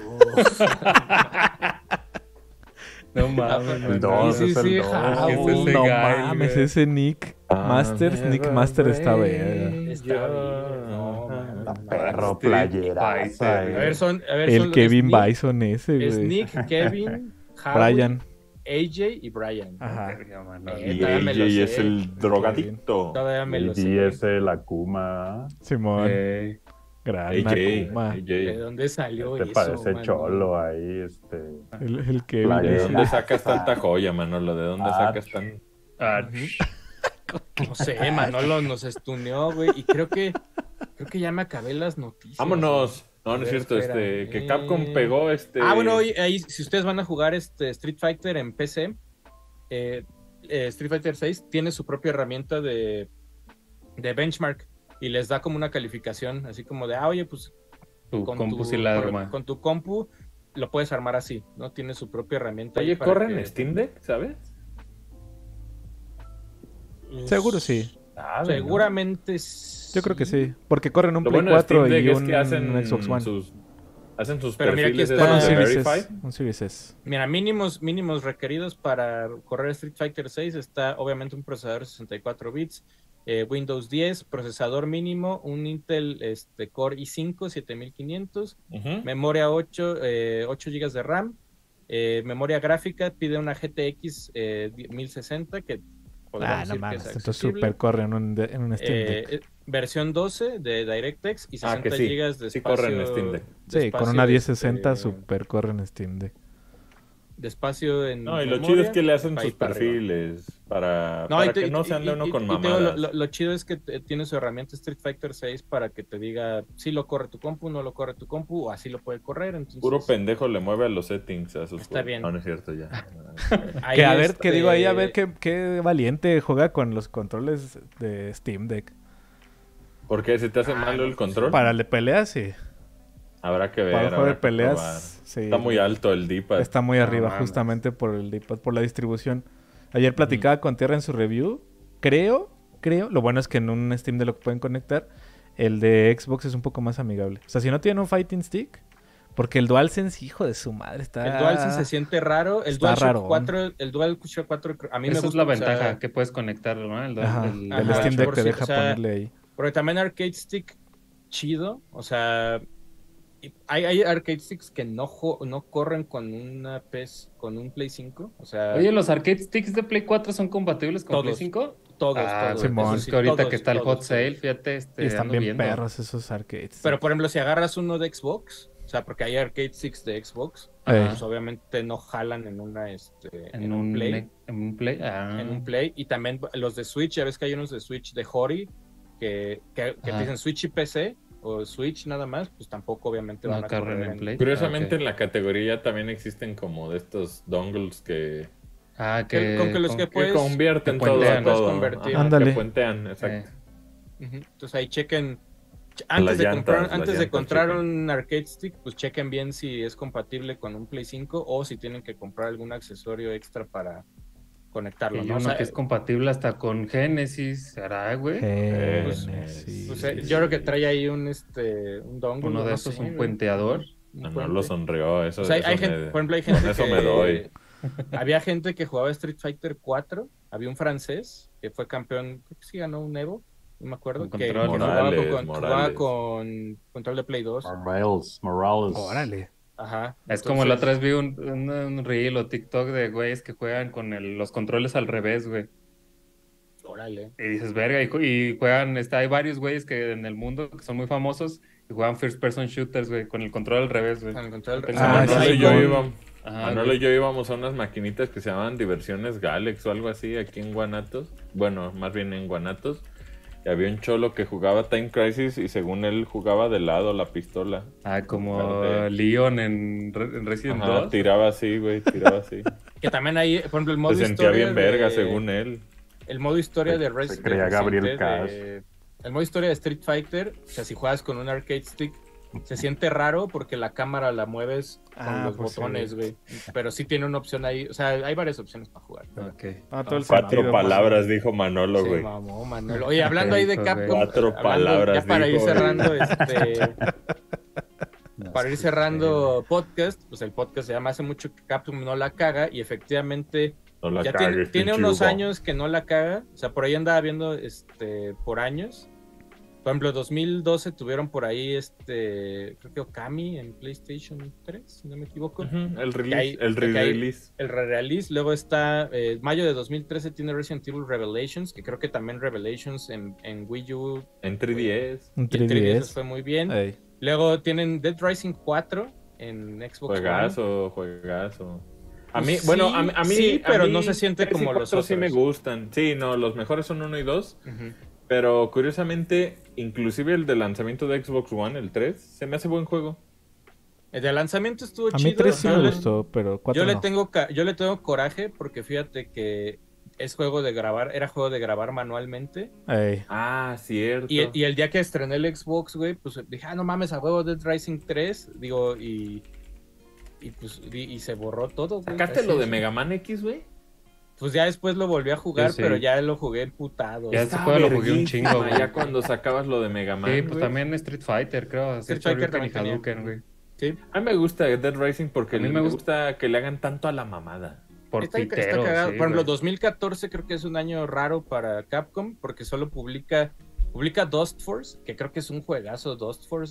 No mames. El no, dos, sí, es el sí, dos. ja, ¿Qué es Uh, ese no guy, mames, güey? ese Nick Masters, Nick Master está verga. Está bien, no, man, no, Perro Street playera. Fighter, A ver, son, a ver, El son- Kevin es Nick- Bison ese, Es güey. Nick, Kevin, Howie, Brian. A J y Brian. Ajá. Verga, mano. Eh, Y todavía me lo A J sé. es el drogadicto. Todavía me lo El sé. D S, la Kuma. Simón. Eh, Gran A J, Akuma. A ¿De J. dónde salió Te eso, parece mano? cholo ahí, este. El, el Kevin Playa. ¿De ese. dónde sacas tanta joya, Manolo? ¿De dónde Ah. sacas tan...? ah, No sé, Manolo nos estuneó, güey. Y creo que creo que ya me acabé las noticias. Vámonos. No, no A es ver, cierto, espera. este, que Eh, Capcom pegó este... Ah, bueno, hoy, ahí, si ustedes van a jugar este Street Fighter en P C, eh, eh, Street Fighter seis tiene su propia herramienta de, de benchmark y les da como una calificación, así como de, ah, oye, pues tu con compu tu, sí la con, arma. con tu compu lo puedes armar así, ¿no? Tiene su propia herramienta. ahí Oye, para ¿corren que- Steam Deck, sabes? Seguro sí. Ah, Seguramente sí. Yo creo que sí. Porque corren un Lo Play bueno de Steam cuatro Deck y es un que hacen Xbox One. sus, hacen sus Pero mira, aquí perfiles está- Bueno, un esos de Series Verify. S. Un Series S. Mira, mínimos, mínimos requeridos para correr Street Fighter seis está obviamente un procesador de sesenta y cuatro bits, eh, Windows diez, procesador mínimo, un Intel este, Core i cinco siete mil quinientos, Ujú. memoria ocho, eh, ocho gigas de RAM, Eh, memoria gráfica pide una G T X eh, mil sesenta, que podemos Ah, no decir que mames. es Entonces accesible. super corre en un, de- en un Steam Deck. Eh, eh, versión doce de DirectX y Ah, sesenta que sí. gigas de Sí espacio. corre en Steam Deck. de Sí, con espacio, una diez sesenta este, super corre en Steam Deck. de espacio en No, y lo memoria, chido es que le hacen ahí sus para arriba. perfiles para, No, para y te- que no y- se ande y- uno y- con y te digo, mamadas. lo, lo- lo chido es que te- tiene su herramienta Street Fighter seis para que te diga si lo corre tu compu, no lo corre tu compu, o así lo puede correr. Entonces, Puro pendejo le mueve a los settings a sus Está juegos. bien. No, no es cierto ya. ahí, Que a ver, este, que digo ahí, a ver qué, qué valiente juega con los controles de Steam Deck. ¿Por qué? ¿Se te hace Ah, malo no, el control? Para el de peleas, sí. Habrá que ver. Para el juego habrá de que peleas, probar. sí. Está muy alto el D-pad. Está muy No arriba mames. justamente por el D-pad, por la distribución. Ayer platicaba con Tierra en su review. Creo, creo. Lo bueno es que en un Steam Deck lo pueden conectar. El de Xbox es un poco más amigable. O sea, si no tienen un Fighting Stick, porque el DualSense, hijo de su madre, está... El DualSense se siente raro. El Está DualShock raro. cuatro, el DualShock cuatro, a mí me Esa gusta. es la o sea, ventaja, que puedes conectarlo, ¿no? El, Ajá, el- el Ajá, Steam Deck por te si- deja o sea, ponerle ahí. Porque también Arcade Stick, chido. O sea, y hay, hay Arcade Sticks que no, jo- no corren con una P S, con un Play cinco. O sea, Oye, ¿los arcade sticks de Play cuatro son compatibles con Todos. Play cinco? todos, Ah, todos. Simón. eso es sí, que ahorita todos, que está el todos, hot sale, todos. fíjate, este, Y están ando bien viendo. perros esos arcades. Pero por ejemplo, si agarras uno de Xbox, o sea, porque hay Arcade Sticks de Xbox, Ey. pues obviamente no jalan en una este En, un Play. en un Play. Ah. En un Play. Y también los de Switch, ya ves que hay unos de Switch de Hori que, que, que te Ajá. dicen Switch y P C o Switch nada más, pues tampoco obviamente No van a corren correr en en Play. Curiosamente Ok. en la categoría también existen como de estos dongles que, Ah, Que- que. con que los que que Puedes- convierten que todo a puentean. todo. Puedes convertir. Ajá, Ándale. que puentean, exacto. Eh, Ujú. Entonces ahí chequen. ch- Antes, Las de, llantas, comprar, las antes de llantas, comprar chequen. un arcade stick, pues chequen bien si es compatible con un Play cinco o si tienen que comprar algún accesorio extra para conectarlo. y ¿no? uno O sea, que es compatible hasta con Genesis, ¿será, güey? Genesis. pues, eh, yo creo que trae ahí un este un dongle. Uno de no esos, sé, un güey. puenteador. Un No, no puente. lo sonrió, eso, O sea, hay, eso hay me- gente, por ejemplo, hay gente con eso que me doy. había gente que jugaba Street Fighter cuatro, había un francés que fue campeón, creo que sí ganó un Evo, no me acuerdo, Con que, que control, ¿no? jugaba, Morales, con, jugaba Morales. con control de Play dos. Morales, Morales. Órale. Ajá. Es como la otra Entonces, vez vi un, un, un reel o TikTok de güeyes que juegan con el- los controles al revés, güey. órale. Y dices, verga, y, ju- y juegan, está, hay varios güeyes que en el mundo que son muy famosos y juegan first person shooters, güey, con el control al revés, güey. Con el control Tengo Ah, Manolo sí, y yo con- íbamos, Ajá, Manolo güey. y yo íbamos a unas maquinitas que se llamaban Diversiones Galex o algo así aquí en Guanatos. Bueno, más bien en Guanatos. Y había un cholo que jugaba Time Crisis y según él jugaba de lado la pistola. Ah, como Verde. Leon en, Re- en Resident Ajá, dos. tiraba así, güey, tiraba así. Que también hay, por ejemplo, el modo Se sentía historia bien verga, de- según él. El modo historia Se- de se Resident creía Evil, Gabriel de- Cash. El modo historia de Street Fighter, o sea, si juegas con un arcade stick, se siente raro porque la cámara la mueves con Ah, los pues sí. botones, güey. Pero sí tiene una opción ahí, o sea, hay varias opciones para jugar. Ok. Ah, todo el Cuatro sentido, palabras dijo Manolo, Sí, güey. mamó, Manuel. Oye, hablando ahí de Hijo, Capcom, güey. Cuatro hablando- palabras ya para ir dijo, cerrando este No para ir sé. cerrando podcast, pues el podcast se llama Hace mucho que Capcom no la caga y efectivamente No la ya tiene, cagues, tiene pinche unos Hugo. años que no la caga, o sea, por ahí andaba viendo este por años. Por ejemplo, dos mil doce tuvieron por ahí este, creo que Okami en PlayStation tres, si no me equivoco. Ujú, el Que release, hay- el que hay- re-release. El re-release, luego está eh, mayo de dos mil trece tiene Resident Evil Revelations, que creo que también Revelations en, en Wii U En tres D S. Un y en tres D S tres D les fue muy bien. S. Ey. Luego tienen Dead Rising cuatro en Xbox One. Juegazo, juegazo. A Pues mí, sí, bueno, a, mí- a mí. sí, a pero mí no se siente tres y como los cuatro sí me otros. gustan. Sí, no, los mejores son uno y dos. Ujú. Pero curiosamente, inclusive el de lanzamiento de Xbox One, el tres, se me hace buen juego. El de lanzamiento estuvo A mí chido. tres sí yo me le- gustó, pero cuatro Yo le no. tengo ca- yo le tengo coraje porque fíjate que es juego de grabar, era juego de grabar manualmente. Ey. Ah, cierto. Y, y el día que estrené el Xbox, güey, pues dije, ah, no mames, a huevo Dead Rising tres, digo, y y pues y, y se borró todo, güey. ¿Sacaste Así lo de es. Mega Man X, güey? Pues ya después lo volví a jugar, Yo sí. pero ya lo jugué emputado. Ya Está- ese juego lo jugué un verguísima, chingo, güey. Ya cuando sacabas lo de Mega Man, Sí, pues güey. también Street Fighter, creo. Street Street Fighter Fighter y también tenía. Hadouken, güey. Sí. A mí me gusta Dead Rising porque A mí me me gusta que le hagan tanto a la mamada. Por Está, está pitero, cagado. sí, Por ejemplo, güey. dos mil catorce creo que es un año raro para Capcom porque solo publica publica Dust Force, que creo que es un juegazo Dust Force, güey.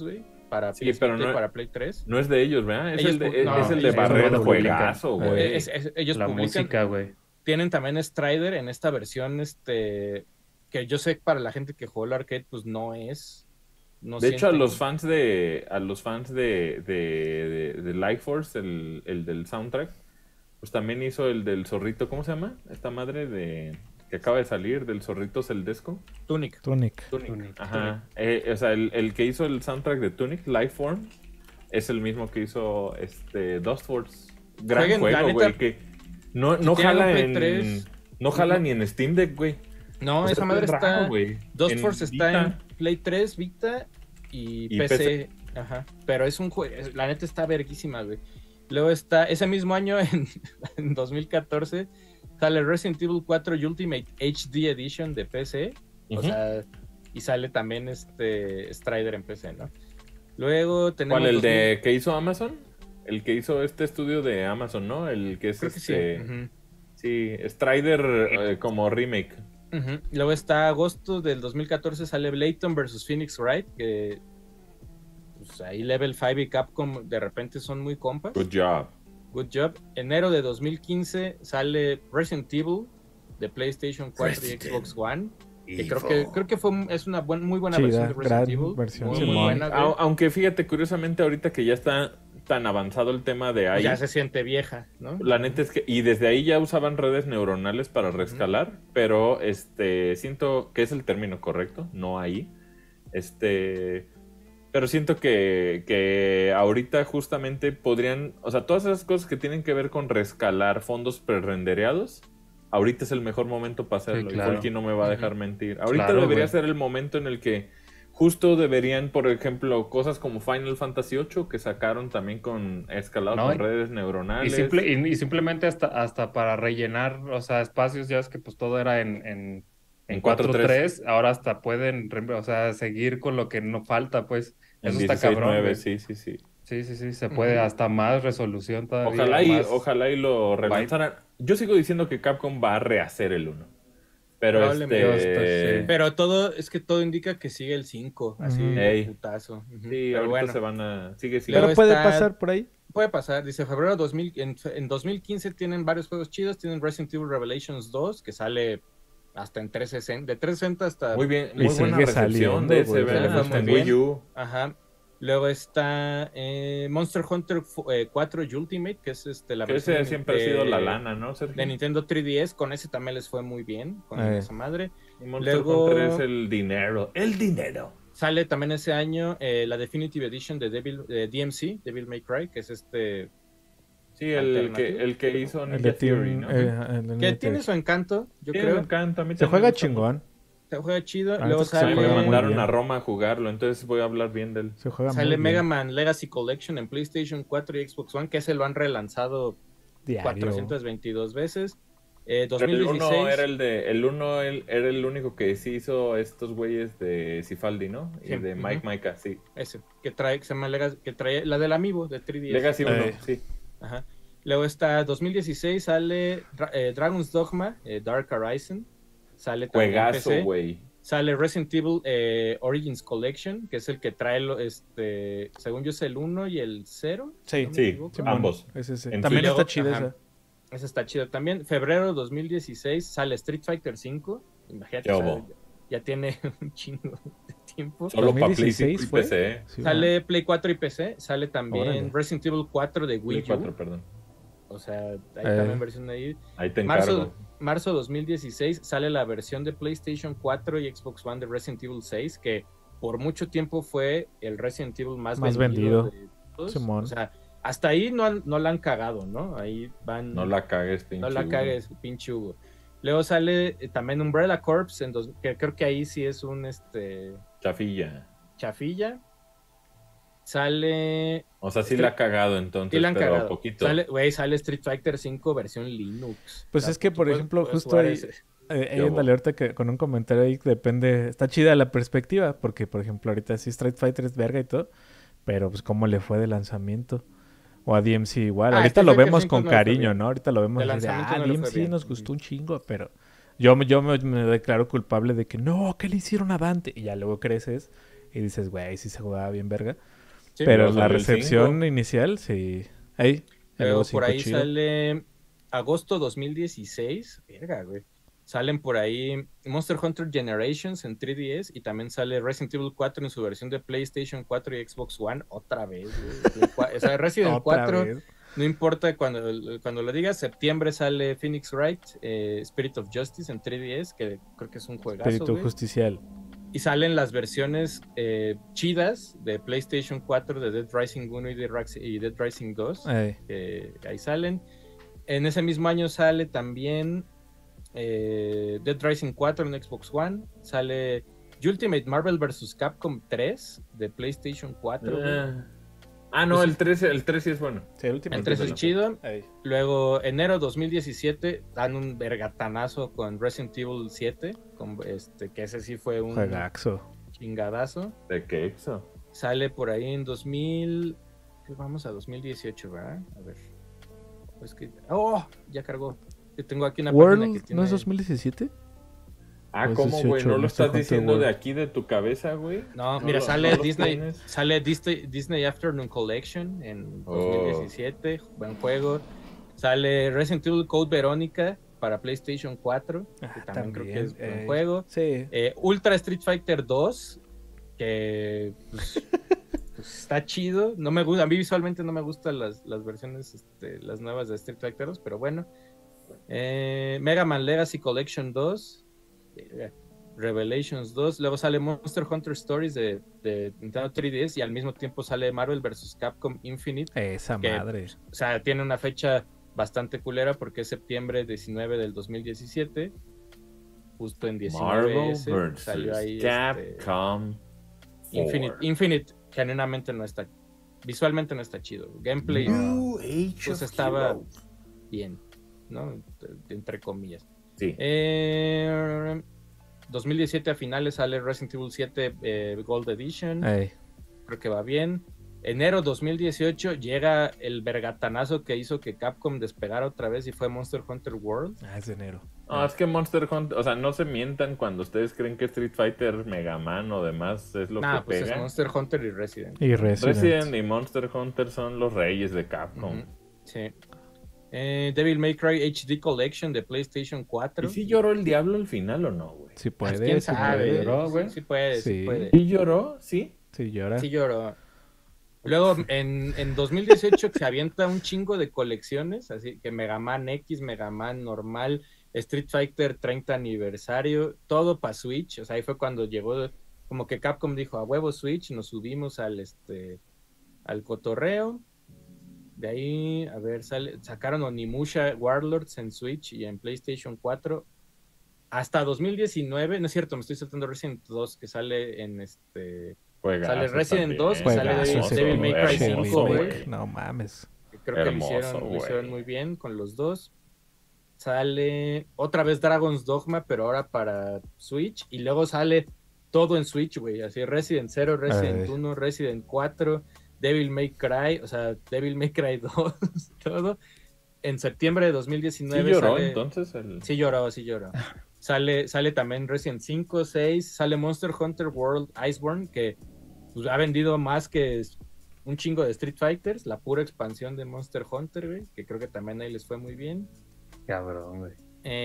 para Sí, P S pero Vita y no- para Play tres. No es de ellos, ¿verdad? Es Ellos el de, pu- es, no, es el de ellos Barrer, publican. juegazo, Eh, güey. Es- es- ellos La publican, música, güey. tienen también Strider en esta versión, este, que yo sé que para la gente que jugó el arcade, pues no es. No De hecho, a sienten- los fans de a los fans de, de, de, de Life Force, el, el del soundtrack, pues también hizo el del zorrito, ¿cómo se llama? Esta madre de que acaba de salir, del zorrito celdesco. Tunic. Tunic. Tunic. Ajá. Eh, o sea, el, el que hizo el soundtrack de Tunic, Lifeform, es el mismo que hizo este Dustforce. Gran Jueguen, la juego, neta, güey, que no, si no tienen un jala Play en tres, no jala no- ni en Steam Deck, güey. No, O sea, esa madre es raro, está. güey. Dust En Force está Vita. en Play tres, Vita y, Y P C. P C. Ajá. Pero es un juego. La neta está verguísima, güey. Luego está. Ese mismo año, en, en dos mil catorce, sale Resident Evil cuatro Ultimate H D Edition de P C. O Ujú. sea. Y sale también este Strider en P C, ¿no? Luego tenemos. ¿Cuál? ¿El dos mil de que hizo Amazon? El que hizo este estudio de Amazon, ¿no? El que es Creo que sí. este. Ujú. Sí, Strider eh, como remake. Ujú. Luego está agosto del dos mil catorce, sale Blayton versus Phoenix Wright, que pues ahí Level cinco y Capcom de repente son muy compas. Good job. Good job. Enero de dos mil quince sale Resident Evil de PlayStation cuatro y Xbox One. Que creo que creo que fue es una buen, muy buena Chida, versión de Resident gran Evil. versión, muy, Y muy Simón. buena, güey. au- aunque fíjate, curiosamente, ahorita que ya está tan avanzado el tema de ahí, Ya se siente vieja, ¿no? la neta es que, y desde ahí ya usaban redes neuronales para rescalar, pero este, siento que es el término correcto, no ahí. Este, pero siento que, que ahorita justamente podrían, o sea, todas esas cosas que tienen que ver con rescalar fondos prerendereados, ahorita es el mejor momento para hacerlo. Sí, claro. Y Folky no me va a dejar mentir. Ahorita Claro, debería güey. ser el momento en el que justo deberían, por ejemplo, cosas como Final Fantasy ocho que sacaron también con escalado No, con y- redes Y, neuronales. simple, y, y simplemente hasta, hasta para rellenar, o sea, espacios, ya es que pues todo era en, en, En en cuatro cuatro tres. tres, ahora hasta pueden, re- o sea, seguir con lo que no falta, pues. En Eso está dieciséis cabrón, nueve, güey. sí, sí, sí. Sí, sí, sí, se puede Ujú. hasta más resolución todavía. Ojalá y, más- ojalá y lo relanzaran. Yo sigo diciendo que Capcom va a rehacer el uno. Pero Probablemente. este... Sí. Pero todo, es que todo indica que sigue el cinco, así Ujú. de Ey. putazo. Ujú. Sí, Pero ahorita bueno. se van a... Sigue, sigue. Luego Pero puede está- pasar por ahí. Puede pasar, dice febrero dos mil, en, en dos mil quince tienen varios juegos chidos, tienen Resident Evil Revelations dos, que sale hasta en trescientos sesenta, de trescientos sesenta hasta... Muy bien, Y muy buena sigue recepción saliendo, de ese, güey. ¿verdad? Le fue Hasta en muy Wii bien. U. Ajá. Luego está eh, Monster Hunter fu- eh, cuatro Ultimate, que es este, la Que versión ese de- siempre ha de- sido la lana, ¿no, Sergio? de Nintendo tres D S, con ese también les fue muy bien, con Eh. esa madre. Y Monster Luego- Hunter es el dinero. El dinero. Sale también ese año eh, la Definitive Edition de Devil, eh, D M C, Devil May Cry, que es este... Sí, el que, Alternativo. el que hizo El Ninja de Theory, Team, ¿no? eh, el de Que Ninja tiene Theory. su encanto, yo Sí, me creo. encanta. A mí Se también juega me gusta chingón. Se juega chido. Ah, Luego entonces se mucho. A sale, mí me juega muy mandaron bien. a Roma a jugarlo, entonces voy a hablar bien de él. Se juega sale muy Mega bien. Man Legacy Collection en PlayStation cuatro y Xbox One, que ese lo han relanzado Diario. cuatrocientas veintidós veces. Eh, Pero el dos mil dieciséis. uno era el de, el uno el- era el único que sí hizo estos güeyes de Cifaldi, ¿no? Y Sí, de Mike ujú. Maika, sí. Ese, que trae, que se llama Legacy, que trae la del Amiibo de tres D S. Legacy uno, Eh. sí. Ajá. Luego está dos mil dieciséis, sale Dra- eh, Dragon's Dogma, eh, Dark Horizon. Sale también en Juegazo, P C. güey. Sale Resident Evil eh, Origins Collection, que es el que trae, lo- este, según yo es el uno y el cero. Sí, me sí, equivoco. Simón, ambos. es ese. En También Switch. está chida Ajá. esa. Ese está chido también. Febrero dos mil dieciséis sale Street Fighter cinco. Imagínate, ¿Qué o sea, hubo? ya tiene un chingo de tiempo. Solo para Play cinco dos mil dieciséis y fue. P C. Sí, Sale Play cuatro y P C. Sale también Órale. Resident Evil cuatro de Play Wii U. cuatro, perdón. O sea, hay Eh. también versión ahí. Ahí te encargo. Marzo, marzo dos mil dieciséis sale la versión de PlayStation cuatro y Xbox One de Resident Evil seis, que por mucho tiempo fue el Resident Evil más, Más vendido. vendido. de todos. Simón. O sea, hasta ahí no, han- no la han cagado, ¿no? Ahí van... No la cagues, pinche. No la Hugo. cagues, pinche Hugo. Luego sale eh, también Umbrella Corps, en dos- que creo que ahí sí es un este Chafilla. chafilla. Sale... O sea, sí Street- la ha cagado entonces, Sí la han pero cagado. poquito. Sale, güey, sale Street Fighter cinco versión Linux. Pues O sea, es que, tú por puedes- ejemplo, puedes justo jugar ahí- ese. Eh, ahí Yo, ándale, ahorita que con un comentario ahí depende, está chida la perspectiva, porque por ejemplo ahorita sí Street Fighter es verga y todo, pero pues cómo le fue de lanzamiento. O a D M C igual, Ah, ahorita Street lo Fighter vemos cinco con no le fue cariño, bien. ¿no? Ahorita lo vemos De así de, lanzamiento ah, no le fue D M C bien. nos gustó un chingo, pero yo, me- yo me, me declaro culpable de que no, ¿qué le hicieron a Dante? Y ya luego creces y dices, güey, sí se jugaba bien verga. Sí, Pero luego la salió el recepción cinco. inicial, sí. Ahí. el Luego nuevo por cinco ahí chido. sale agosto dos mil dieciséis. Verga, güey. Salen por ahí Monster Hunter Generations en tres D S y también sale Resident Evil cuatro en su versión de PlayStation cuatro y Xbox One otra vez, güey. O sea, Resident Otra cuatro, vez. no importa cuando, cuando lo digas, septiembre sale Phoenix Wright, eh, Spirit of Justice en tres D S, que creo que es un juegazo, Espíritu güey. justicial. Y salen las versiones eh, chidas de PlayStation cuatro de Dead Rising uno y Dead Rising, y Dead Rising dos. Ahí. Eh, ahí salen. En ese mismo año sale también eh, Dead Rising cuatro en Xbox One. Sale Ultimate Marvel versus. Capcom tres de PlayStation cuatro. güey. Ah, Ah, no, Pues el tres, el tres sí es bueno. Sí, el último. El tres es bueno. chido. Ahí. Luego, enero dos mil diecisiete, dan un vergatanazo con Resident Evil siete. Con, este, que ese sí fue un Juegaxo. chingadazo. ¿De qué exo? Sale por ahí en dos mil. Vamos a dos mil dieciocho, ¿verdad? A ver. Pues que... ¡Oh! Ya cargó. Yo tengo aquí una página que World, tiene. ¿no es dos mil diecisiete? Ah, Pues ¿cómo, güey? dieciocho, ¿No lo Monster estás Hunter diciendo World. de aquí de tu cabeza, güey? No, No mira, lo- sale no los Disney. tienes. Sale Disney, Disney Afternoon Collection en Oh. dos mil diecisiete. Buen juego. Sale Resident Evil Code Verónica para PlayStation cuatro. Que Ah, también, creo que es buen eh, juego. Sí. Eh, Ultra Street Fighter dos, que pues, pues, está chido. No me gusta, a mí visualmente no me gustan las, las versiones, este, las nuevas de Street Fighter dos, pero bueno. Eh, Mega Man Legacy Collection dos, eh, Revelations dos, luego sale Monster Hunter Stories de, de Nintendo tres D S y al mismo tiempo sale Marvel versus. Capcom Infinite. Esa que, madre. O sea, tiene una fecha bastante culera porque es septiembre diecinueve del dos mil diecisiete. Justo en diecinueve Marvel ese versus. salió ahí este, Capcom. Infinite. four. Infinite, genuinamente no está. Visualmente no está chido. Gameplay New Age pues of estaba Heroes. bien, ¿no? Entre comillas. Sí. Eh, dos mil diecisiete a finales sale Resident Evil siete eh, Gold Edition. Ey. Creo que va bien. Enero dos mil dieciocho llega el vergatanazo que hizo que Capcom despegara otra vez y fue Monster Hunter World. Ah, es de enero. No, es que Monster Hunter, o sea, no se mientan cuando ustedes creen que Street Fighter, Mega Man o demás es lo Nah, que pues pega. es Monster Hunter y Resident. Y Resident. Resident y Monster Hunter son los reyes de Capcom. Ujú, sí. Eh, Devil May Cry H D Collection de PlayStation cuatro. ¿Y si lloró el diablo al final o no, güey? Si Pues, puede, ¿quién si sabe? puede. lloró, güey. Sí, sí puede, sí, Sí. puede. ¿Sí lloró? ¿Sí? Sí llora. Sí lloró. Luego, en, en dos mil dieciocho se avienta un chingo de colecciones, así que Mega Man X, Mega Man normal, Street Fighter treinta aniversario, todo para Switch. O sea, ahí fue cuando llegó, como que Capcom dijo, a huevo Switch, nos subimos al este al cotorreo. De ahí, a ver, sale, sacaron Onimusha Warlords en Switch y en PlayStation cuatro. Hasta dos mil diecinueve, no es cierto, me estoy saltando Resident dos, que sale en este... Juegazo Sale Resident también. dos, Juegazo, sale ese Devil May Cry pinche cinco, remake. güey. No mames. que creo que lo Hermoso, hicieron, lo güey. hicieron muy bien con los dos. Sale otra vez Dragon's Dogma, pero ahora para Switch. Y luego sale todo en Switch, güey. Así Resident cero, Resident Ay. uno, Resident cuatro, Devil May Cry, o sea, Devil May Cry dos, todo. En septiembre de dos mil ¿Sí diecinueve lloró sale... entonces? El... Sí lloró, sí lloró. Sale, sale también Resident cinco, seis, sale Monster Hunter World Iceborne, que pues, ha vendido más que un chingo de Street Fighters, la pura expansión de Monster Hunter, güey, que creo que también ahí les fue muy bien. Cabrón, güey.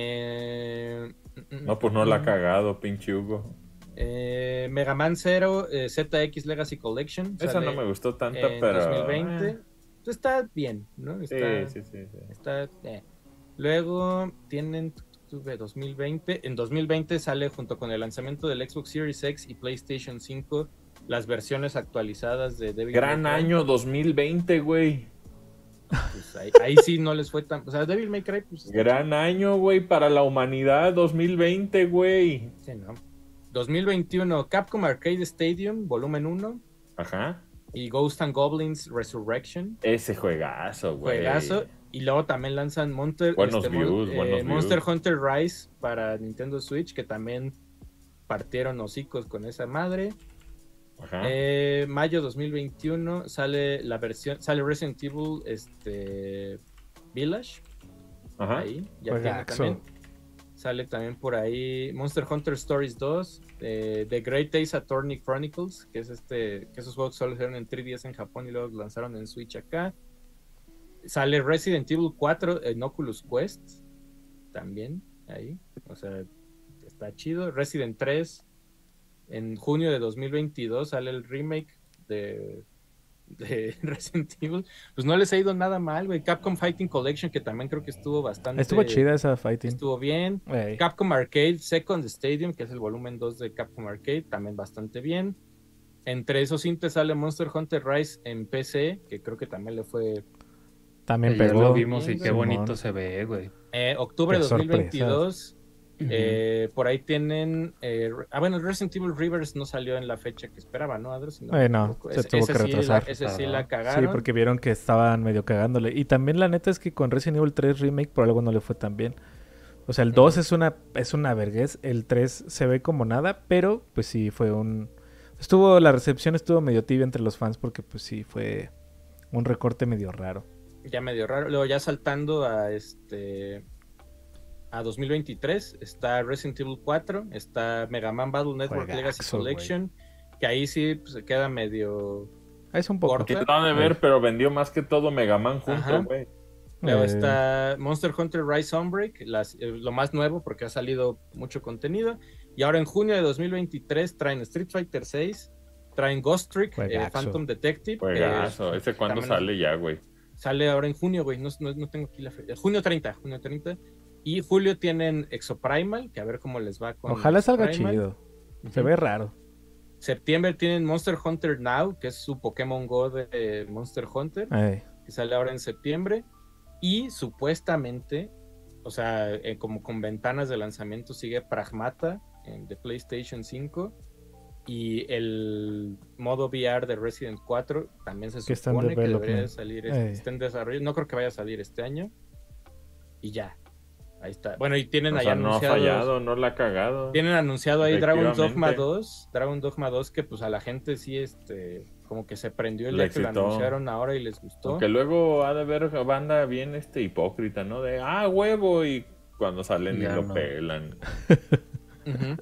Eh, No, pues no la ha cagado, pinche Hugo. eh, Mega Man Zero, eh, Z X Legacy Collection. Esa sale no me gustó tanto, en pero... dos mil veinte. eh, Pues está bien, ¿no? Sí, Está, sí, sí, sí. Está, eh. Luego tienen dos mil veinte. En dos mil veinte sale junto con el lanzamiento del Xbox Series X y PlayStation cinco las versiones actualizadas de Devil Gran May Cry. año dos mil veinte, güey. Pues ahí, ahí sí no les fue tan... O sea, Devil May Cry... Pues, Gran año, güey, para la humanidad dos mil veinte, güey. sí, ¿no? dos mil veintiuno, Capcom Arcade Stadium, volumen uno. Ajá. Y Ghost and Goblins Resurrection. Ese juegazo, güey. Juegazo. Y luego también lanzan Monster, Buenos este, Mon- views, eh, buenos Monster views. Hunter Rise para Nintendo Switch, que también partieron hocicos con esa madre. Ajá. Eh, mayo dos mil veintiuno sale la versión, sale Resident Evil este, Village. Ajá. Ahí, ya tiene Juegazo. también. Sale también por ahí Monster Hunter Stories dos, eh, The Great Ace Attorney Chronicles, que es este, que esos juegos solo salieron en tres D S en Japón y luego los lanzaron en Switch acá. Sale Resident Evil cuatro en Oculus Quest, también ahí, o sea, está chido. Resident tres, en junio de dos mil veintidós sale el remake de... de Resident Evil, pues no les ha ido nada mal, güey. Capcom Fighting Collection, que también creo que estuvo bastante... Estuvo chida esa fighting. Estuvo bien. Ey. Capcom Arcade Second Stadium, que es el volumen dos de Capcom Arcade, también bastante bien. Entre esos cintas sale Monster Hunter Rise en P C, que creo que también le fue... También Que ya pegó. lo vimos y qué Simón. bonito se ve, güey. Eh, octubre de Qué dos mil veintidós. Ujú. Eh, por ahí tienen... eh, ah, bueno, Resident Evil Rivers no salió en la fecha que esperaba, ¿no, Adro? Si no me Eh, no, equivoco. se Ese- tuvo ese que sí la- retrasar. ese sí Ah, la Sí, cagaron. porque vieron que estaban medio cagándole. Y también la neta es que con Resident Evil tres Remake por algo no le fue tan bien. O sea, el dos es una es una vergüenza, el tres se ve como nada, pero pues sí fue un... Estuvo, la recepción estuvo medio tibia entre los fans porque pues sí fue un recorte medio raro. Ya medio raro. Luego ya saltando a este a dos mil veintitrés está Resident Evil cuatro, está Mega Man Battle Network Juegazo, Legacy güey. Collection, que ahí sí pues, se queda medio... Ah, es un poco. Corta. Quitado de ver, pero vendió más que todo Mega Man Ajá. junto, güey. Luego Eh, está Monster Hunter Rise Sunbreak, las- eh, lo más nuevo porque ha salido mucho contenido. Y ahora en junio de dos mil veintitrés traen Street Fighter seis, traen Ghost Trick, eh, Juegazo. Phantom Detective. que Juegazo. ¿Ese cuándo también sale ya, güey? Sale ahora en junio, güey. No, no, no tengo aquí la fecha. Junio treinta, junio treinta. Y julio tienen Exoprimal, que a ver cómo les va con Ojalá salga Exoprimal. chido. Se Ujú. ve raro. Septiembre tienen Monster Hunter Now, que es su Pokémon Go de eh, Monster Hunter, Ey. que sale ahora en septiembre. Y supuestamente, o sea, eh, como con ventanas de lanzamiento, sigue Pragmata en de PlayStation cinco. Y el modo V R de Resident cuatro también se Que está en supone que debería de development. salir, Ey. está en desarrollo. No creo que vaya a salir este año. Y ya. Ahí está. Bueno, y tienen O ahí sea, no ha anunciados- fallado, no la ha cagado. Tienen anunciado ahí Dragon Dogma Efectivamente. dos. Dragon Dogma dos, que pues a la gente sí, este, como que se prendió el Le día que lo excitó. anunciaron ahora y les gustó. Aunque luego ha de haber banda bien este hipócrita, ¿no? De, ah, huevo, y cuando salen y Ya lo no. pelan. Ujú.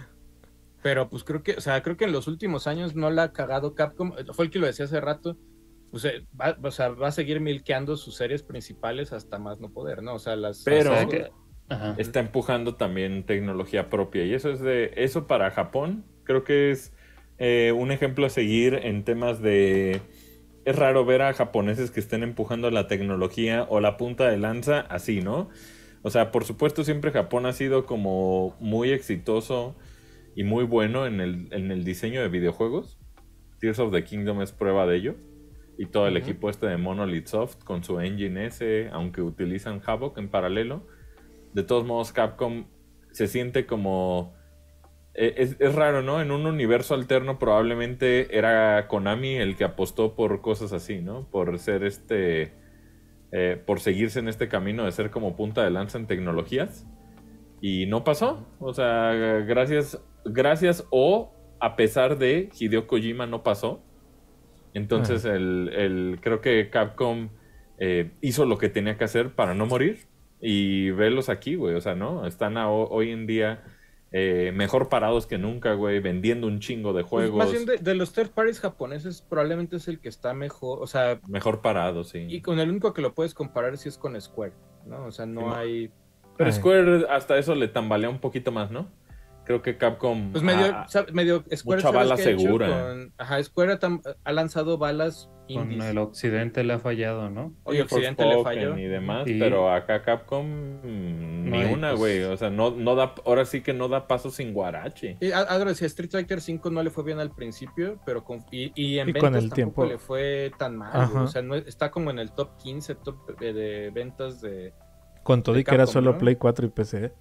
Pero pues creo que, o sea, creo que en los últimos años no la ha cagado Capcom. Fue el que lo decía hace rato. Pues, eh, va, o sea, va a seguir milqueando sus series principales hasta más no poder, ¿no? O sea, las... Pero- O sea que- Ajá. Está empujando también tecnología propia. Y eso es de. Eso para Japón, creo que es eh, un ejemplo a seguir en temas de. Es raro ver a japoneses que estén empujando la tecnología o la punta de lanza así, ¿no? O sea, por supuesto, siempre Japón ha sido como muy exitoso y muy bueno en el, en el diseño de videojuegos. Tears of the Kingdom es prueba de ello. Y todo el Ujú. equipo este de Monolith Soft con su engine ese, aunque utilizan Havok en paralelo. De todos modos, Capcom se siente como... eh, Es, es raro, ¿no? En un universo alterno probablemente era Konami el que apostó por cosas así, ¿no? Por ser este... eh, por seguirse en este camino de ser como punta de lanza en tecnologías. Y no pasó. O sea, gracias, gracias o a pesar de Hideo Kojima no pasó. Entonces el, el- creo que Capcom eh, hizo lo que tenía que hacer para no morir. Y velos aquí, güey. O sea, ¿no? Están a- hoy en día eh, mejor parados que nunca, güey. Vendiendo un chingo de Pues, juegos. más bien de, de los third parties japoneses, probablemente es el que está mejor. O sea, Mejor parados, sí. y con el único que lo puedes comparar sí es con Square, ¿no? O sea, no Simón. hay... Pero Ay. Square hasta eso le tambalea un poquito más, ¿no? Creo que Capcom... Pues medio, ah, sa- medio Square, mucha ¿sabes bala qué ha hecho? segura. Con- ajá, Square ha, tam- ha lanzado balas Con indies. el occidente le ha fallado, ¿no? Oye, sí, Occidente le Forspoken falló. y demás, Y- pero acá Capcom mm, No ni hay, una, pues- güey. O sea, no, no da, ahora sí que no da paso sin guarache. Y a- Adro decía, Street Fighter cinco no le fue bien al principio, pero con, y, y en Y ventas con el tampoco tiempo. le fue tan mal. Ajá. güey. O sea, no, está como en el top quince top de, de ventas de... Con todo de y que era Capcom, solo ¿no? Play cuatro y P C.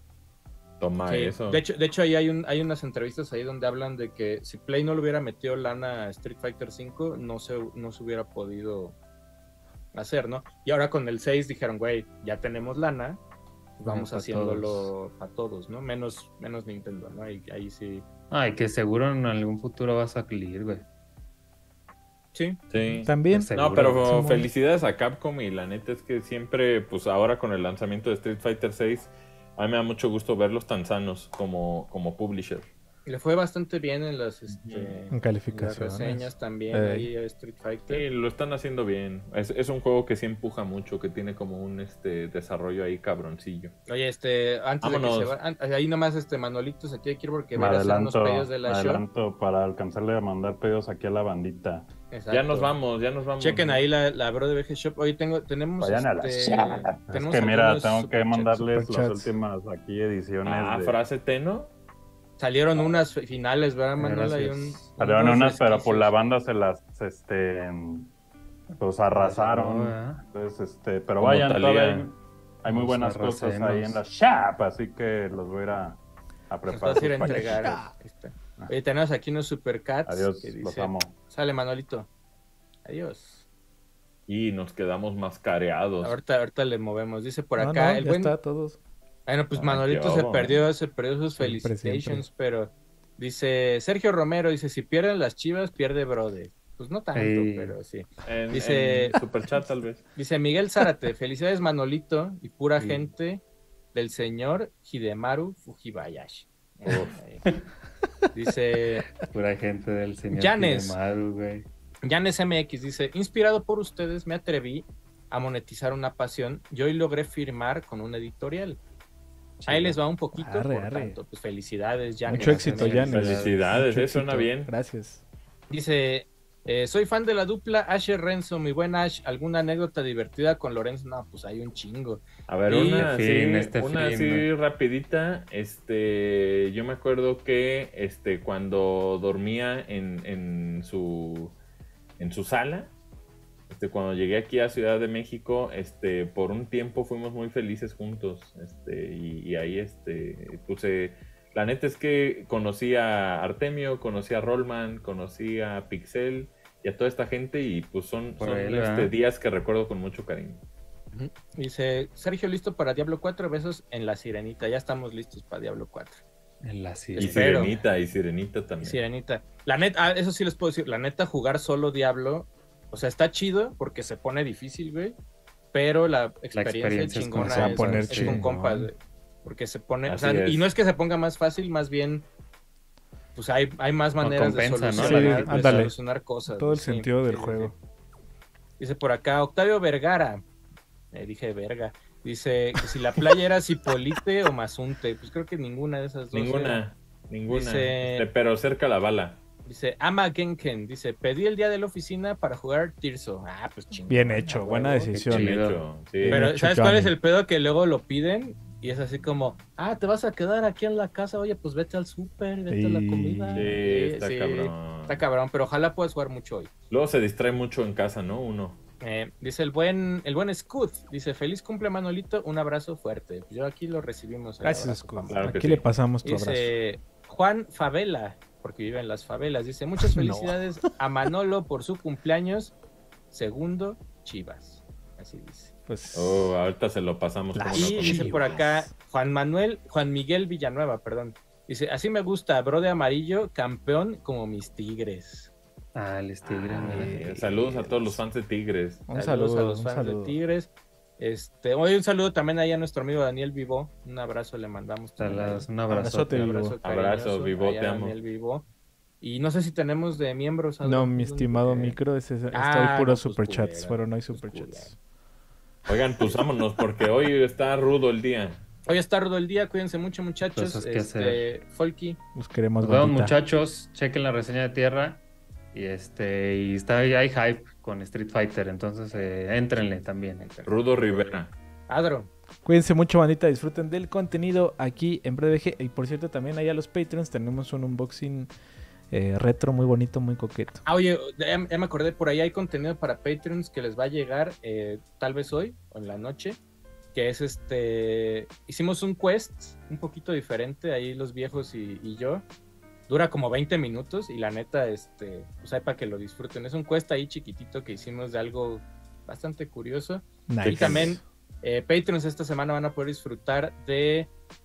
Toma Sí. eso. De hecho, de hecho ahí hay, un, hay unas entrevistas ahí donde hablan de que si Play no le hubiera metido lana a Street Fighter cinco, no se, no se hubiera podido hacer, ¿no? Y ahora con el seis dijeron, güey, ya tenemos lana, vamos pa' haciéndolo para todos, ¿no? Menos, menos Nintendo, ¿no? Ahí, ahí sí. Ay, que seguro en algún futuro va a salir, güey. Sí. Sí. También. Seguro. No, pero Simón. felicidades a Capcom y la neta es que siempre, pues ahora con el lanzamiento de Street Fighter seis A mí me da mucho gusto verlos tan sanos como, como publisher. Le fue bastante bien en las, este, En calificaciones. las reseñas también, Eh. ahí a Street Fighter. Sí, lo están haciendo bien. Es, es un juego que sí empuja mucho, que tiene como un este desarrollo ahí cabroncillo. Oye, este, antes Vámonos. de que se va, an- ahí nomás, este, Manolitos, aquí quiero porque Me voy a hacer unos adelanto, pedidos de la me shop. adelanto para alcanzarle a mandar pedidos aquí a la bandita. Exacto. Ya nos vamos, ya nos vamos. Chequen ahí la, la Bro de B G Shop. Hoy tengo, tenemos, Vayan a la este, chat. Es tenemos que mira, algunos tengo que superchats. mandarles las superchats. últimas aquí ediciones. Ah, de... frase Teno. Salieron unas finales, ¿verdad, Manuel? Hay un, Gracias. Salieron unos unas, pero por resquicios. la banda se las, este, pues arrasaron. ¿verdad? Entonces, este, pero Como vayan, Thalía. todavía hay, hay muy Los buenas cosas ahí arrasenos. en la shop, así que los voy a ir a, a Nos preparar. vas a ir a sus entregar. paquetes. Ahí está. Oye, tenemos aquí unos supercats. Adiós, que los dice, amo. Sale, Manolito. Adiós. Y nos quedamos mascareados. Ahorita, ahorita le movemos. Dice por No, acá no, el ya buen. está, todos. Bueno, pues Ay, Manolito qué se obo, perdió, se perdió sus Siempre, felicitations, siempre. pero dice Sergio Romero, dice, si pierden las Chivas, pierde Brode. Pues no tanto, Ey. pero sí. En, Dice- en Superchat tal vez. Dice Miguel Zárate, felicidades Manolito y pura Sí. gente del señor Hidemaru Fujibayashi. Uf. Ahí. Dice Pura gente del señor Yanes. Hidemaru, güey. Yanes M X, dice, inspirado por ustedes me atreví a monetizar una pasión y hoy logré firmar con un editorial. Ahí les va un poquito, Arre, por arre. tanto, pues felicidades, Yanes. Mucho éxito, M X. Yanes. Felicidades, Mucho eh, suena éxito. bien. Gracias. Dice, eh, soy fan de la dupla Asher Renzo, mi buen Ash, ¿alguna anécdota divertida con Lorenzo? No, pues hay un chingo. A ver, Y- una Este así, fin, este una fin, así rapidita. Este, yo me acuerdo que este, cuando dormía en, en su en su sala, este, cuando llegué aquí a Ciudad de México, este, por un tiempo fuimos muy felices juntos. Este, y, y ahí este, puse. La neta es que conocí a Artemio, conocí a Rollman, conocí a Pixel y a toda esta gente, y pues son, Por son él, este, ¿verdad? días que recuerdo con mucho cariño. Ujú. Dice, Sergio, listo para Diablo cuatro, besos en la Sirenita. Ya estamos listos para Diablo cuatro. En la Y sierra. Espero. Sirenita, y Sirenita Y también. Sirenita. La neta, ah, eso sí les puedo decir, la neta, jugar solo Diablo, o sea, está chido porque se pone difícil, güey, pero la experiencia, experiencia es chingona como es, se va a poner es con chingón. compas, güey. Porque se pone, o Así sea, es. y no es que se ponga más fácil, más bien, pues hay, hay más No, maneras compensa, de ¿no? solucionar, Sí, de ándale. solucionar cosas. Todo el sí, sentido del sí, sí, juego. sí. Dice por acá, Octavio Vergara, eh, dije verga, dice que si la playa era Cipolite o Mazunte, pues creo que ninguna de esas dos. era. Ninguna, ninguna. Dice- Este, pero cerca la bala. Dice, Ama Genken, dice, pedí el día de la oficina para jugar Tirso. Ah, pues chingón. Bien hecho, buena huevo. decisión. Bien chido. hecho, sí. Bien Pero, hecho, ¿sabes cuál es Johnny. el pedo? Que luego lo piden y es así como, ah, te vas a quedar aquí en la casa, oye, pues vete al súper, vete a la Y- comida. Sí, Eh, está sí, cabrón. Está cabrón, pero ojalá puedas jugar mucho hoy. Luego se distrae mucho en casa, ¿no? Uno. Eh, dice el buen, el buen Scud, dice, feliz cumple Manolito, un abrazo fuerte. Yo aquí lo recibimos. el Gracias, abrazo, Scud. papá. Claro que Aquí sí. le pasamos tu abrazo. Dice Juan Favela, porque vive en las favelas. Dice, muchas No. felicidades a Manolo por su cumpleaños. Segundo, Chivas. Así dice. Pues, Oh, ahorita se lo pasamos. La- como Y no, Chivas. dice por acá Juan Manuel, Juan Miguel Villanueva, perdón. Dice, así me gusta, bro de amarillo, campeón como mis tigres. Ah, el tigre, con- mira. Eh, Saludos a todos los fans de Tigres. un Saludos saludo, a los un fans saludo. de Tigres. Este, hoy un saludo también ahí a nuestro amigo Daniel Vivo. Un abrazo le mandamos. también Saludos, ahí. un abrazo. Abrazote, Un Vivo. abrazo, Abrazo, cariñoso Vivo, ahí a te amo. Daniel Vivo. Y no sé si tenemos de miembros. Adro. No, mi estimado Eh, micro, ese, está ah, hoy puros no, pues, superchats. culero, Fueron hoy pues, superchats. Oigan, pues vámonos, porque hoy está rudo el día. Hoy es tarde el día, cuídense mucho, muchachos. Cosas que este, Folky, Los queremos, Nos vemos, bandita. muchachos. Chequen la reseña de tierra. Y este, y está ahí, hay hype con Street Fighter. Entonces, eh, éntrenle también. éntrenle. Rudo Rivera. Adro. Cuídense mucho, bandita. Disfruten del contenido aquí en Breve G. Y por cierto, también allá los Patreons tenemos un unboxing eh, retro muy bonito, muy coqueto. Ah, oye, ya, ya me acordé, por ahí hay contenido para Patreons que les va a llegar eh, tal vez hoy o en la noche. Que es este. Hicimos un quest un poquito diferente, ahí los viejos y, y yo. Dura como veinte minutos y la neta, este, pues hay para que lo disfruten. Es un quest ahí chiquitito que hicimos de algo bastante curioso. Nice. Y también eh, Patreons esta semana van a poder disfrutar de,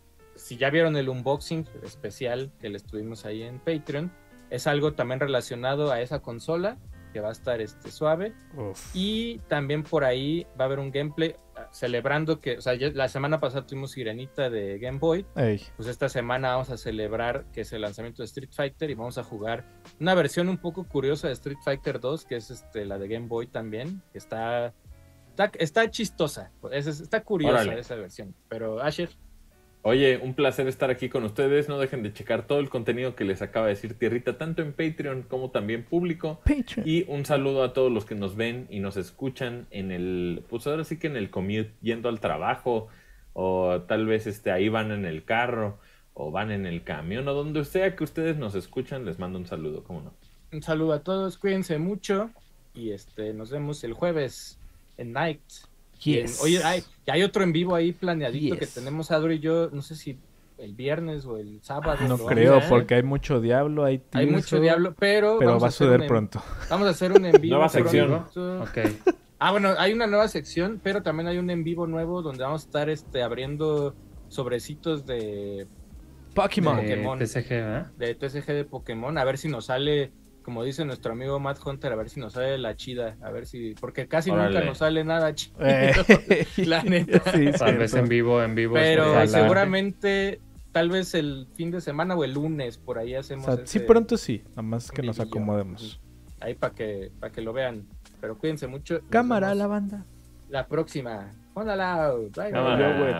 si ya vieron el unboxing especial que les tuvimos ahí en Patreon, es algo también relacionado a esa consola que va a estar este, suave. Uf. Y también por ahí va a haber un gameplay. celebrando que, o sea, ya la semana pasada tuvimos Sirenita de Game Boy, Ey, pues esta semana vamos a celebrar que es el lanzamiento de Street Fighter y vamos a jugar una versión un poco curiosa de Street Fighter dos, que es este, la de Game Boy también, que está, está, está chistosa, es- es- está curiosa Órale. esa versión, pero Asher, Oye, un placer estar aquí con ustedes. No dejen de checar todo el contenido que les acaba de decir Tierrita, tanto en Patreon como también público. Patreon. Y un saludo a todos los que nos ven y nos escuchan en el, pues ahora sí que en el commute, yendo al trabajo, o tal vez este, ahí van en el carro, o van en el camión, o donde sea que ustedes nos escuchan, les mando un saludo, ¿cómo no? un saludo a todos, cuídense mucho y este, nos vemos el jueves en Night. Y en- Yes. oye, hay, ya hay otro en vivo ahí planeadito que Yes. tenemos Adro y yo, no sé si el viernes o el sábado. No lo vamos creo, a hacer. porque hay mucho diablo, hay Hay mucho Tirso, diablo, pero, pero vamos va a hacer suceder un en- pronto. Vamos a hacer un en vivo. Nueva sección. pronto. Ok. Ah, bueno, hay una nueva sección, pero también hay un en vivo nuevo donde vamos a estar este, abriendo sobrecitos de, Pokémon. de Eh, Pokémon. T C G, ¿verdad? de T C G de Pokémon, a ver si nos sale, como dice nuestro amigo Matt Hunter, a ver si nos sale la chida, a ver si, porque casi Órale. nunca nos sale nada chido, Eh, la neta. sí, Tal vez cierto. en vivo, en vivo. Pero ojalá. seguramente, tal vez el fin de semana o el lunes, por ahí O hacemos sea, ese- sí, pronto sí, nada más que nos vivillo. acomodemos. ahí para que, para que lo vean, pero cuídense mucho. Nos Cámara, vemos la banda. la próxima. Hola, bye, bye. Cámara. Yo, güey.